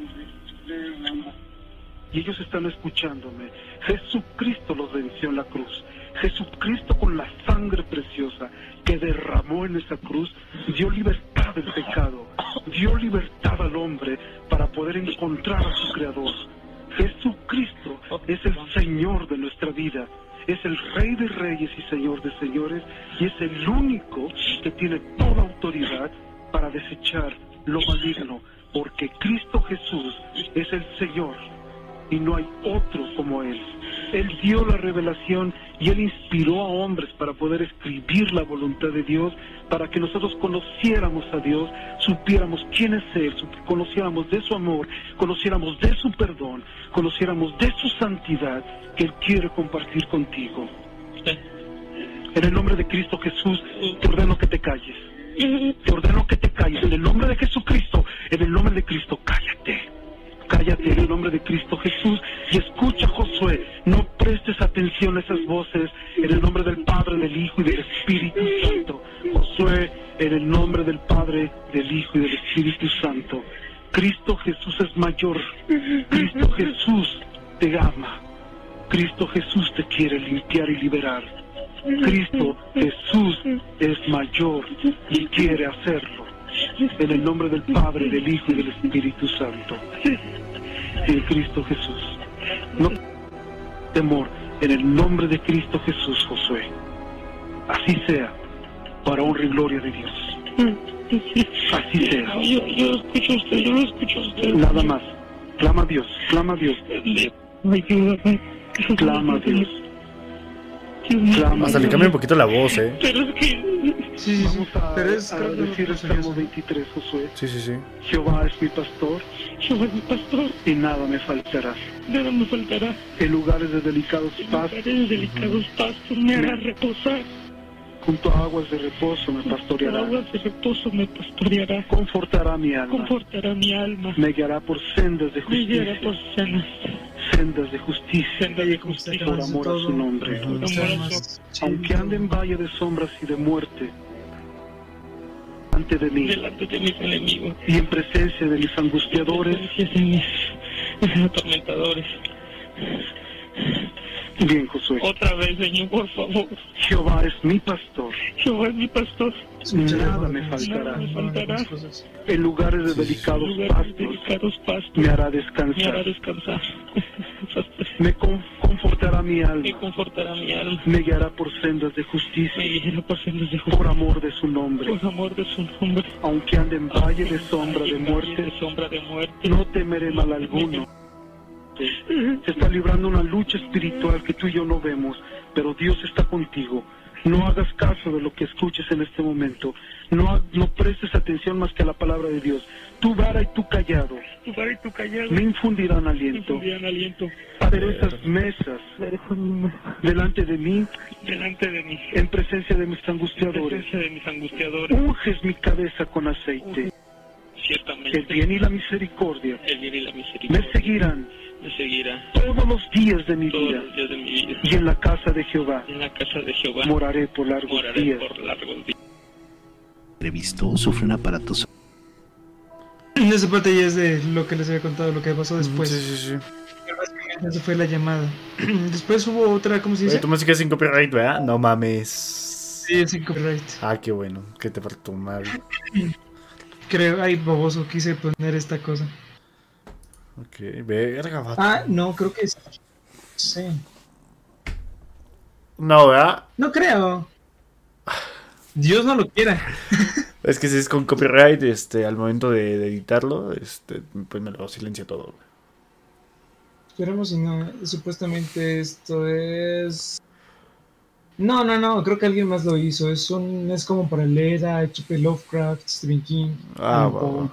Y ellos están escuchándome. Jesucristo los venció en la cruz. Jesucristo, con la sangre preciosa que derramó en esa cruz, dio libertad del pecado, dio libertad al hombre para poder encontrar a su Creador. Jesucristo es el Señor de nuestra vida, es el Rey de Reyes y Señor de Señores, y es el único que tiene toda autoridad para desechar lo maligno, porque Cristo Jesús es el Señor y no hay otro como Él. Él dio la revelación y Él inspiró a hombres para poder escribir la voluntad de Dios, para que nosotros conociéramos a Dios, supiéramos quién es Él, sup- conociéramos de su amor, conociéramos de su perdón, conociéramos de su santidad que Él quiere compartir contigo. En el nombre de Cristo Jesús, te ordeno que te calles. Te ordeno que te calles. En el nombre de Jesucristo, en el nombre de Cristo, cállate. Cállate en el nombre de Cristo Jesús y escucha, Josué. No prestes atención a esas voces. En el nombre del Padre, del Hijo y del Espíritu Santo. Josué, en el nombre del Padre, del Hijo y del Espíritu Santo. Cristo Jesús es mayor. Cristo Jesús te ama. Cristo Jesús te quiere limpiar y liberar. Cristo Jesús es mayor y quiere hacerlo. En el nombre del Padre, del Hijo y del Espíritu Santo. En Cristo Jesús. No temor. En el nombre de Cristo Jesús, Josué. Así sea, para honra y gloria de Dios. Sí. Así sea. Yo, yo lo escucho a usted, yo lo escucho a usted. Nada más. Clama a Dios, clama a Dios, Ayúdame. clama a Dios. Ayúdame. Clama a Hasta le Dios. cambia un poquito la voz, ¿eh? Pero es que... Sí, sí, sí. Vamos a, Pero es a creo que decir lo el que Salmo eso. veintitrés, Josué. Sí, sí, sí. Jehová es mi pastor Jehová es mi pastor, y nada me faltará. nada me faltará. En lugares de delicados En pastos, lugares delicados pastos me hará reposar. junto a aguas de reposo me Por pastoreará. aguas de reposo me pastoreará. Confortará mi alma. Confortará mi alma. Me guiará por sendas de Me guiará justicia. por sanas Sendas de justicia. sendas de justicia. Por amor a su nombre. Por amor a su- Aunque ande en valle de sombras y de muerte, ante de mí delante de mis enemigos. y en presencia de mis angustiadores, Presencia de mis, mis atormentadores. bien, Josué. Otra vez, Señor, por favor. Jehová es mi pastor, Jehová es mi pastor. nada me Nada faltará. me faltará. En lugares de delicados Lugares pastos delicados pastos me hará me hará descansar. descansar. Me con- confortará mi Me alma. confortará mi alma. Me guiará por sendas de Me justicia, guiará por sendas de por justicia. amor de su nombre. Por amor de su nombre. Aunque ande en valle de sombra de Valle muerte, de sombra de muerte. no temeré mal alguno. Se está librando una lucha espiritual que tú y yo no vemos, pero Dios está contigo. No hagas caso de lo que escuches en este momento. No, ha- no prestes atención más que a la palabra de Dios. Tu vara y tu callado Tu vara y tu callado me infundirán me aliento. infundirán aliento. Aderezas mesas delante de mí Delante de mí. en presencia de mis En angustiadores. presencia de mis angustiadores. Unges mi cabeza con aceite. Ciertamente. El bien y la misericordia El bien y la misericordia me seguirán me seguirá todos los días de mi todos vida. los días de mi vida. Y en la casa de Jehová En la casa de Jehová moraré por largos moraré días. por largos días. Previsto sufre un aparato. Esa parte ya es de lo que les había contado, lo que pasó después. Sí, sí, sí. Básicamente esa fue la llamada. Después hubo otra, ¿cómo se Oye, dice? tu música es sin copyright, ¿verdad? No mames. Sí, sin copyright. Ah, qué bueno. Que te faltó mal. Creo, ay, baboso, quise poner esta cosa. Ok, verga, vato. Ah, no, creo que sí. Sí. No, ¿verdad? No creo. Dios no lo quiera. Es que si es con copyright, este, al momento de, de editarlo, este, pues me lo silencia todo. Esperemos si no. Supuestamente esto es. No, no, no. Creo que alguien más lo hizo. Es un, es como para leer a H P Lovecraft, Stephen King. Ah, Alan va, Poe.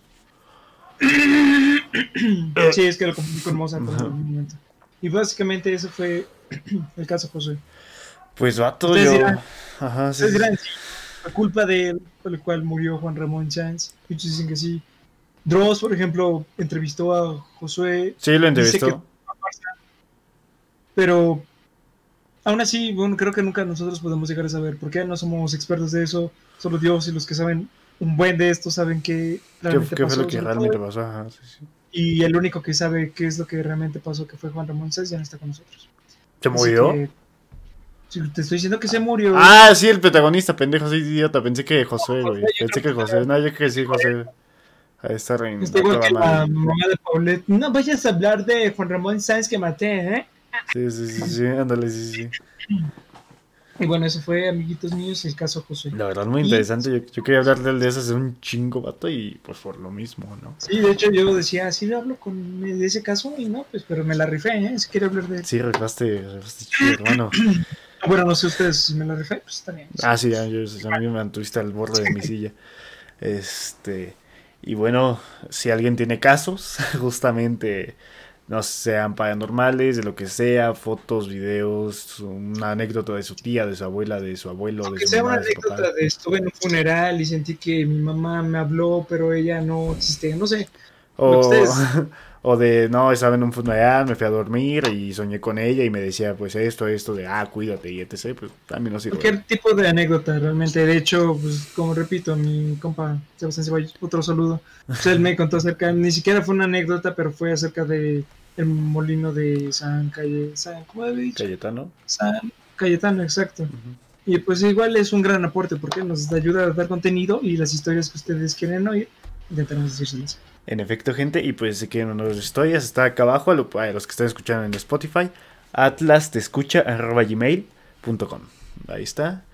va. Sí, es que lo confundí con Mozart en algún momento. Y básicamente ese fue el caso José. Pues vato, Ustedes yo. dirán- Ajá, sí. Ustedes sí. dirán, sí, la culpa de él por el cual murió Juan Ramón Sáenz. Muchos dicen que sí. Dross, por ejemplo, entrevistó a Josué. Sí, lo Dice que- entrevistó. Pero aún así, bueno, creo que nunca nosotros podemos llegar a saber, porque no somos expertos de eso. Solo Dios y los que saben un buen de esto saben que ¿Qué, realmente qué fue pasó. lo que sobre realmente todo. pasó? Ajá, sí, sí. Y el único que sabe qué es lo que realmente pasó, que fue Juan Ramón Sáenz, ya no está con nosotros. ¿Se Así murió? que, sí, te estoy diciendo que se murió. Ah, sí, el protagonista, pendejo, soy idiota. Pensé que José, güey. Pensé que José. No, yo creo que sí, José. A estar en. Está igual toda que la madre. mamá de Paulette. No vayas a hablar de Juan Ramón Sáenz que maté, ¿eh? Sí, sí, sí, sí, ándale, sí, sí. Y bueno, eso fue, amiguitos míos, el caso José. La verdad, muy interesante. Yo, yo quería hablar del de esas de un chingo, vato, y pues por lo mismo, ¿no? Sí, de hecho yo decía, sí, hablo con de ese caso y no, pues, pero me la rifé, ¿eh? Si quiere hablar de él. Sí, rifaste, rifaste chido, hermano. Bueno, no sé ustedes si me la rifé, pues está bien. Ah, sí, ya, yo, a mí me mantuviste al borde de mi silla. Este, y bueno, si alguien tiene casos, justamente, no sean paranormales, de lo que sea, fotos, videos, una anécdota de su tía, de su abuela, de su abuelo, Aunque de su sea una mamá, de su papá. anécdota de estuve en un funeral y sentí que mi mamá me habló, pero ella no existía, no sé. Lo que O, ustedes- o de, no, estaba en un funeral, me fui a dormir y soñé con ella y me decía, pues esto, esto, de, ah, cuídate y etcétera. Pues también no sirve. Cualquier tipo de anécdota, realmente. De hecho, pues como repito, mi compa Sebastián Ceballos, otro saludo. Pues él me contó acerca, ni siquiera fue una anécdota, pero fue acerca de el molino de San Calle, San, ¿cómo había dicho? Cayetano. San Cayetano, exacto. Ujú. Y pues igual es un gran aporte porque nos ayuda a dar contenido y las historias que ustedes quieren oír, intentaremos decírselas. En efecto, gente, y pues si quieren unas historias, está acá abajo, a, lo- a los que están escuchando en Spotify, atlas te escucha arroba gmail punto com. Ahí está.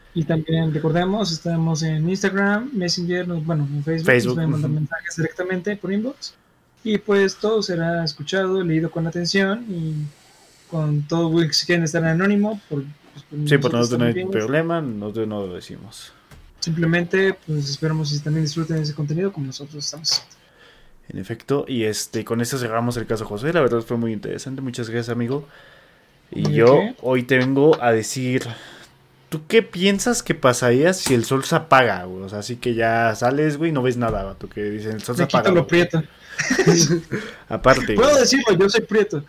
Y también recordemos, estamos en Instagram, Messenger, no, bueno, en Facebook, Facebook, nos pueden mandar ujú. mensajes directamente por inbox. Y pues todo será escuchado, leído con atención y con todo, si quieren estar en anónimo, por, pues, por Sí, pues nosotros nosotros no hay también. problema, nosotros no lo decimos. Simplemente, pues esperamos que también disfruten ese contenido como nosotros estamos. En efecto, y este con esto cerramos el caso José. La verdad fue muy interesante. Muchas gracias, amigo. Y ¿De yo qué? hoy te vengo a decir, ¿tú qué piensas que pasaría si el sol se apaga, güey? O sea, así que ya sales, güey, y no ves nada, vato, que dicen el sol se Me apaga. quito lo güey. prieto. Aparte, Puedo güey. decirlo, yo soy prieto.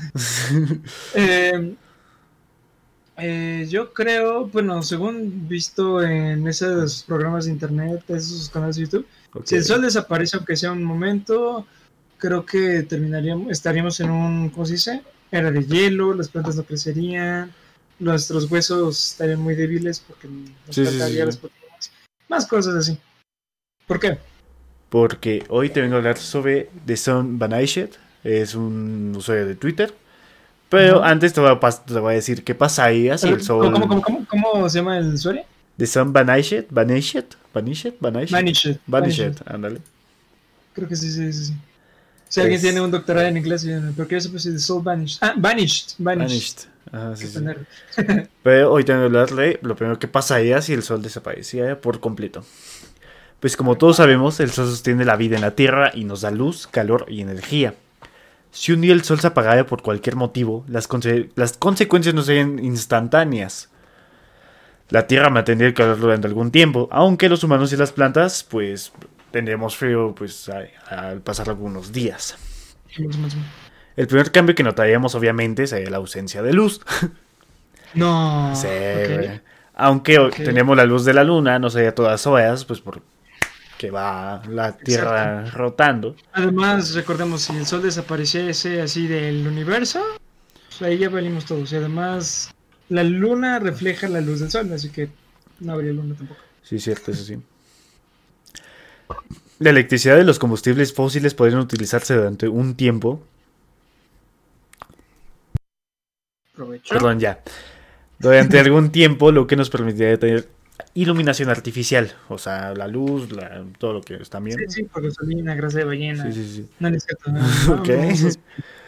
eh, eh, yo creo, bueno, según visto en esos programas de internet, esos canales de YouTube, Ok. si el sol desaparece aunque sea un momento, creo que terminaríamos, estaríamos en un, ¿cómo se dice? Era de hielo, las plantas no crecerían, nuestros huesos estarían muy débiles porque nos Sí, sí, faltaría sí, las sí. proteínas, más cosas así. ¿Por qué? Porque hoy te vengo a hablar sobre The Sun Vanished. Es un usuario de Twitter. Pero Ajá. antes te voy, a pas- te voy a decir qué pasaría si el sol... ¿Cómo, cómo, cómo, cómo, cómo se llama el usuario? The Sun Vanished, Vanished, Vanished, Vanished, Vanished. Vanished, ándale. Creo que sí, sí, sí. sí. Si alguien Es- tiene un doctorado en inglés, porque yo siempre soy de Soul Vanished. Ah, Vanished. Vanished. Vanished. Ajá, sí, Qué sí. pendejo. Pero hoy tengo que hablarle lo primero que pasaría si el sol desapareciera por completo. Pues como todos sabemos, el sol sostiene la vida en la Tierra y nos da luz, calor y energía. Si un día el sol se apagara por cualquier motivo, las, conse- las consecuencias no serían instantáneas. La Tierra mantendría el calor durante algún tiempo, aunque los humanos y las plantas, pues, tendremos frío pues, a- al pasar algunos días. El primer cambio que notaríamos, obviamente, sería la ausencia de luz. No. Sí, ok. güey. Aunque Ok. tenemos la luz de la luna, no sería todas horas, pues porque va la Tierra rotando. Además, recordemos, si el sol desapareciese así del universo, pues ahí ya valimos todos. Y además, la luna refleja la luz del sol, así que no habría luna tampoco. Sí, cierto, eso sí. La electricidad de los combustibles fósiles podrían utilizarse durante un tiempo. Aprovecho. Perdón, ya. Durante algún tiempo, lo que nos permitiría tener iluminación artificial. O sea, la luz, la- todo lo que están Sí, viendo. sí, por gasolina, grasa de ballena. Sí, sí, sí. No, no es cierto. No, no, Ok. vamos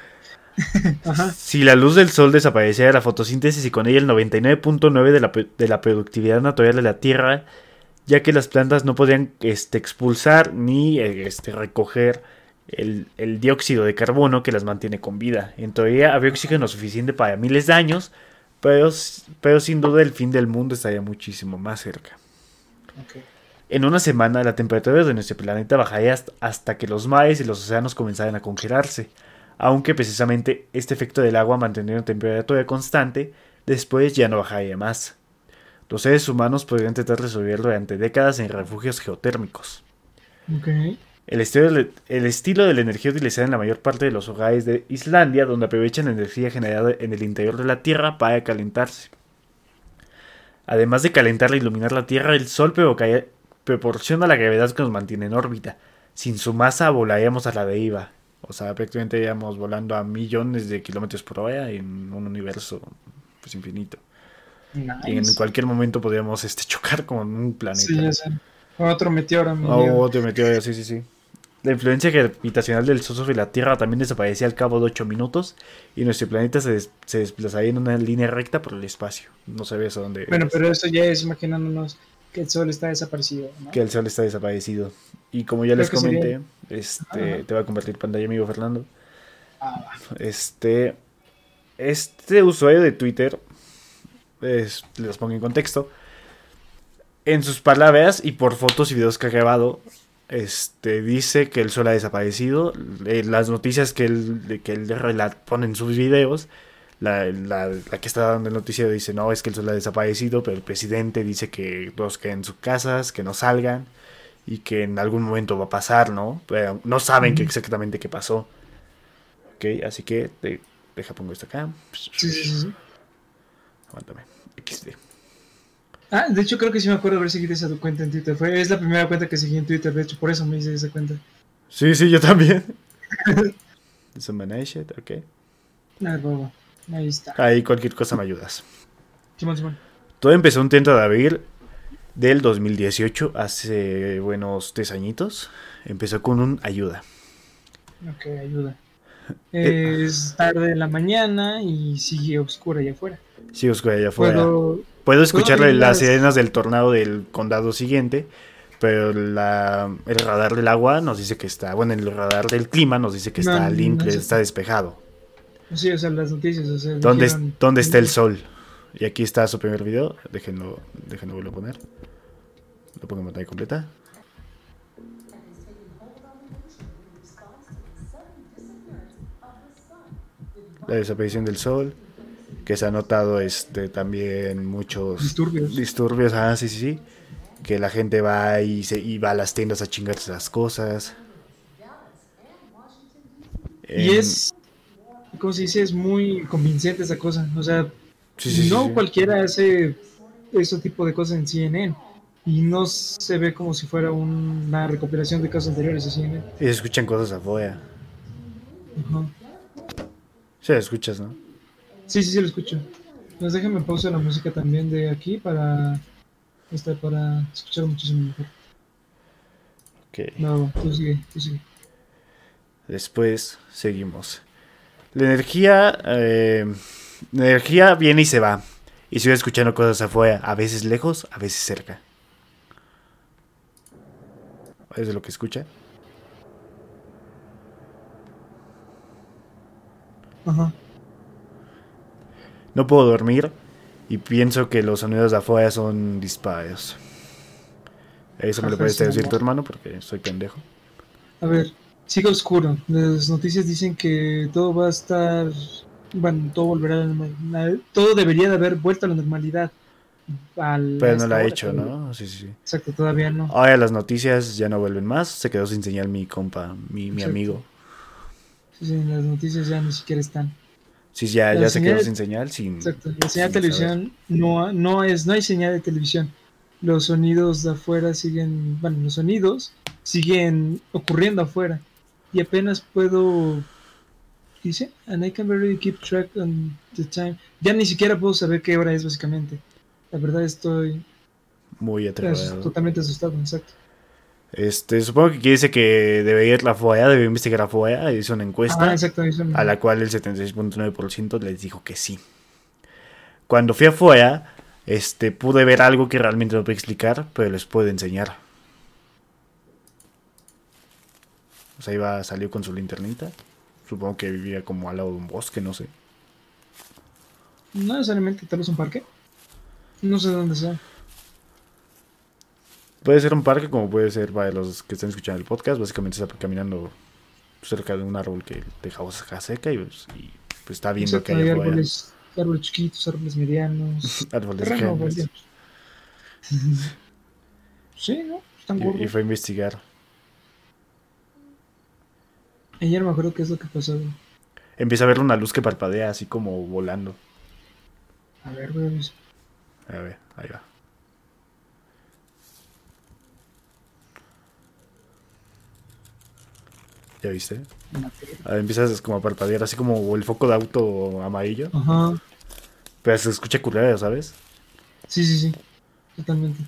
a- Ajá. Si la luz del sol desapareciera de la fotosíntesis y con ella el noventa y nueve punto nueve de la, pe- de la productividad natural de la Tierra, ya que las plantas no podrían este, expulsar ni eh, este, recoger el, el dióxido de carbono que las mantiene con vida. En teoría habría oxígeno suficiente para miles de años, pero, pero sin duda el fin del mundo estaría muchísimo más cerca. Ok. En una semana la temperatura de nuestro planeta bajaría hasta, hasta que los mares y los océanos comenzaran a congelarse, aunque precisamente este efecto del agua mantendría una temperatura constante, después ya no bajaría más. Los seres humanos podrían tratar de sobrevivir durante décadas en refugios geotérmicos. Ok. El estilo, de, el estilo de la energía utilizada en la mayor parte de los hogares de Islandia, donde aprovechan la energía generada en el interior de la Tierra para calentarse. Además de calentar e iluminar la Tierra, el Sol provocaría, proporciona la gravedad que nos mantiene en órbita. Sin su masa volaríamos a la deriva. O sea, prácticamente iríamos volando a millones de kilómetros por hora en un universo pues, infinito. Nice. Y en cualquier momento podríamos este, chocar con un planeta. Sí, ya sé. Otro meteoro, mi Oh, Diego. otro meteoro, sí, sí, sí. La influencia gravitacional del Sol sobre la Tierra también desaparecía al cabo de ocho minutos y nuestro planeta se, des- se desplazaría en una línea recta por el espacio. No sabías a dónde. Bueno, pero eso ya es imaginándonos que el sol está desaparecido, ¿no? Que el Sol está desaparecido. Y como ya Creo les que comenté, sería- este, Ajá. te voy a compartir pantalla, amigo Fernando. Ah, va. Este, este usuario de Twitter, es- les pongo en contexto, en sus palabras y por fotos y videos que ha grabado, este, dice que el sol ha desaparecido. Eh, las noticias que él, de- que él relat- pone en sus videos, la, la, la que está dando el noticiero dice, no, es que el sol ha desaparecido, pero el presidente dice que todos queden en sus casas, que no salgan y que en algún momento va a pasar, ¿no? Pero no saben que exactamente qué pasó. Ok, así que te, deja pongo esto acá. Sí, sí, sí, sí. Aguántame. equis de. Ah, de hecho creo que sí me acuerdo haber seguido esa cuenta en Twitter. Fue, es la primera cuenta que seguí en Twitter, de hecho, por eso me hice esa cuenta. Sí, sí, yo también. Desamanation, ok. Ah, bobo. Ahí está. Ahí cualquier cosa me ayudas. Simón, Simón. Todo empezó un treinta de abril del dos mil dieciocho, hace buenos tres añitos. Empezó con un ayuda. Ok, ayuda. Eh, es tarde de la mañana y sigue oscura allá afuera. Sí, oscura allá afuera. Puedo, Puedo escuchar puedo las las... sirenas del tornado del condado siguiente, pero la, el radar del agua nos dice que está... Bueno, el radar del clima nos dice que No, está no, limpio, no sé. está despejado. Sí, o sea, las noticias, o sea, ¿Dónde, dijeron... ¿Dónde está el sol? Y aquí está su primer video. Déjenlo, déjenlo volver a poner. Lo pongo en pantalla completa. La desaparición del sol. Que se ha notado este también muchos Disturbios. disturbios. Ah, sí, sí, sí. Que la gente va y, se, y va a las tiendas a chingarse las cosas. Y En- es, ¿cómo se dice? Es muy convincente esa cosa. O sea, Sí, sí, sí, no sí. cualquiera hace ese tipo de cosas en C N N. Y no se ve como si fuera una recopilación de casos anteriores a C N N. Y se escuchan cosas afuera. Ajá. Sí, lo escuchas, ¿no? Sí, sí, sí, lo escucho. Pues déjenme pausa la música también de aquí para, este, para escuchar muchísimo mejor. Ok. No, tú sigue, tú sigue. Después seguimos. La energía, eh, la energía viene y se va. Y sigo escuchando cosas afuera, a veces lejos, a veces cerca. ¿Es lo que escucha? Ajá. No puedo dormir y pienso que los sonidos de afuera son disparos. Eso me lo Ajá, puedes sí, decir amor. tu hermano porque soy pendejo. A ver, sigue oscuro. Las noticias dicen que todo va a estar. Bueno, todo volverá a la normalidad. Todo debería de haber vuelto a la normalidad. Al, Pero a no esta lo ha hora, hecho, todavía. ¿no? Sí, sí, sí. Exacto, todavía no. Ahora las noticias ya no vuelven más. Se quedó sin señal mi compa, mi, mi Exacto. amigo. Sí, sí, las noticias ya ni siquiera están. Sí, ya, La ya se señal- quedó sin señal. Sin, Exacto, la señal sin de saber. televisión no, ha- no es, no hay señal de televisión. Los sonidos de afuera siguen, bueno, los sonidos siguen ocurriendo afuera. Y apenas puedo, ¿qué dice? And I can barely keep track on the time. Ya ni siquiera puedo saber qué hora es básicamente. La verdad estoy Muy pues, aterrado. totalmente asustado, exacto. Este, supongo que quiere decir que debería ir afuera, debería investigar afuera. Hizo una encuesta Ah, exacto, eso me- a la cual el setenta y seis punto nueve por ciento les dijo que sí. Cuando fui afuera, este, pude ver algo que realmente no puedo explicar, pero les puedo enseñar. O sea, iba, salió con su linternita. Supongo que vivía como al lado de un bosque, no sé. No necesariamente, tal vez un parque. No sé dónde sea. Puede ser un parque, como puede ser para los que están escuchando el podcast. Básicamente está caminando cerca de un árbol que deja hoja seca y, pues, y, pues, está viendo Exacto, que hay hay afuera. árboles, árboles chiquitos, árboles medianos. Árboles terreno grandes. baldío. Sí, ¿no? Están Y, gordos. y fue a investigar. Ayer me acuerdo qué es lo que pasó. güey. Empieza a ver una luz que parpadea así como volando. A ver, voy a ver. A ver, ahí va. ¿Ya viste? A ver, empiezas como a parpadear así como el foco de auto amarillo. Ajá. Pero se escucha culero, ¿sabes? Sí, sí, sí. Totalmente.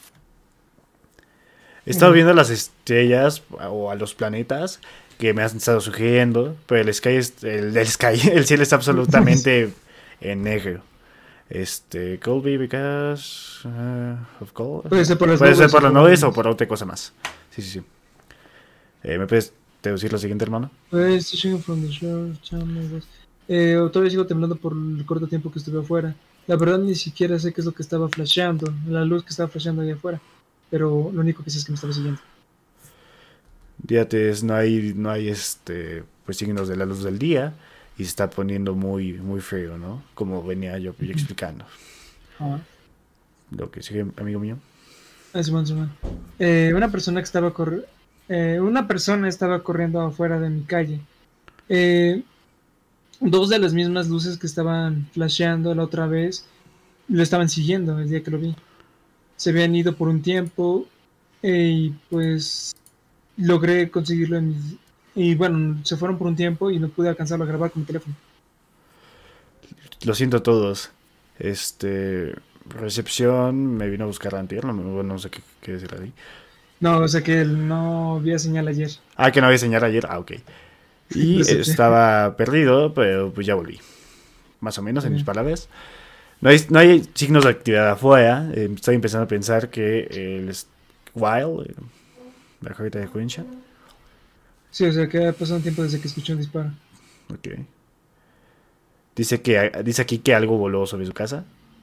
He estado Ujú. viendo las estrellas o a los planetas que me han estado sugiriendo, pero el sky, es- el, el sky, el cielo está absolutamente en negro. Este, could be because uh, of cold. Puede ser por las Puede ser nubes por o las por- nubes o por otra cosa más. Sí, sí, sí. Eh, ¿Me puedes deducir lo siguiente, hermano? Pues, switching from the shore, chamo, eh, otra vez sigo temblando por el corto tiempo que estuve afuera. La verdad ni siquiera sé qué es lo que estaba flasheando, la luz que estaba flasheando ahí afuera. Pero lo único que sé es que me estaba siguiendo. Días no hay, no hay este, pues signos de la luz del día y se está poniendo muy, muy feo, ¿no? Como venía yo, yo explicando. Ah, Lo que sigue, amigo mío. ah, Simón, Simón. Eh, una persona que estaba corri- eh, una persona estaba corriendo afuera de mi calle. Eh, dos de las mismas luces que estaban flasheando la otra vez lo estaban siguiendo el día que lo vi. Se habían ido por un tiempo eh, y pues logré conseguirlo en mis... Y bueno, se fueron por un tiempo y no pude alcanzarlo a grabar con mi teléfono. Lo siento a todos. Este, Recepción me vino a buscar antier, no, me- no sé qué, qué decir ahí. No, o sea que no había señal ayer. Ah, que no había señal ayer, ah, ok. Y Recepción. estaba perdido, pero pues ya volví. Más o menos en mis Bien. palabras. No hay, no hay signos de actividad afuera. eh, estoy empezando a pensar que el s- Wild, eh, la cajita de cuencha. Sí, o sea que ha pasado un tiempo desde que escuché un disparo. Ok. Dice que dice aquí que algo voló sobre su casa.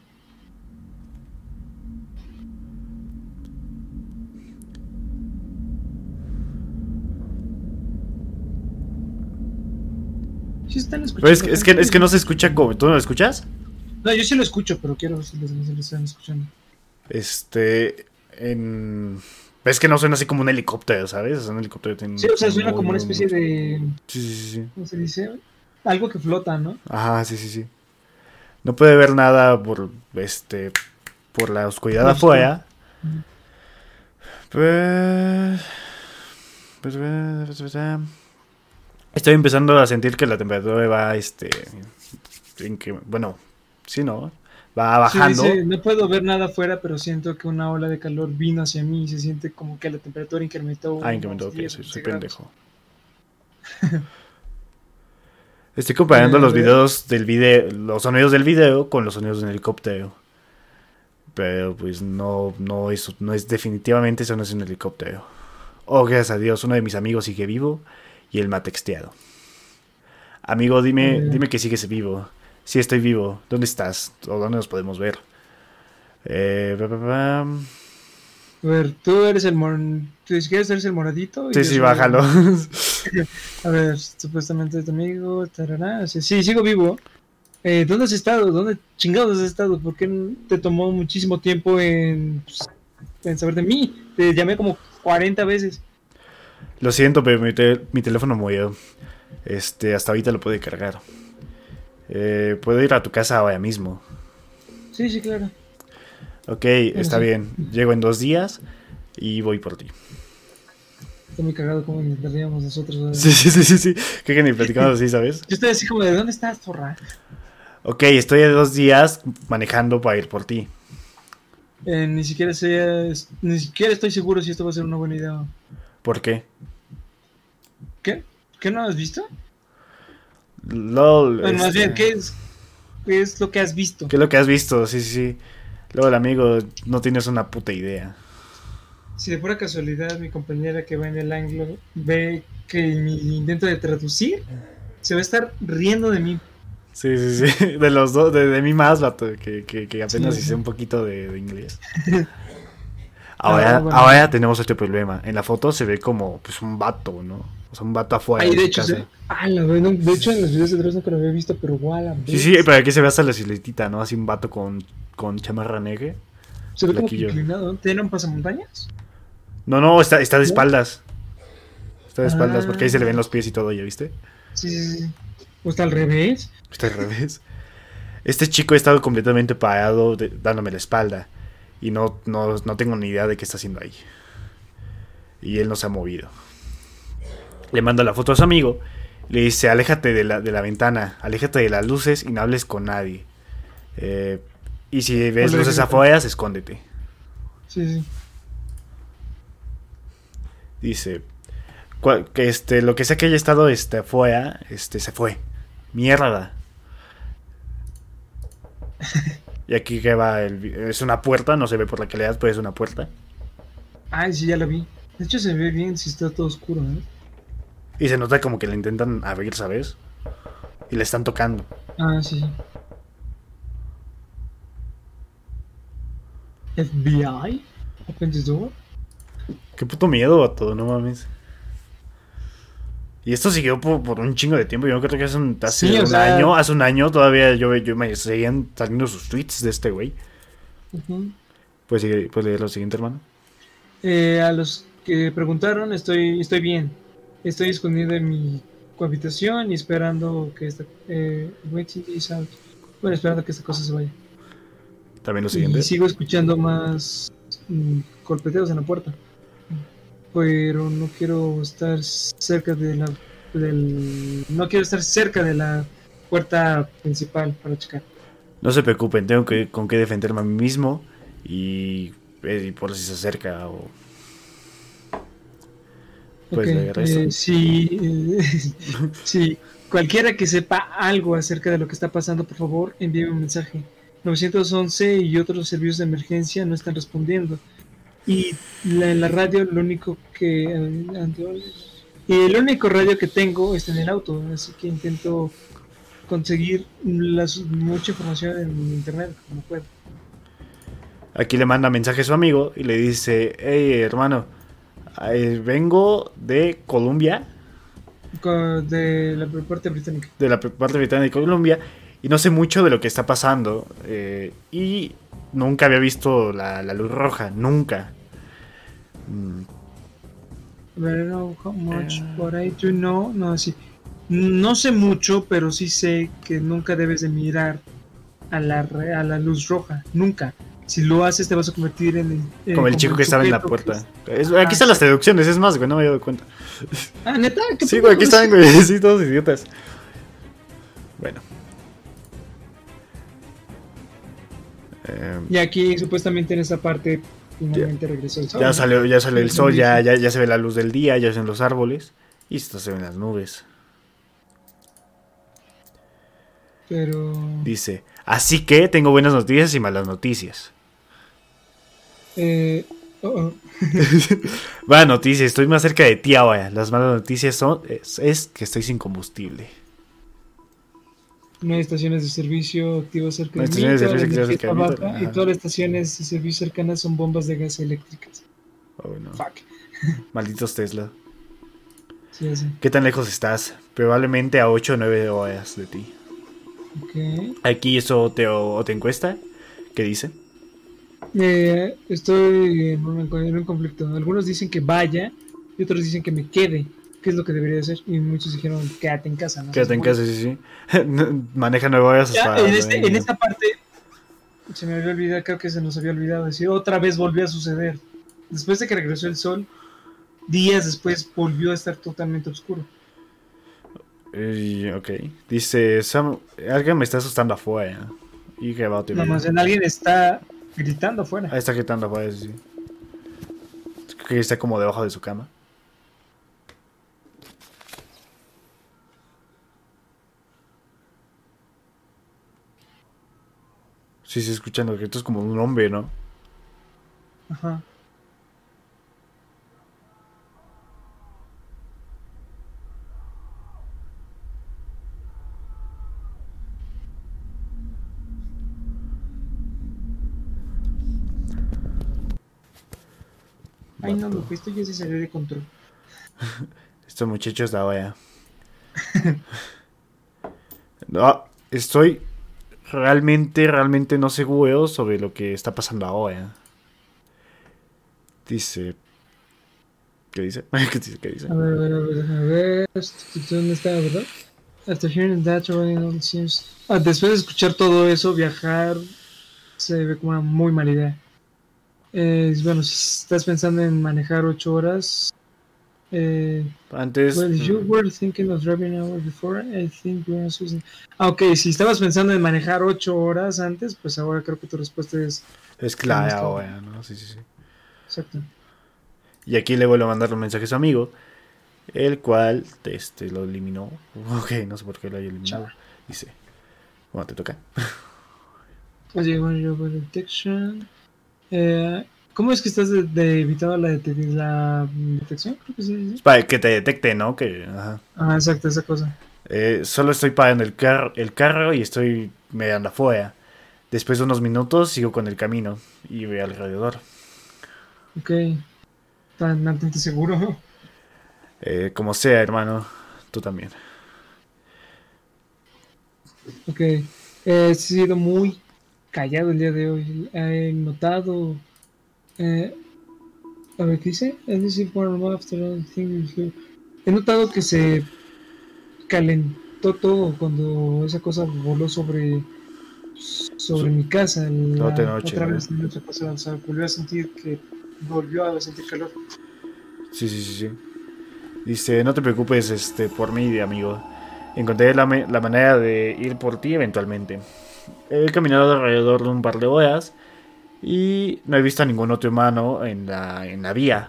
Sí están escuchando. Pero es, que- es que es que no se escucha como. ¿Tú no lo escuchas? No, yo sí lo escucho, pero quiero ver si los demás lo están escuchando. Este. En. Es que no suena así como un helicóptero, ¿sabes? O sea, un helicóptero tiene. Sí, o sea, suena un- como una un- especie de... Sí, sí, sí, sí. ¿Cómo se dice? Algo que flota, ¿no? Ajá, sí, sí, sí. No puede ver nada por este por la oscuridad Por afuera. Ujú. Pues, pues, pues, pues, eh. Estoy empezando a sentir que la temperatura va este en que, bueno, sí, no, va Sí, bajando. dice, no puedo ver nada afuera, pero siento que una ola de calor vino hacia mí y se siente como que la temperatura incrementó. Ah, incrementó, unos ok, diez, soy, soy quince grados. pendejo. Estoy comparando Eh, los a ver. videos del video, los sonidos del video con los sonidos de un helicóptero. Pero pues no, no es, no es definitivamente eso no es un helicóptero. Oh, gracias a Dios, uno de mis amigos sigue vivo y él me ha texteado. Amigo, dime, Eh. dime que sigues vivo. Sí, estoy vivo. ¿Dónde estás? ¿O dónde nos podemos ver? Eh, pa, pa, pa. A ver, tú eres el mon... ¿Tú si quieres eres el moradito? y Sí, yo sí, soy- bájalo. A ver, supuestamente tu amigo, tarará. Sí, sí, sigo vivo. Eh, ¿dónde has estado? ¿Dónde chingados has estado? ¿Por qué te tomó muchísimo tiempo en, pues, en saber de mí? Te llamé como cuarenta veces. Lo siento, pero mi, te- mi teléfono murió. Este, hasta ahorita lo puedo cargar. Eh, puedo ir a tu casa ahora mismo. Sí, sí, claro. Ok, está sí. bien. Llego en dos días y voy por ti. Está muy cagado como intentaríamos nosotros. ¿verdad? Sí, sí, sí, sí, sí. Creo que ni platicamos así, ¿sabes? Yo estoy así como de, ¿dónde estás, zorra? Ok, estoy a dos días manejando para ir por ti. Eh, ni siquiera sé, ni siquiera estoy seguro si esto va a ser una buena idea. ¿Por qué? ¿Qué? ¿Qué no has visto? LOL. Bueno, más este, bien, ¿qué es, ¿qué es lo que has visto? ¿Qué es lo que has visto? Sí, sí, sí. Luego el amigo, no tienes una puta idea. Si de pura casualidad mi compañera que va en el ángulo ve que mi intento de traducir, se va a estar riendo de mí. Sí, sí, sí. De los dos, de, de mí más, vato, que, que, que apenas Sí, hice sí. un poquito de, de inglés. Ahora, Ah, bueno. ahora tenemos este problema. En la foto se ve como pues un vato, ¿no? O sea, un vato afuera Ahí de de su hecho, casa. se, ah, la verdad, no, de hecho en los videos de atrás nunca lo había visto, pero guau, la Sí, sí, pero aquí se ve hasta la siluetita, ¿no? Así un vato con, con chamarra negra. se ve como que flaquillo. inclinado, ¿no? ¿Tiene un pasamontañas? No, no, está, está de ¿No? espaldas. Está de espaldas Ah. porque ahí se le ven los pies y todo, ¿ya viste? Sí, sí, sí. O está al revés. Está al revés. Este chico ha estado completamente parado de- dándome la espalda. Y no, no, no tengo ni idea de qué está haciendo ahí. Y él no se ha movido. Le mando la foto a su amigo. Le dice, aléjate de la, de la ventana. Aléjate de las luces y no hables con nadie. Eh, y si ves Hola, luces ¿qué tal? afuera, escóndete. Sí, sí. Dice, cua- que este, lo que sea que haya estado este, afuera, este, se fue. Mierda. Y aquí que va el, vi- es una puerta, no se ve por la calidad, pero es una puerta. Ay, sí, ya la vi. De hecho se ve bien si está todo oscuro, ¿eh? Y se nota como que la intentan abrir, ¿sabes? Y le están tocando. Ah, sí. F B I? Open the door. Qué puto miedo a todo, no mames. Y esto siguió por, por un chingo de tiempo. Yo creo que hace un, hace Sí, o un sea- año, hace un año todavía yo, yo me seguían saliendo sus tweets de este güey. Ujú. Pues sigue, puedes leer lo siguiente, hermano. Eh, a los que preguntaron, estoy, estoy bien. Estoy escondido en mi habitación y esperando que esta. Eh, waiting this out. Bueno, esperando que esta cosa se vaya. También lo siguiente. Y sigo escuchando más mm, golpeteos en la puerta. Pero no quiero estar cerca de la. Del, no quiero estar cerca de la puerta principal para checar. No se preocupen, tengo que, con qué defenderme a mí mismo. Y, y por si se acerca o... Pues Ok, le resto. eh, si, eh, si cualquiera que sepa algo acerca de lo que está pasando, por favor, envíeme un mensaje. nueve once y otros servicios de emergencia no están respondiendo. Y la, en la radio lo único que... eh, y el único radio que tengo está en el auto, así que intento conseguir las, mucha información en internet como puedo. Aquí le manda mensaje a su amigo y le dice: hey, hermano, eh, vengo de Colombia, Co- De la parte británica. de la parte británica de Colombia, y no sé mucho de lo que está pasando. eh, y nunca había visto la, la luz roja, nunca. Mm, I don't know how much, Eh. but I do know. No, sí. No sé mucho, pero sí sé que nunca debes de mirar a la, re- a la luz roja. Nunca. Si lo haces, te vas a convertir en el. eh, como el chico que estaba en la sujeto que puerta. es- Es- aquí están Ah, las traducciones, es más, güey, no me había dado cuenta. Ah, neta. ¿Qué Sí, pedo? güey, aquí están, güey. Sí, todos idiotas. Bueno. Eh, Y aquí, supuestamente, en esa parte, finalmente regresó el sol. ya ¿no? salió, ya salió el Sí, sol, sí, ya, sí. ya, ya se ve la luz del día, ya se ven los árboles. Y esto se ven las nubes. Pero. Dice: así que tengo buenas noticias y malas noticias. Eh, oh, oh. Buena noticia, estoy más cerca de ti ahora. Las malas noticias son es, es que estoy sin combustible. No hay estaciones de servicio activas cerca No hay de mí. estaciones de toda la servicio activas energía cerca de mí, está pero- baja, y ajá. todas las estaciones de servicio cercanas son bombas de gas eléctricas. Oh, no. Fuck. Malditos Tesla. Sí, así. ¿Qué tan lejos estás? Probablemente a ocho o nueve horas de ti. Ok. Aquí eso te, o, te encuesta. ¿Qué dice? Eh, estoy en un, en un conflicto. Algunos dicen que vaya y otros dicen que me quede. ¿Qué es lo que debería hacer? Y muchos dijeron quédate en casa. ¿no? Quédate en casa, sí, sí. Maneja nueve horas Ya, hasta... en, este, en esta parte se me había olvidado, creo que se nos había olvidado decir, otra vez volvió a suceder. Después de que regresó el sol, días después volvió a estar totalmente oscuro. Eh, ok. Dice: Sam, alguien me está asustando afuera. Y grabado te Nada más, en alguien está gritando afuera. Ahí está gritando afuera, sí. Creo que está como debajo de su cama. Sí, sí, escuchando que esto es como un hombre, ¿no? Ajá. Ay, no, loco, esto ya se salió de control. Estos muchachos de ahora. No, estoy realmente, realmente no seguro sobre lo que está pasando ahora. Dice... ¿Qué dice? ¿Qué dice? ¿Qué dice? A ver, a ver, a ver, a ver. ¿Dónde está, verdad? After hearing that, running all seems... Ah, después de escuchar todo eso, viajar se ve como una muy mala idea. Eh, bueno, si estás pensando en manejar ocho horas... Eh, Antes... well, you were thinking of driving an hour before, I think we're using... Ah, ok, si estabas pensando en manejar ocho horas antes, pues ahora creo que tu respuesta es... Es clara Listo. ahora, ¿no? Sí, sí, sí. Exacto. Y aquí le vuelvo a mandar un mensaje a su amigo, el cual este, lo eliminó. Ok, no sé por qué lo haya eliminado. Dice: bueno, te toca. Oye, bueno, yo voy a detection. Eh, ¿Cómo es que estás de, de evitando la, de, la detección? Creo que sí, sí. Para que te detecte, ¿no? Que, ajá. Ah, exacto, esa cosa. Eh, solo estoy parando el, car el carro y estoy mirando afuera. Después de unos minutos sigo con el camino y veo alrededor. Ok. Tan mantente seguro. Eh, como sea, hermano, tú también. Ok. Eh, he sido muy callado el día de hoy. He notado... Eh, a ver, ¿qué dice? He notado que se calentó todo cuando esa cosa voló sobre sobre mi casa la, Otra noche, otra ¿no? vez la noche pasada. O sea, volvió a sentir que volvió a sentir calor. Sí, sí, sí, sí. Dice: no te preocupes este, por mí, amigo. Encontré la, me la manera de ir por ti eventualmente. he caminado alrededor de un par de horas y no he visto a ningún otro humano en la, en la vía.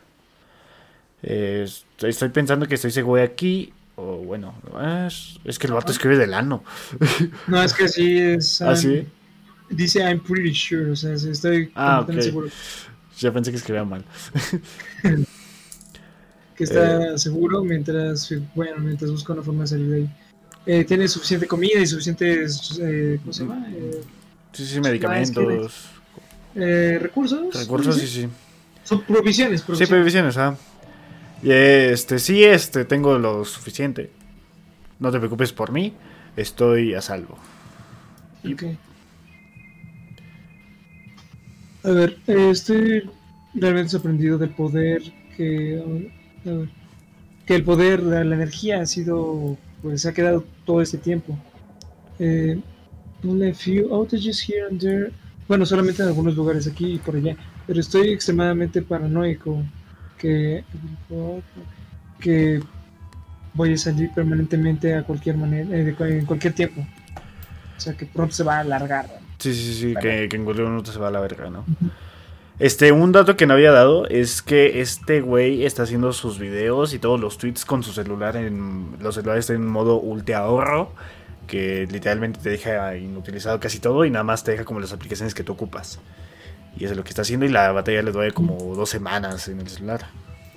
Eh, estoy pensando que estoy seguro aquí. O bueno, es, es que el vato escribe del ano. No, es que así es. ¿Ah, sí? Dice I'm pretty sure, o sea, estoy Ah, completamente ok. seguro. Ya pensé que escribía mal. Que está seguro mientras, bueno, mientras busca una forma de salir de ahí. Eh, tiene suficiente comida y suficientes, eh, ¿cómo se llama? Eh, Sí, sí, medicamentos. eh, recursos. Recursos, sí, sí. Son provisiones, Sí, provisiones. previsiones, ah. Y este, sí, este, tengo lo suficiente. No te preocupes por mí. Estoy a salvo. Ok. A ver, eh, estoy realmente sorprendido del poder que, a ver, que el poder, la, la energía ha sido, pues ha quedado todo este tiempo. Eh, only a few outages here and there. Bueno, solamente en algunos lugares aquí y por allá. Pero estoy extremadamente paranoico que, que voy a salir permanentemente a cualquier manera, eh, de cu- en cualquier tiempo. O sea que pronto se va a alargar. Sí, sí, sí, que, que en cualquier minuto se va a la verga, ¿no? Este, un dato que no había dado es que este güey está haciendo sus videos y todos los tweets con su celular en... Los celulares en modo ultra ahorro, que literalmente te deja inutilizado casi todo y nada más te deja como las aplicaciones que tú ocupas. Y eso es lo que está haciendo y la batería le dura como dos semanas en el celular.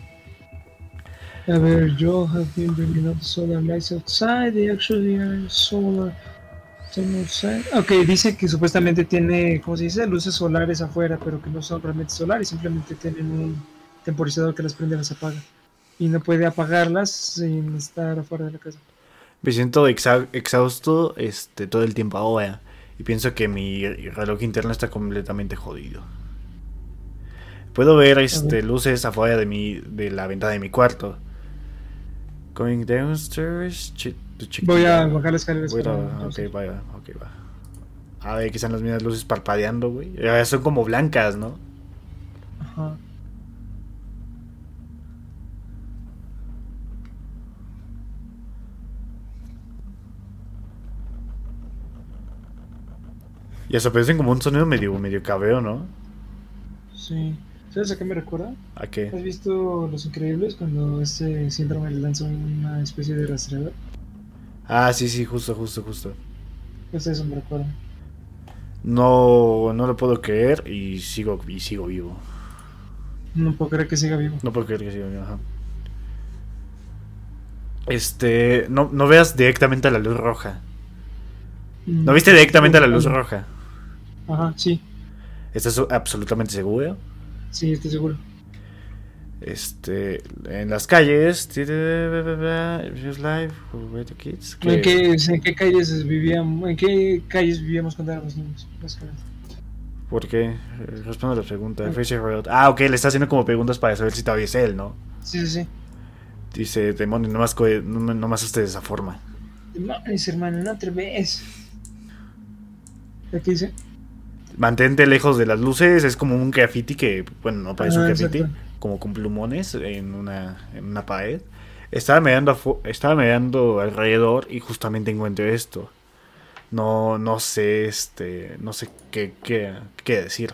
A ver, yo have been bringing up solar lights outside. They actually are solar. outside. Ok, dice que supuestamente tiene, ¿cómo se dice? Luces solares afuera, pero que no son realmente solares, simplemente tienen un temporizador que las prende y las apaga. Y no puede apagarlas sin estar afuera de la casa. Me siento exa- exhausto este, todo el tiempo ahora. Y pienso que mi reloj interno está completamente jodido. Puedo ver este, luces afuera de mi, de la ventana de mi cuarto. Going downstairs ch- to check Voy it a out. bajar las escaleras. Voy a- para- ok, vaya, ok, va. A ver, que sean las mismas luces parpadeando, güey. Eh, Son como blancas, ¿no? Ajá. Y eso parecen como un sonido medio, medio cabeo, ¿no? Sí. ¿Sabes a qué me recuerda? ¿A qué? ¿Has visto Los Increíbles cuando este síndrome le lanza una especie de rastreador? Ah, sí, sí, justo, justo, justo. Pues eso me recuerda. No, no lo puedo creer y sigo, y sigo vivo. No puedo creer que siga vivo. No puedo creer que siga vivo, ajá. Este, no, no veas directamente a la luz roja. ¿No viste directamente a la luz roja? Ajá, sí. ¿Estás absolutamente seguro? Sí, estoy seguro. Este, en las calles, Just Life, Where the Kids. ¿qué? ¿En qué, en qué calles vivíamos? ¿En qué calles vivíamos cuando éramos niños? Básicamente. ¿Por qué? Eh, Responde la pregunta. Fraser Road. Ah, ok, le está haciendo como preguntas para saber si todavía es él, ¿no? Sí, sí, sí. Dice, demonio, no más, co- no, me- no más hazte de esa forma. Demonios, hermano, no otra vez. ¿Qué dice? Mantente lejos de las luces, es como un graffiti que, bueno, no parece Ah, un graffiti, exacto. como con plumones en una, en una pared. Estaba mirando, afu- estaba mirando alrededor y justamente encuentro esto. No, no sé, este, no sé qué, qué, qué decir.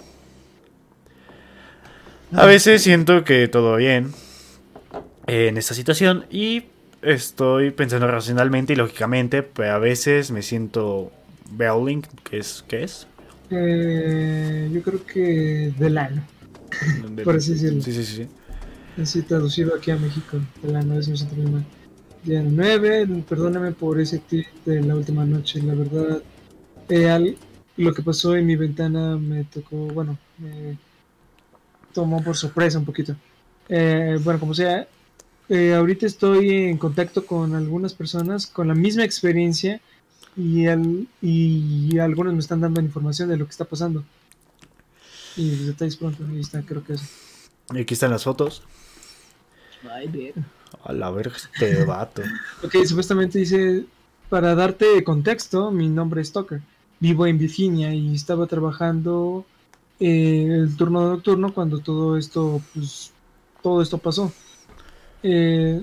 A veces siento que todo bien en esta situación y estoy pensando racionalmente y lógicamente, pero a veces me siento bowling, ¿qué es? ¿Qué es? Eh, yo creo que del ano. Por así decirlo. Sí, sí, sí. Así traducido aquí a México. Del ano, eso me siento muy mal. Día nueve, perdóname por ese tweet de la última noche. La verdad, eh, al- lo que pasó en mi ventana me tocó, bueno, me tomó por sorpresa un poquito. Eh, bueno, como sea, eh, ahorita estoy en contacto con algunas personas con la misma experiencia y, al- y algunos me están dando información de lo que está pasando. Y los detalles pronto, ahí está, creo que eso. Y aquí están las fotos. Ay, bien. A la verga, este vato. Ok, supuestamente dice, para darte contexto, mi nombre es Tucker. Vivo en Virginia y estaba trabajando eh, el turno nocturno cuando todo esto, pues, todo esto pasó. Eh,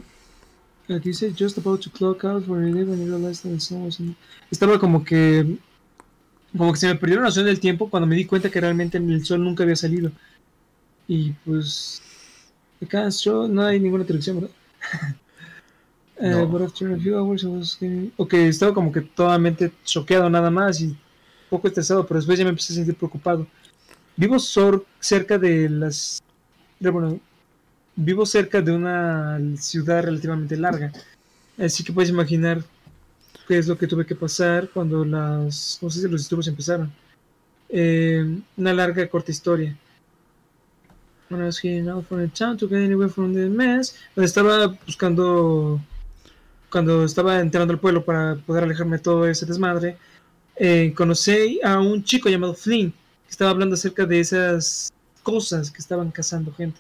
aquí dice, just about to clock out for a day when I realized that the sun was in-" Estaba como que como que se me perdió la noción del tiempo cuando me di cuenta que realmente el sol nunca había salido. Y pues, acá yo no hay ninguna traducción, ¿verdad? No. Uh, but after a few hours I was getting... Ok, estaba como que totalmente choqueado nada más y un poco estresado, pero después ya me empecé a sentir preocupado. Vivo sor- cerca de las... de- Bueno, vivo cerca de una ciudad relativamente larga, así que puedes imaginar qué es lo que tuve que pasar cuando las... ¿cómo se dice? Los disturbios empezaron. Eh, una larga, corta historia. When I was heading out from the town to get anywhere from the mess, donde estaba buscando... cuando estaba entrando al pueblo para poder alejarme de todo ese desmadre, eh, conocí a un chico llamado Flynn, que estaba hablando acerca de esas cosas que estaban cazando gente.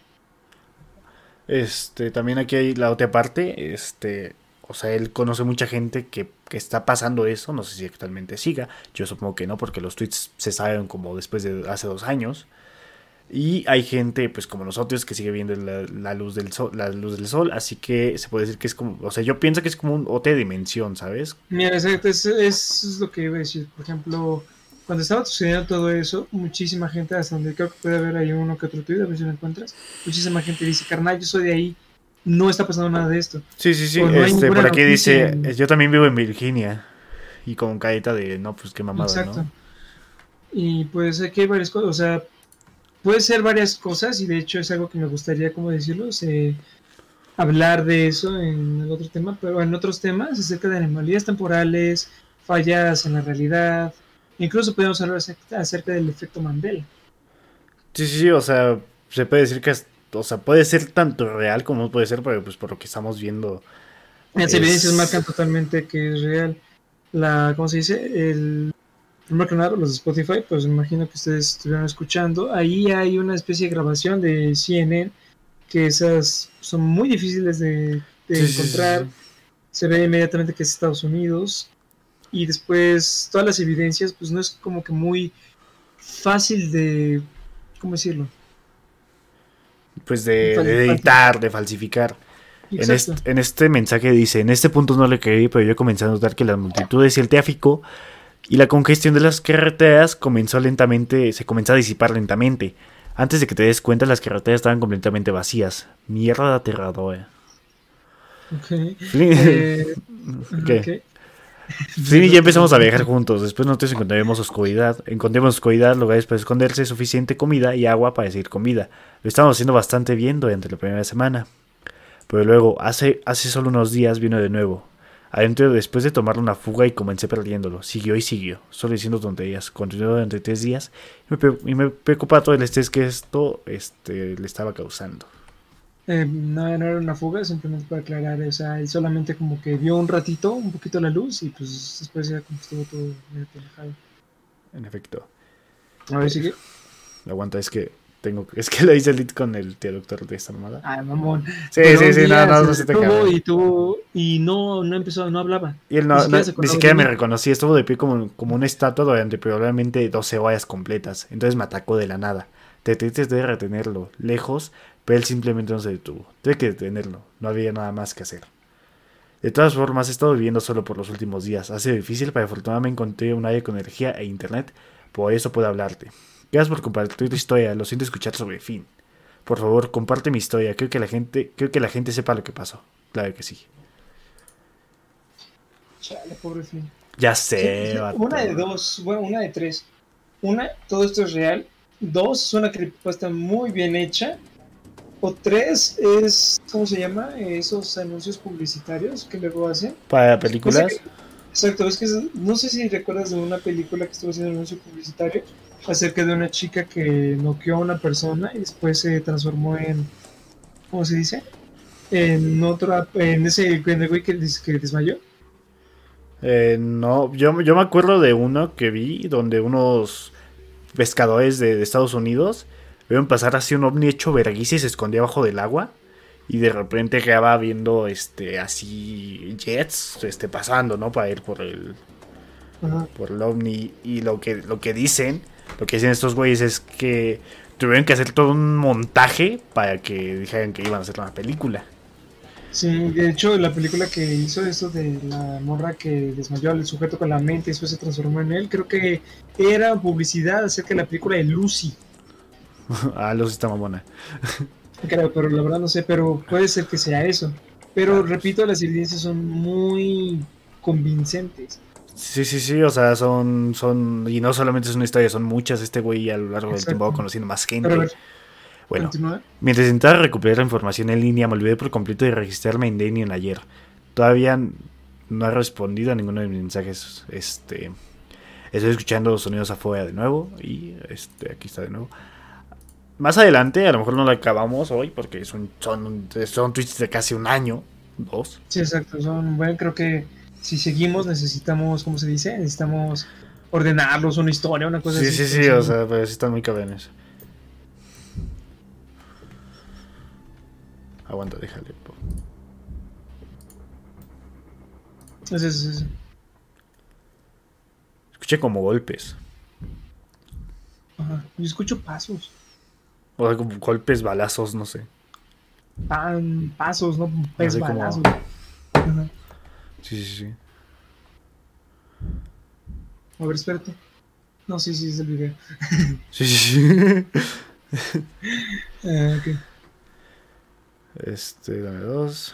Este, también aquí hay la otra parte, este, o sea, él conoce mucha gente que, que está pasando eso, no sé si actualmente siga, yo supongo que no, porque los tweets se saben como después de hace dos años. Y hay gente, pues como nosotros, que sigue viendo la, la luz del sol, la luz del sol, así que se puede decir que es como, o sea, yo pienso que es como un otra dimensión, ¿sabes? Mira, exacto, eso es, es lo que iba a decir. Por ejemplo, cuando estaba sucediendo todo eso, muchísima gente, hasta donde creo que puede haber ahí uno que otro tweet, a ver si lo encuentras, muchísima gente dice, carnal, yo soy de ahí, no está pasando nada de esto. Sí, sí, sí, O no hay este, por ninguna aquí noticia dice, en- yo también vivo en Virginia, y con carita de, no, pues qué mamada, Exacto. ¿no? Y pues aquí hay varias cosas, o sea, puede ser varias cosas y de hecho es algo que me gustaría, ¿cómo decirlo? Eh, hablar de eso en el otro tema, pero en otros temas acerca de anomalías temporales, fallas en la realidad, incluso podemos hablar acerca, acerca del efecto Mandela. Sí, sí, sí, o sea, se puede decir que, es, o sea, puede ser tanto real como puede ser, pero pues por lo que estamos viendo. Las Es- evidencias marcan totalmente que es real. La, ¿cómo se dice? El primer canal, los de Spotify, pues me imagino que ustedes estuvieron escuchando. Ahí hay una especie de grabación de C N N, que esas son muy difíciles de, de Sí, sí, sí, encontrar. sí. Se ve inmediatamente que es Estados Unidos. Y después todas las evidencias, pues no es como que muy fácil de, ¿cómo decirlo? Pues de, Fal- de editar, de falsificar. En Exacto. este, en este mensaje dice, en este punto no le creí, pero yo comencé a notar que las multitudes y el tráfico y la congestión de las carreteras comenzó lentamente, se comenzó a disipar lentamente. Antes de que te des cuenta, las carreteras estaban completamente vacías. Mierda aterradora. Ok. Flynn, Eh, ¿qué? ok. Flynn y yo empezamos a viajar juntos. Después nosotros encontraremos oscuridad. Encontremos oscuridad, lugares para esconderse, suficiente comida y agua para seguir con vida. Lo estábamos haciendo bastante bien durante la primera semana. Pero luego, hace, hace solo unos días, vino de nuevo. Adentro, después de tomar una fuga y comencé perdiéndolo. Siguió y siguió, solo diciendo tonterías. Continuó durante tres días y me, pre- y me preocupa todo el estrés que esto este, le estaba causando. Eh, no, no era una fuga, simplemente para aclarar, o sea, él solamente como que vio un ratito, un poquito la luz y pues después ya como estuvo todo medio relajado. En efecto. A ver, sigue. Aguanta, es que tengo es que lo hice el lead con el tío doctor de esta mamada. Ah, mamón. Sí, Pero sí, un sí, no, día no, se no se te detuvo cabe. y tuvo, y no, no empezó, no hablaba. Y él Ni no, no- siquiera se ni acordaba siquiera de me mí. reconocía, estuvo de pie como, como una estatua durante probablemente doce horas completas. Entonces me atacó de la nada. Te traté de retenerlo lejos, pero él simplemente no se detuvo. Tuve que detenerlo, no había nada más que hacer. De todas formas, he estado viviendo solo por los últimos días. Ha sido difícil, pero afortunadamente encontré un área con energía e internet, por eso puedo hablarte. Gracias por compartir tu historia, lo siento escuchar sobre Finn. Por favor, comparte mi historia, creo que la gente, creo que la gente sepa lo que pasó. Claro que sí. Chale, pobre Flynn. Ya Sí, sé, sí, vato. una de dos, bueno, una de tres. Una, todo esto es real. Dos, es una creepypasta muy bien hecha. O tres, es, ¿cómo se llama? Esos anuncios publicitarios que luego hacen. Para No sé películas. qué- Exacto, es que es- no sé si recuerdas de una película que estuvo haciendo un anuncio publicitario acerca de una chica que noqueó a una persona y después se transformó en, ¿cómo se dice? En otra, en ese, en el güey que, dis- que desmayó. Eh, no, yo, yo me acuerdo de uno que vi donde unos pescadores de, de Estados Unidos vieron pasar así un ovni hecho vergüenza y se escondía bajo del agua y de repente quedaba viendo este así jets este pasando, ¿no? Para ir por el Ajá. por el ovni y lo que lo que dicen, lo que dicen estos güeyes es que tuvieron que hacer todo un montaje para que dijeran que iban a hacer una película. Sí, de hecho, la película que hizo eso de la morra que desmayó al sujeto con la mente y después se transformó en él, creo que era publicidad acerca de la película de Lucy. Ah, Lucy está mamona. Creo, pero la verdad no sé, pero puede ser que sea eso. Pero Claro. repito, las evidencias son muy convincentes. Sí, sí, sí, o sea, son, son, y no solamente es una historia, son muchas. Este güey a lo largo del Exacto. tiempo va conociendo más Pero a gente. ver, Bueno, continúa. mientras intentaba recuperar la información en línea, me olvidé por completo de registrarme en Daniel ayer. Todavía no ha respondido a ninguno de mis mensajes. Este, estoy escuchando los sonidos afuera de nuevo y este, aquí está de nuevo. Más adelante, a lo mejor no lo acabamos hoy porque son, son, son tweets de casi un año, dos. Sí, exacto. Son, bueno, creo que si seguimos necesitamos, ¿cómo se dice? Necesitamos ordenarlos, una historia, una cosa Sí, así. sí, sí, o sea, pero sí están muy cabrones. Aguanta, déjale. po. Es eso, es eso. Escuché como golpes. Ajá. Yo escucho pasos. O sea, como golpes, balazos, no sé. Pan, pasos, no pez Así como- balazos. Ajá. Sí, sí, sí. A ver, espérate. No, sí, sí, es el video. Sí, sí, sí. Ah, ok. Este, dame dos.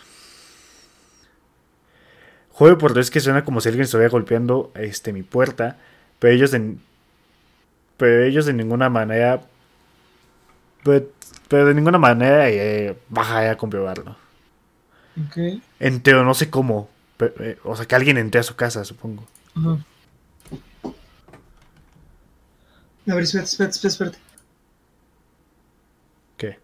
Juego por Dios que suena como si alguien estuviera golpeando este, mi puerta. Pero ellos de, pero ellos de ninguna manera. Pero, pero de ninguna manera eh, baja a comprobarlo. Ok. Entero, no sé cómo. Pero, eh, o sea, que alguien entre a su casa, supongo. Ajá. A ver, espérate, espérate, espérate, espérate. ¿Qué?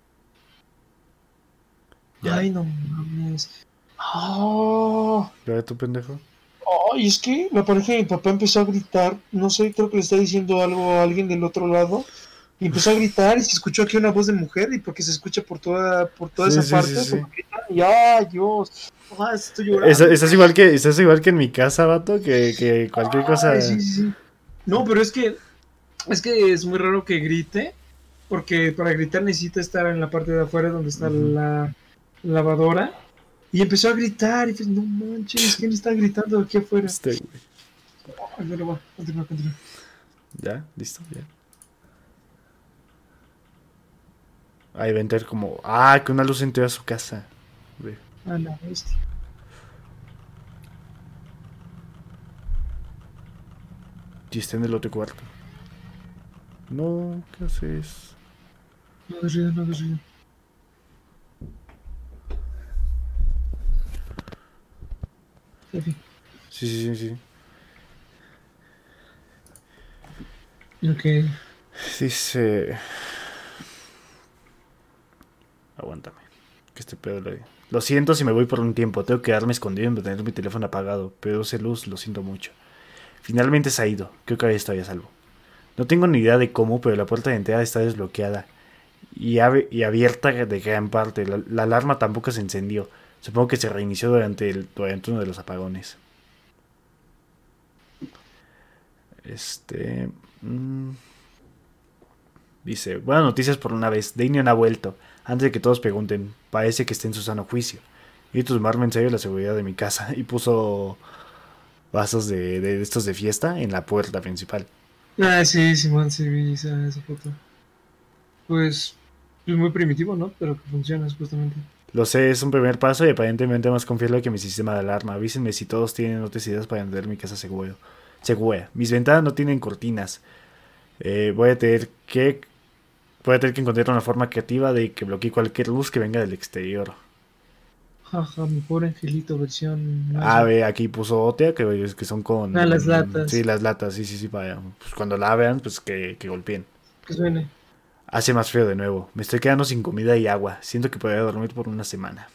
Ya. Ay, no mames. ¡Oh! ¿Lo de tu pendejo? Ay, es que la pareja de mi papá empezó a gritar. No sé, creo que le está diciendo algo a alguien del otro lado. Y empezó a gritar y se escuchó aquí una voz de mujer. Y porque se escucha por toda, por toda Sí, esa sí, parte. sí, sí. como gritan, y ¡ay, Dios! ¡Ay, estoy llorando! Estás, estás igual que, estás igual que en mi casa, vato, que, que cualquier cosa. Ay, sí, sí, sí. No, pero es que es que es muy raro que grite, porque para gritar necesita estar en la parte de afuera donde está Ujú. la lavadora. Y empezó a gritar y pues, no manches, ¿quién está gritando aquí afuera? Este, güey. Ay, bueno, va, continúa, continúa. Ya, listo, ya. Ahí va a entrar como. Ah, que una luz entró a su casa. Ve. Ah, la bestia. Y está en el otro cuarto. No, ¿qué haces? No hagas ruido, no hagas ruido. Jefe. Sí, sí, sí, sí. Ok. Dice. Aguántame. Que este pedo lo. Lo siento si me voy por un tiempo. Tengo que quedarme escondido y tener mi teléfono apagado. Pero ese luz, lo siento mucho. Finalmente se ha ido. Creo que ahora estoy a salvo. No tengo ni idea de cómo, pero la puerta de entrada está desbloqueada. Y, ave- y abierta de gran parte. La, la alarma tampoco se encendió. Supongo que se reinició durante, el, durante uno de los apagones. Este. mm, Dice: Buenas noticias por una vez. Daniel ha vuelto. Antes de que todos pregunten, parece que está en su sano juicio. Y tomarme en serio la seguridad de mi casa. Y puso vasos de, de estos de fiesta en la puerta principal. Ah, sí, Simón, sí, vi esa, esa foto. Pues, es muy primitivo, ¿no? Pero que funciona, supuestamente. Lo sé, es un primer paso y aparentemente más confiable que mi sistema de alarma. Avísenme si todos tienen otras ideas para mantener mi casa segura. Segura. Mis ventanas no tienen cortinas. Eh, voy a tener que voy a tener que encontrar una forma creativa de que bloquee cualquier luz que venga del exterior. Jaja, mi pobre angelito, versión. Ah, ve, aquí puso otea, que, que son con... Ah, las latas. Sí, las latas, sí, sí, sí, para, pues cuando la vean, pues que, que golpeen. Que suene. Hace más frío de nuevo. Me estoy quedando sin comida y agua. Siento que podría dormir por una semana.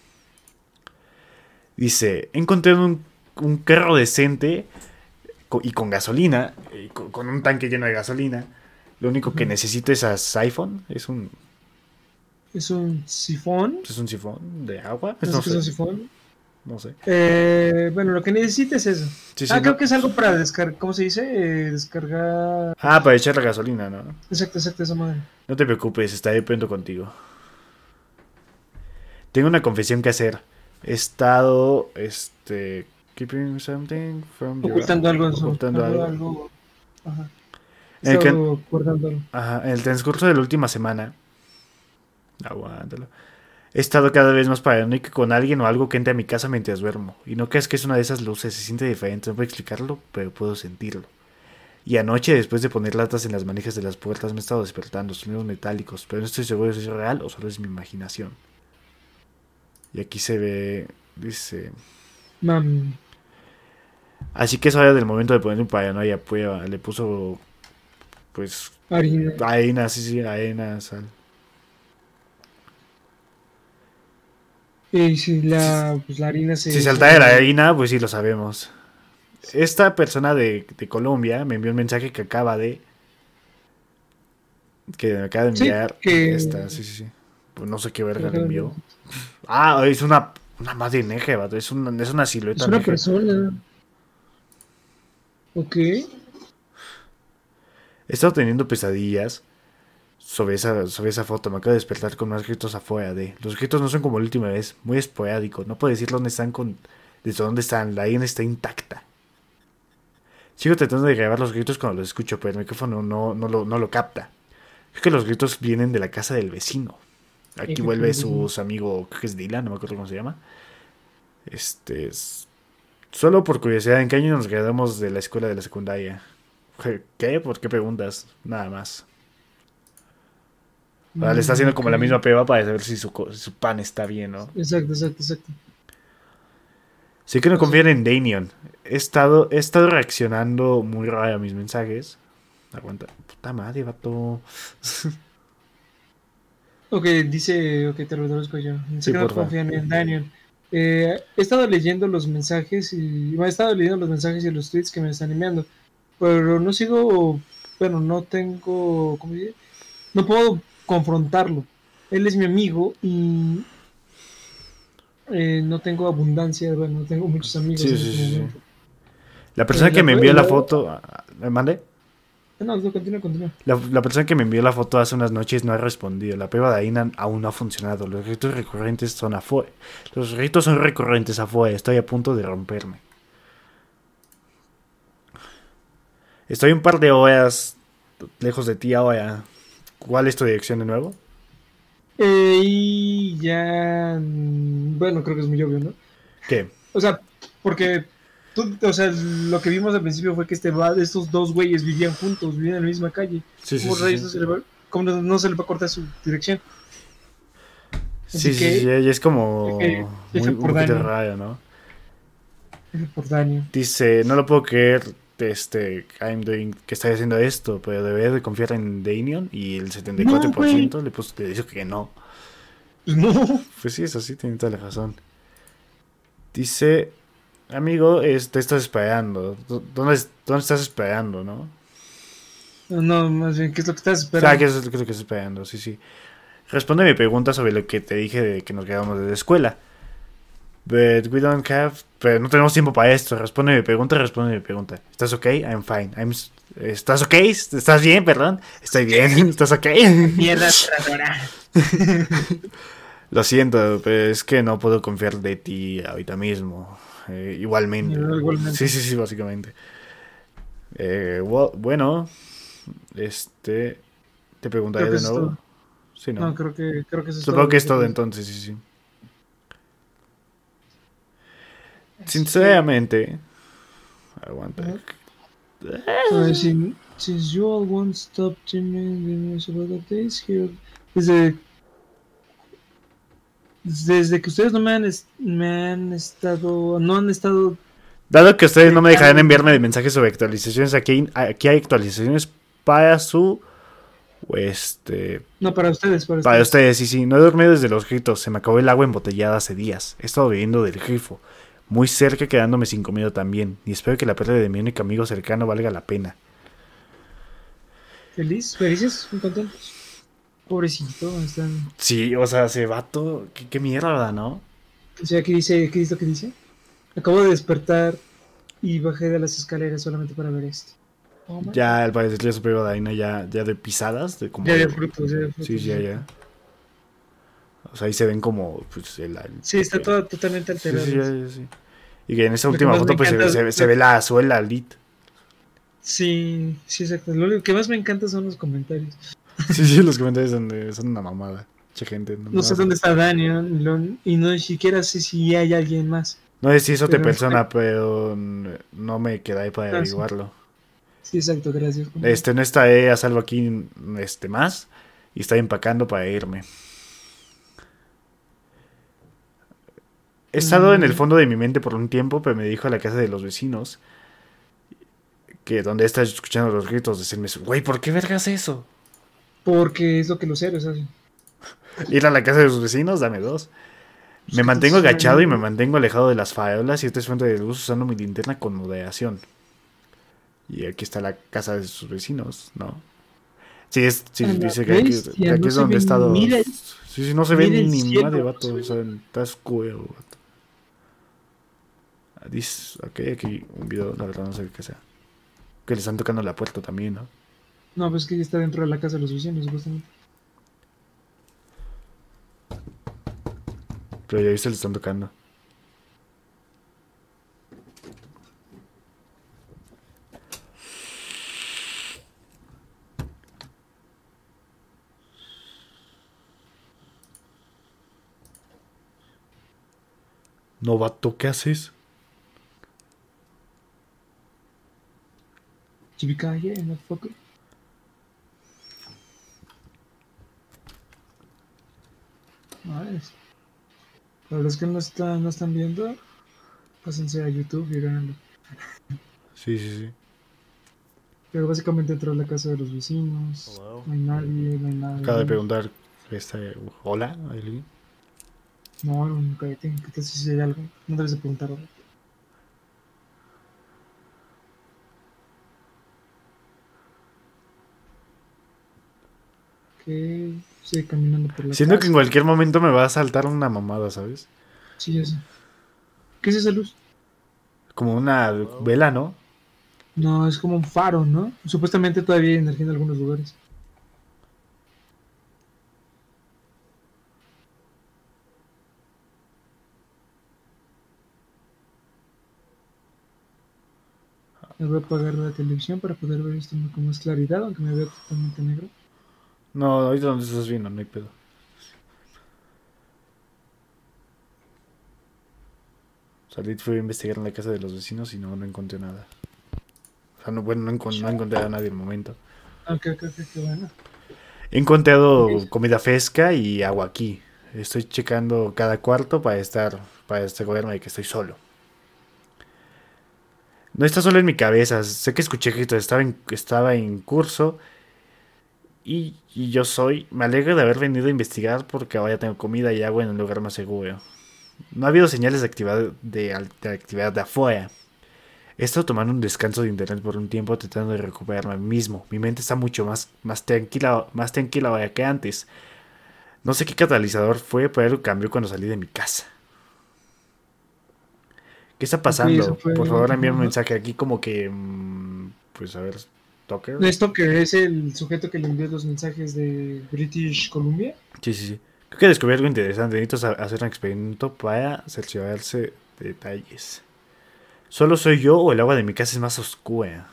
Dice, he encontrado un, un carro decente co- y con gasolina, y co- con un tanque lleno de gasolina. Lo único que Ujú. necesito es a siphon. Es un, Es un sifón. es un sifón de agua. No sé No qué es un sé, sifón. no sé. Eh, bueno, lo que necesites es eso. Sí, sí, ah, creo no- que es algo para descargar. ¿Cómo se dice? Eh, descargar. Ah, para echar la gasolina, ¿no? Exacto, exacto, esa madre. No te preocupes, estaré pronto contigo. Tengo una confesión que hacer. He estado, este, keeping something from your- Ocultando algo. Ocultando algo. algo. Ajá. En el, Estado que- guardando algo. ajá, en el transcurso de la última semana, aguántalo, he estado cada vez más paranoico con alguien o algo que entre a mi casa mientras duermo. Y no creas que es una de esas luces, se siente diferente, no puedo explicarlo, pero puedo sentirlo. Y anoche, después de poner latas en las manijas de las puertas, me he estado despertando, sonidos metálicos, pero no estoy seguro si es real o solo es mi imaginación. Y aquí se ve, dice... Mami. Así que es hora del momento de poner mi paranoia a prueba. Le puso, pues, Harina. arena, sí, sí, arena, sal. Y si la, pues, la harina se... Si salta de la harina, pues sí lo sabemos. Esta persona de, de Colombia me envió un mensaje que acaba de... Que me acaba de Sí, enviar. que- Esta, sí, sí, sí. Pues no sé qué verga le envió. Ah, es una, una madre negra, vato. Es una, es una silueta Es una negra. persona. Ok. He estado teniendo pesadillas sobre esa, sobre esa foto. Me acabo de despertar con más gritos afuera de... Los gritos no son como la última vez, muy esporádico. No puedo decir dónde están con... Desde dónde están. La arena está intacta. Sigo tratando de grabar los gritos cuando los escucho, pero el micrófono no, no, lo, no lo capta. Creo que los gritos vienen de la casa del vecino. Aquí Eje, vuelve vecino. su amigo, creo que es Dylan, no me acuerdo cómo se llama. Este es... Solo por curiosidad, ¿en qué año nos graduamos de la escuela de la secundaria? ¿Qué? ¿Por qué preguntas? Nada más. Ahora le está haciendo como Ok. la misma prueba para saber si su, co- si su pan está bien, ¿no? Exacto, exacto, exacto. Sí que no confían en Danion. He estado, he estado reaccionando muy raro a mis mensajes. Aguanta. Puta madre, vato. Ok, dice, ok, te lo traduzco yo. Dice Sí, que no porfa. confían en Daniel. Eh, he estado leyendo los mensajes y bueno, he estado leyendo los mensajes y los tweets que me están enviando, pero no sigo, bueno, no tengo, ¿cómo dice? No puedo confrontarlo. Él es mi amigo y eh, no tengo abundancia, bueno, no tengo muchos amigos Sí, en sí, este sí, sí. momento. La persona Eh, que la me envió la prueba- foto... ¿Me mandé? No, no, continúa, continúa. La, la persona que me envió la foto hace unas noches no ha respondido. La prueba de harina aún no ha funcionado. Los ritos recurrentes son afuera. Los ritos son recurrentes afuera. Estoy a punto de romperme. Estoy un par de horas lejos de ti ahora. ¿Cuál es tu dirección de nuevo? Eh, y ya, mm, bueno, creo que es muy obvio, ¿no? ¿Qué? O sea, porque tú, o sea, lo que vimos al principio fue que este va, estos dos güeyes vivían juntos, vivían en la misma calle. Sí, sí, ¿Cómo sí, rayos sí. no se le va, cómo no, no se le va a cortar su dirección? Sí, Así sí, que- sí, y es como F- muy, F un por poquito Dani. raro, ¿no? Por daño. Dice, no lo puedo creer, este, I'm doing, que estoy haciendo esto, pero debería de confiar en Danion. Y el setenta y cuatro por ciento le, puso, le dijo que no. Pues no. Pues sí, eso sí, tiene toda la razón. Dice, amigo, es- te estás esperando. ¿Dó- ¿Dónde, es- ¿Dónde estás esperando, no? No, más bien, ¿qué es lo que estás O esperando? sea, que eso es lo que estás esperando, sí, sí. Responde mi pregunta sobre lo que te dije de que nos quedamos de la escuela. But we don't have... Pero no tenemos tiempo para esto. Responde mi pregunta, responde mi pregunta. ¿Estás ok? I'm fine. I'm... s- ¿Estás ok? ¿Estás bien? Perdón. Estoy bien. ¿Estás ok? Mierda, tratadora. Lo siento, pero es que no puedo confiar de ti ahorita mismo. Eh, igualmente. No, igualmente. Sí, sí, sí, básicamente. Eh, well, bueno, este... Te preguntaré Creo que de eso es nuevo. todo. Sí, ¿no? No, creo que, creo que eso es Supongo todo que lo es todo puedo- entonces, sí, sí. Sinceramente... Aguanta. Ajá. A ver, si- since you all won't stop dreaming about the days here. Desde, desde que ustedes no me han, es- me han estado, no han estado, Dado que ustedes no me dejarán enviarme mensajes sobre actualizaciones, aquí, aquí hay actualizaciones para su... Este... no para ustedes, para, Para ustedes. ustedes, sí, sí. No he dormido desde los gritos. Se me acabó el agua embotellada hace días. He estado bebiendo del grifo. Muy cerca, quedándome sin comida también. Y espero que la pérdida de mi único amigo cercano valga la pena. ¿Feliz? ¿Felices? ¿Muy contentos? Pobrecito, están... Sí, o sea, ese vato... Qué, qué mierda, ¿no? O sea, ¿qué dice? ¿Qué dice lo que dice? Acabo de despertar y bajé de las escaleras solamente para ver esto. Oh, man. Ya, al parecer, ya superior de Aina ya, ya de pisadas. De como Ya de frutos, ya de frutos. Sí, ya, ya. O sea, ahí se ven como, pues, el... el Sí, está el- toda totalmente Sí, alterada. sí, ya, ya, sí. Y que en esa Lo que última más foto, me pues, se, ve- encanta se, ve- es- se ve la suela lit. Sí, sí, exacto. Lo único que más me encanta son los comentarios. Sí, sí, los comentarios son, de- son una mamada. Mucha gente. No, No sé dónde está Dani, ¿no? Y lo- y no ni siquiera sé si hay alguien más. No sé si es otra Pero- persona, pero no me quedé ahí para Ah, sí. averiguarlo. Sí, exacto, gracias. Este, no estaré a salvo aquí este, más. Y estoy empacando para irme. He estado en el fondo de mi mente por un tiempo, pero me dijo a la casa de los vecinos que donde estás escuchando los gritos, decirme, güey, ¿por qué vergas eso? Porque es lo que los héroes hacen. Ir a la casa de los vecinos, dame dos. Pues Me que mantengo te agachado y suena. me mantengo alejado de las farolas y esta es fuente de luz usando mi linterna con moderación. Y aquí está la casa de sus vecinos, ¿no? Sí, es, sí A la dice que aquí, bestia, que aquí no es se donde he ve- estado. mira el- Sí, sí, no se ve mira el ni cielo, madre, no vato. se ve. O sea, está oscuro, vato. Dice, ok, aquí un video, la verdad no sé qué sea. Que le están tocando la puerta también, ¿no? No, pues que ya está dentro de la casa de los vecinos, supuestamente. Pero ya viste, le están tocando. No, vato, ¿qué haces? Chivicaye, motherfucker. Nice. La verdad es que no, está, no están viendo. Pásense a YouTube y véanlo. Sí, sí, sí. Pero básicamente entró a la casa de los vecinos. Hello. No hay nadie, no hay nada. Acaba de preguntar, este, ¿hola? ¿Alguien? No, no, cállate. ¿Qué tal si hay algo? No debes de preguntar ahora. Ok, sigue caminando por la Siento casa. que en cualquier momento me va a saltar una mamada, ¿sabes? Sí, ya sé. ¿Qué es esa luz? Como una vela, ¿no? No, es como un faro, ¿no? Supuestamente todavía hay energía en algunos lugares. Me voy a apagar la televisión para poder ver esto con más claridad, aunque me vea totalmente negro. No, ahorita donde estás viendo, no hay pedo. Salí, fui a investigar en la casa de los vecinos y no, no encontré nada. O sea, no, bueno, no, encon- no encontré a nadie en el momento. Ok, ok, ok, qué bueno. He encontrado comida fresca y agua aquí. Estoy checando cada cuarto para estar, para asegurarme de que estoy solo. No está solo en mi cabeza. Sé que escuché gritos, estaba en, estaba en curso. Y, y yo soy. Me alegro de haber venido a investigar porque ahora ya tengo comida y agua en un lugar más seguro. No ha habido señales de actividad de, al- de actividad de afuera. He estado tomando un descanso de internet por un tiempo tratando de recuperarme a mí mismo. Mi mente está mucho más, más tranquila, más tranquila ahora que antes. No sé qué catalizador fue, pero algo cambió cuando salí de mi casa. ¿Qué está pasando? eso fue- Por favor, envíame un Ajá. mensaje aquí como que... mm, pues a ver, Tucker. Esto que es el sujeto que le envió los mensajes de British Columbia. Sí, sí, sí. Creo que descubrí algo interesante. Necesito sa- hacer un experimento para cerciorarse de detalles. ¿Solo soy yo o el agua de mi casa es más oscura?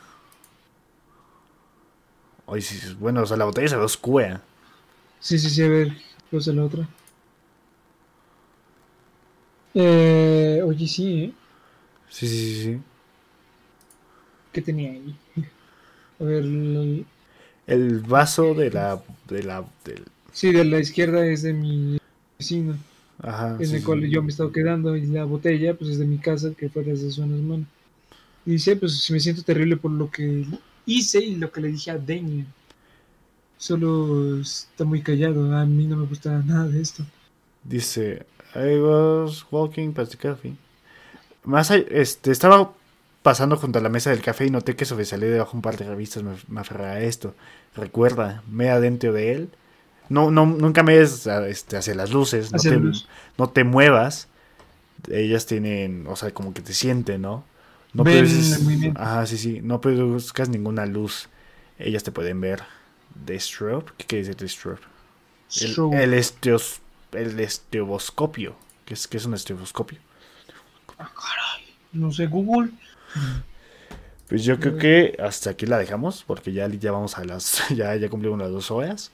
Ay, sí, sí, bueno, o sea, la botella se ve oscura. Sí, sí, sí, a ver, pues la otra. Eh, oye, sí, ¿eh? Sí, sí, sí, sí. ¿Qué tenía ahí? A ver, el- El vaso de la... De la del, sí, de la izquierda es de mi vecino, ajá. en sí, el sí. cual yo me he estado quedando, y la botella, pues es de mi casa, que fue desde hace unas semanas. Y dice, pues me siento terrible por lo que hice y lo que le dije a Damien. Solo está muy callado, a mí no me gusta nada de esto. Dice, I was walking past the coffee. Más allá- este, estaba pasando junto a la mesa del café y noté que sobresalía debajo un par de revistas. Me, me aferré a esto. Recuerda, me adentro de él. No, no, nunca me des a- este, hacia las luces. No Hacia te, la luz. no te muevas. Ellas tienen, o sea, como que te sienten, ¿no? No Ven produces- el movimiento. ajá, sí, sí. No produzcas ninguna luz. Ellas te pueden ver. Destrobe. ¿Qué quiere decir destrobe? El, Strobe. el esteos- el estroboscopio. ¿Qué es, qué es un estroboscopio? Ah, caray. No sé, Google. Pues yo creo que hasta aquí la dejamos, porque ya, ya vamos a las, ya, ya cumplimos las dos horas.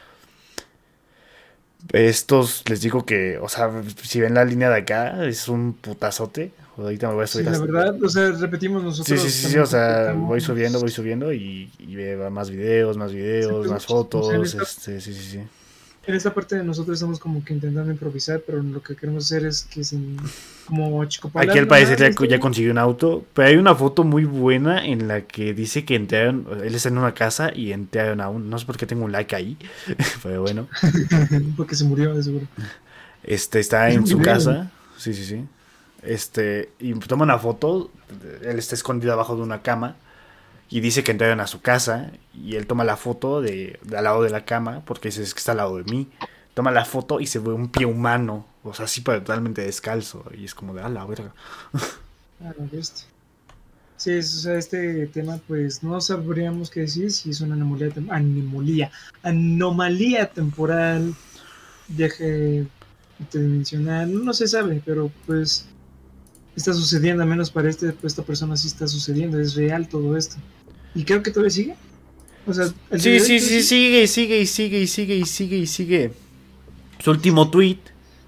Estos, les digo que, o sea, si ven la línea de acá, es un putazote. Ahorita me voy a subir. Sí, la hasta... verdad, o sea, repetimos nosotros. Sí, sí, sí, sí, o sea, voy subiendo, voy subiendo y, y veo más videos, más videos, sí, más fotos. En esta, este, sí, sí, sí. En esta parte de nosotros estamos como que intentando improvisar, pero lo que queremos hacer es que sin, como Chico Polar. Aquí al parecer ya, ya consiguió un auto, pero hay una foto muy buena en la que dice que entraron, él está en una casa y entraron a un, no sé por qué tengo un like ahí, pero bueno. Porque se murió, de seguro. Este, está en su casa, sí, sí, sí. Este, y toma una foto, él está escondido abajo de una cama y dice que entraron a su casa y él toma la foto de, de al lado de la cama porque dice es que está al lado de mí. Toma la foto y se ve un pie humano, o sea, así totalmente descalzo y es como de a la verga. Ah, no, ¿viste? Sí, es, o sea, este tema pues no sabríamos qué decir si es una anomalía, anomalía, anomalía temporal, viaje interdimensional, no se sabe, pero pues está sucediendo, al menos para este, pues, esta persona sí está sucediendo, es real todo esto. Y creo que todavía sigue. O sea, sí, sí, sí, sigue y sigue y sigue y sigue y sigue y sigue. Su último tweet.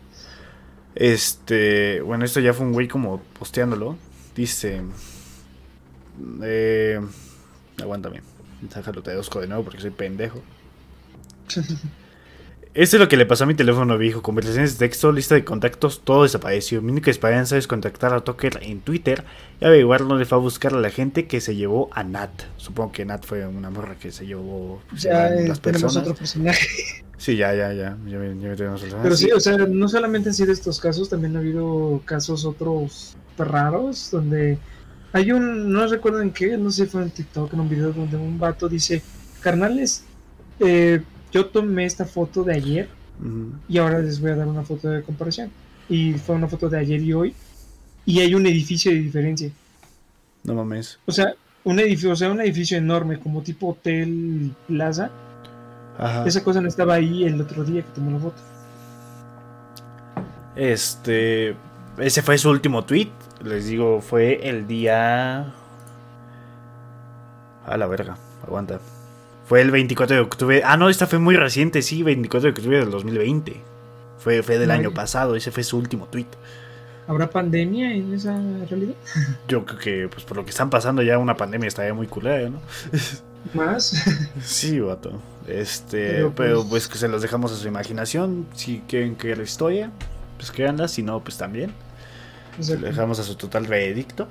Este, bueno, esto ya fue un güey como posteándolo. Dice, eh, aguántame, déjalo te deduzco de nuevo porque soy pendejo. Esto es lo que le pasó a mi teléfono viejo. Conversaciones de texto, lista de contactos, todo desapareció. Mi única esperanza es contactar a Tucker en Twitter y averiguar dónde fue a buscar a la gente que se llevó a Nat. Supongo que Nat fue una morra que se llevó pues, ya, las eh, personas. Tenemos otro personaje. Sí, ya, ya, ya. ya, ya, ya tenemos otro Pero sí, sí, o sea, no solamente han sido estos casos, también ha habido casos otros raros donde hay un, no recuerdo en qué, no sé si fue en TikTok, en un video donde un vato dice, carnales, eh... yo tomé esta foto de ayer uh-huh. y ahora les voy a dar una foto de comparación. Y fue una foto de ayer y hoy. Y hay un edificio de diferencia. No mames. O sea, un edificio, o sea, un edificio enorme, como tipo hotel plaza. Ajá. Esa cosa no estaba ahí el otro día que tomó la foto. Este. Ese fue su último tweet. Les digo, fue el día. A la verga. Aguanta. Fue el veinticuatro de octubre. Ah, no, esta fue muy reciente, sí, veinticuatro de octubre del dos mil veinte. Fue, fue del no, año pasado, ese fue su último tweet. ¿Habrá pandemia en esa realidad? Yo creo que, pues por lo que están pasando ya una pandemia estaría muy culera, ¿no? ¿Más? Sí, vato. Este, pero pues... pero pues que se los dejamos a su imaginación. Si quieren creer la historia, pues créanla, si no, pues también. Se lo dejamos a su total veredicto.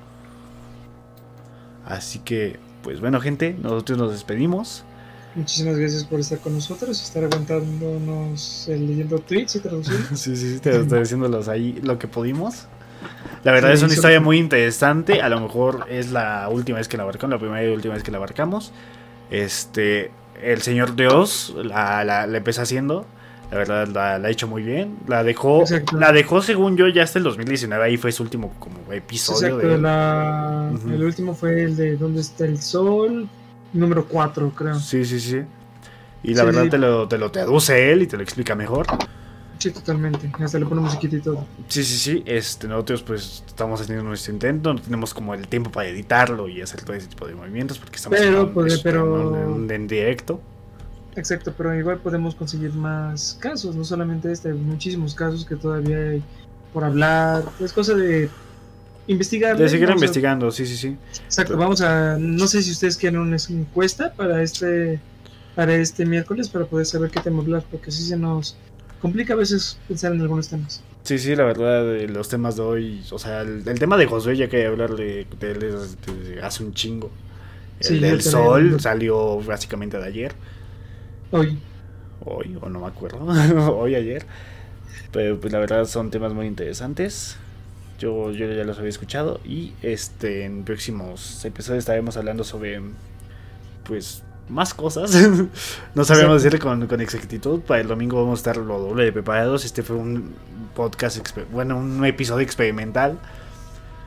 Así que, pues bueno, gente, nosotros nos despedimos. Muchísimas gracias por estar con nosotros, estar aguantándonos eh, leyendo tweets y traduciendo. Sí, sí, sí, te estoy diciéndolos ahí lo que pudimos. La verdad sí, es una historia muy interesante. A lo mejor es la última vez que la abarcamos, la primera y última vez que la abarcamos. Este, el señor Dios la, la, la empezó haciendo. La verdad la, la ha hecho muy bien. La dejó, Exacto. la dejó según yo ya hasta el dos mil diecinueve. Ahí fue su último como episodio. Exacto, de... la... uh-huh. El último fue el de ¿Dónde está el sol? Número cuatro, creo. Sí, sí, sí. Y la sí. verdad te lo, te lo traduce él y te lo explica mejor. Sí, totalmente. Hasta le pone musiquita y todo. Sí, sí, sí. Este, nosotros pues estamos haciendo nuestro intento. No tenemos como el tiempo para editarlo y hacer todo ese tipo de movimientos porque estamos pero, en, pues, en, pero... en, en directo. Exacto, pero igual podemos conseguir más casos. No solamente este, hay muchísimos casos que todavía hay por hablar. Es cosa de... investigar. De seguir investigando, a... sí, sí, sí. Exacto, pero... vamos a... No sé si ustedes quieren una encuesta para este para este miércoles para poder saber qué tema hablar, porque sí se nos complica a veces pensar en algunos temas. Sí, sí, la verdad, los temas de hoy, o sea, el, el tema de Josué ya quería hablar de, de él de, de hace un chingo. El sí, del sol el... salió básicamente de ayer. Hoy. Hoy, o no me acuerdo, hoy, ayer. Pero pues la verdad son temas muy interesantes. Yo, yo ya los había escuchado y este en próximos episodios estaremos hablando sobre pues más cosas. No sabemos decirle con, con exactitud. Para el domingo vamos a estar lo doble de preparados. Este fue un podcast, exper- bueno, un episodio experimental.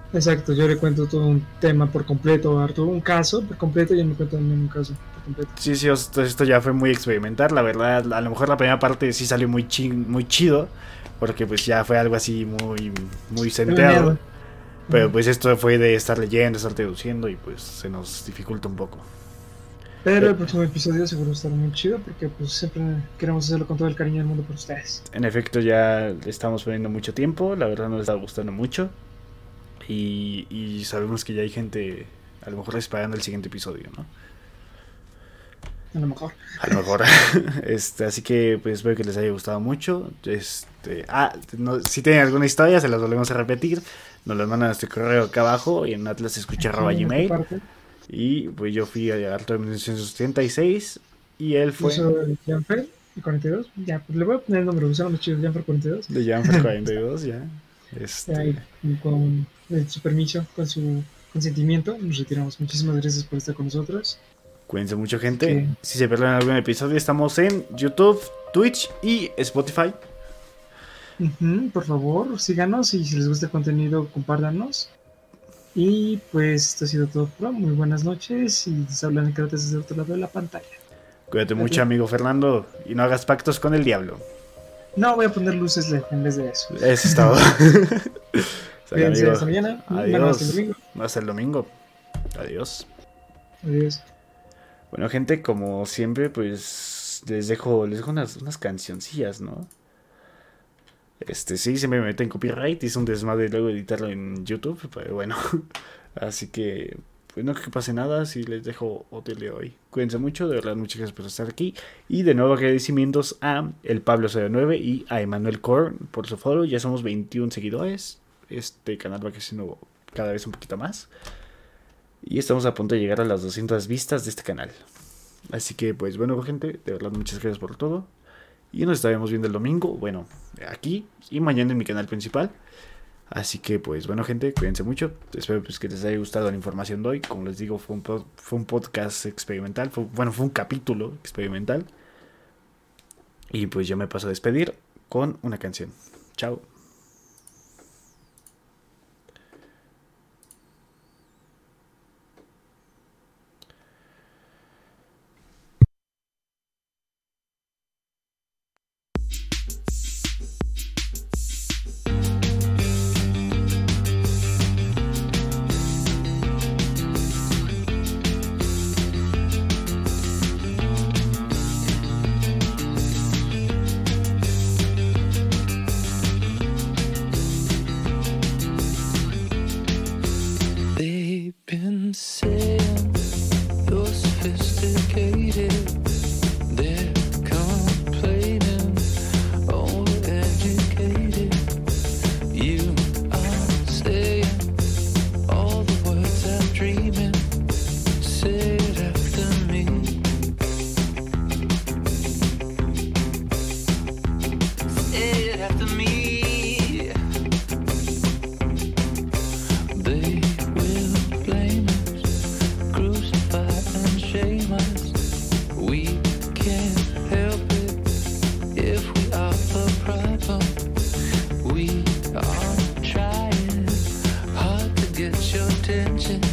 Exacto, yo le cuento todo un tema por completo a Arturo, un caso por completo, y él me cuenta también un caso por completo. Sí, sí, esto, esto ya fue muy experimental, la verdad. A lo mejor la primera parte sí salió muy chi- muy chido, porque pues ya fue algo así muy, muy centrado. Pero pues esto fue de estar leyendo, estar traduciendo, y pues se nos dificulta un poco. Pero el próximo episodio seguro estará muy chido, porque pues siempre queremos hacerlo con todo el cariño del mundo por ustedes. En efecto, ya le estamos poniendo mucho tiempo, la verdad nos está gustando mucho. Y, y sabemos que ya hay gente a lo mejor esperando el siguiente episodio, ¿no? A lo mejor. A lo mejor. este, así que pues espero que les haya gustado mucho. Este, ah, no, si tienen alguna historia, se las volvemos a repetir. Nos las mandan a nuestro correo acá abajo y en atlasescucha arroba gmail. Y pues yo fui a Arturo de mil novecientos setenta y seis y él fue... Yo soy Janfer cuarenta y dos. Ya, pues le voy a poner el nombre, usaron los chidos Janfer cuarenta y dos. De Janfer cuarenta y dos, ya. Este... Ahí, con su permiso, con su consentimiento, nos retiramos. Muchísimas gracias por estar con nosotros. Cuídense mucho, gente. Sí. Si se pierden algún episodio, estamos en YouTube, Twitch y Spotify. Uh-huh, por favor, síganos y si les gusta el contenido, compártanos. Y pues esto ha sido todo por hoy. Muy buenas noches y les hablan en Kratos desde el otro lado de la pantalla. Cuídate mucho, amigo Fernando, y no hagas pactos con el diablo. No, voy a poner luces L E D en vez de eso. Eso es todo. Cuídense, hasta mañana. Adiós. Bueno, hasta el domingo. Hasta el domingo. Adiós. Adiós. Bueno, gente, como siempre, pues les dejo, les dejo unas, unas cancioncillas, ¿no? Este, sí, siempre me meten en copyright, hice un desmadre luego editarlo en YouTube, pero bueno. Así que, pues no creo que pase nada si les dejo hotel de hoy. Cuídense mucho, de verdad, muchas gracias por estar aquí. Y de nuevo agradecimientos a el Pablo cero nueve y a Emanuel Korn por su follow. Ya somos veintiún seguidores. Este canal va creciendo cada vez un poquito más. Y estamos a punto de llegar a las doscientas vistas de este canal. Así que, pues bueno, gente, de verdad, muchas gracias por todo. Y nos estaremos viendo el domingo, bueno, aquí y mañana en mi canal principal. Así que, pues bueno, gente, cuídense mucho. Espero pues, que les haya gustado la información de hoy. Como les digo, fue un, pod- fue un podcast experimental. Fue, bueno, fue un capítulo experimental. Y pues yo me paso a despedir con una canción. Chao. They've been saying you're sophisticated. They're complaining, overeducated. You are saying all the words I'm dreaming. Say it after me. Say it after me. They will blame us, crucify and shame us. We can't help it if we are the problem. We are trying hard to get your attention.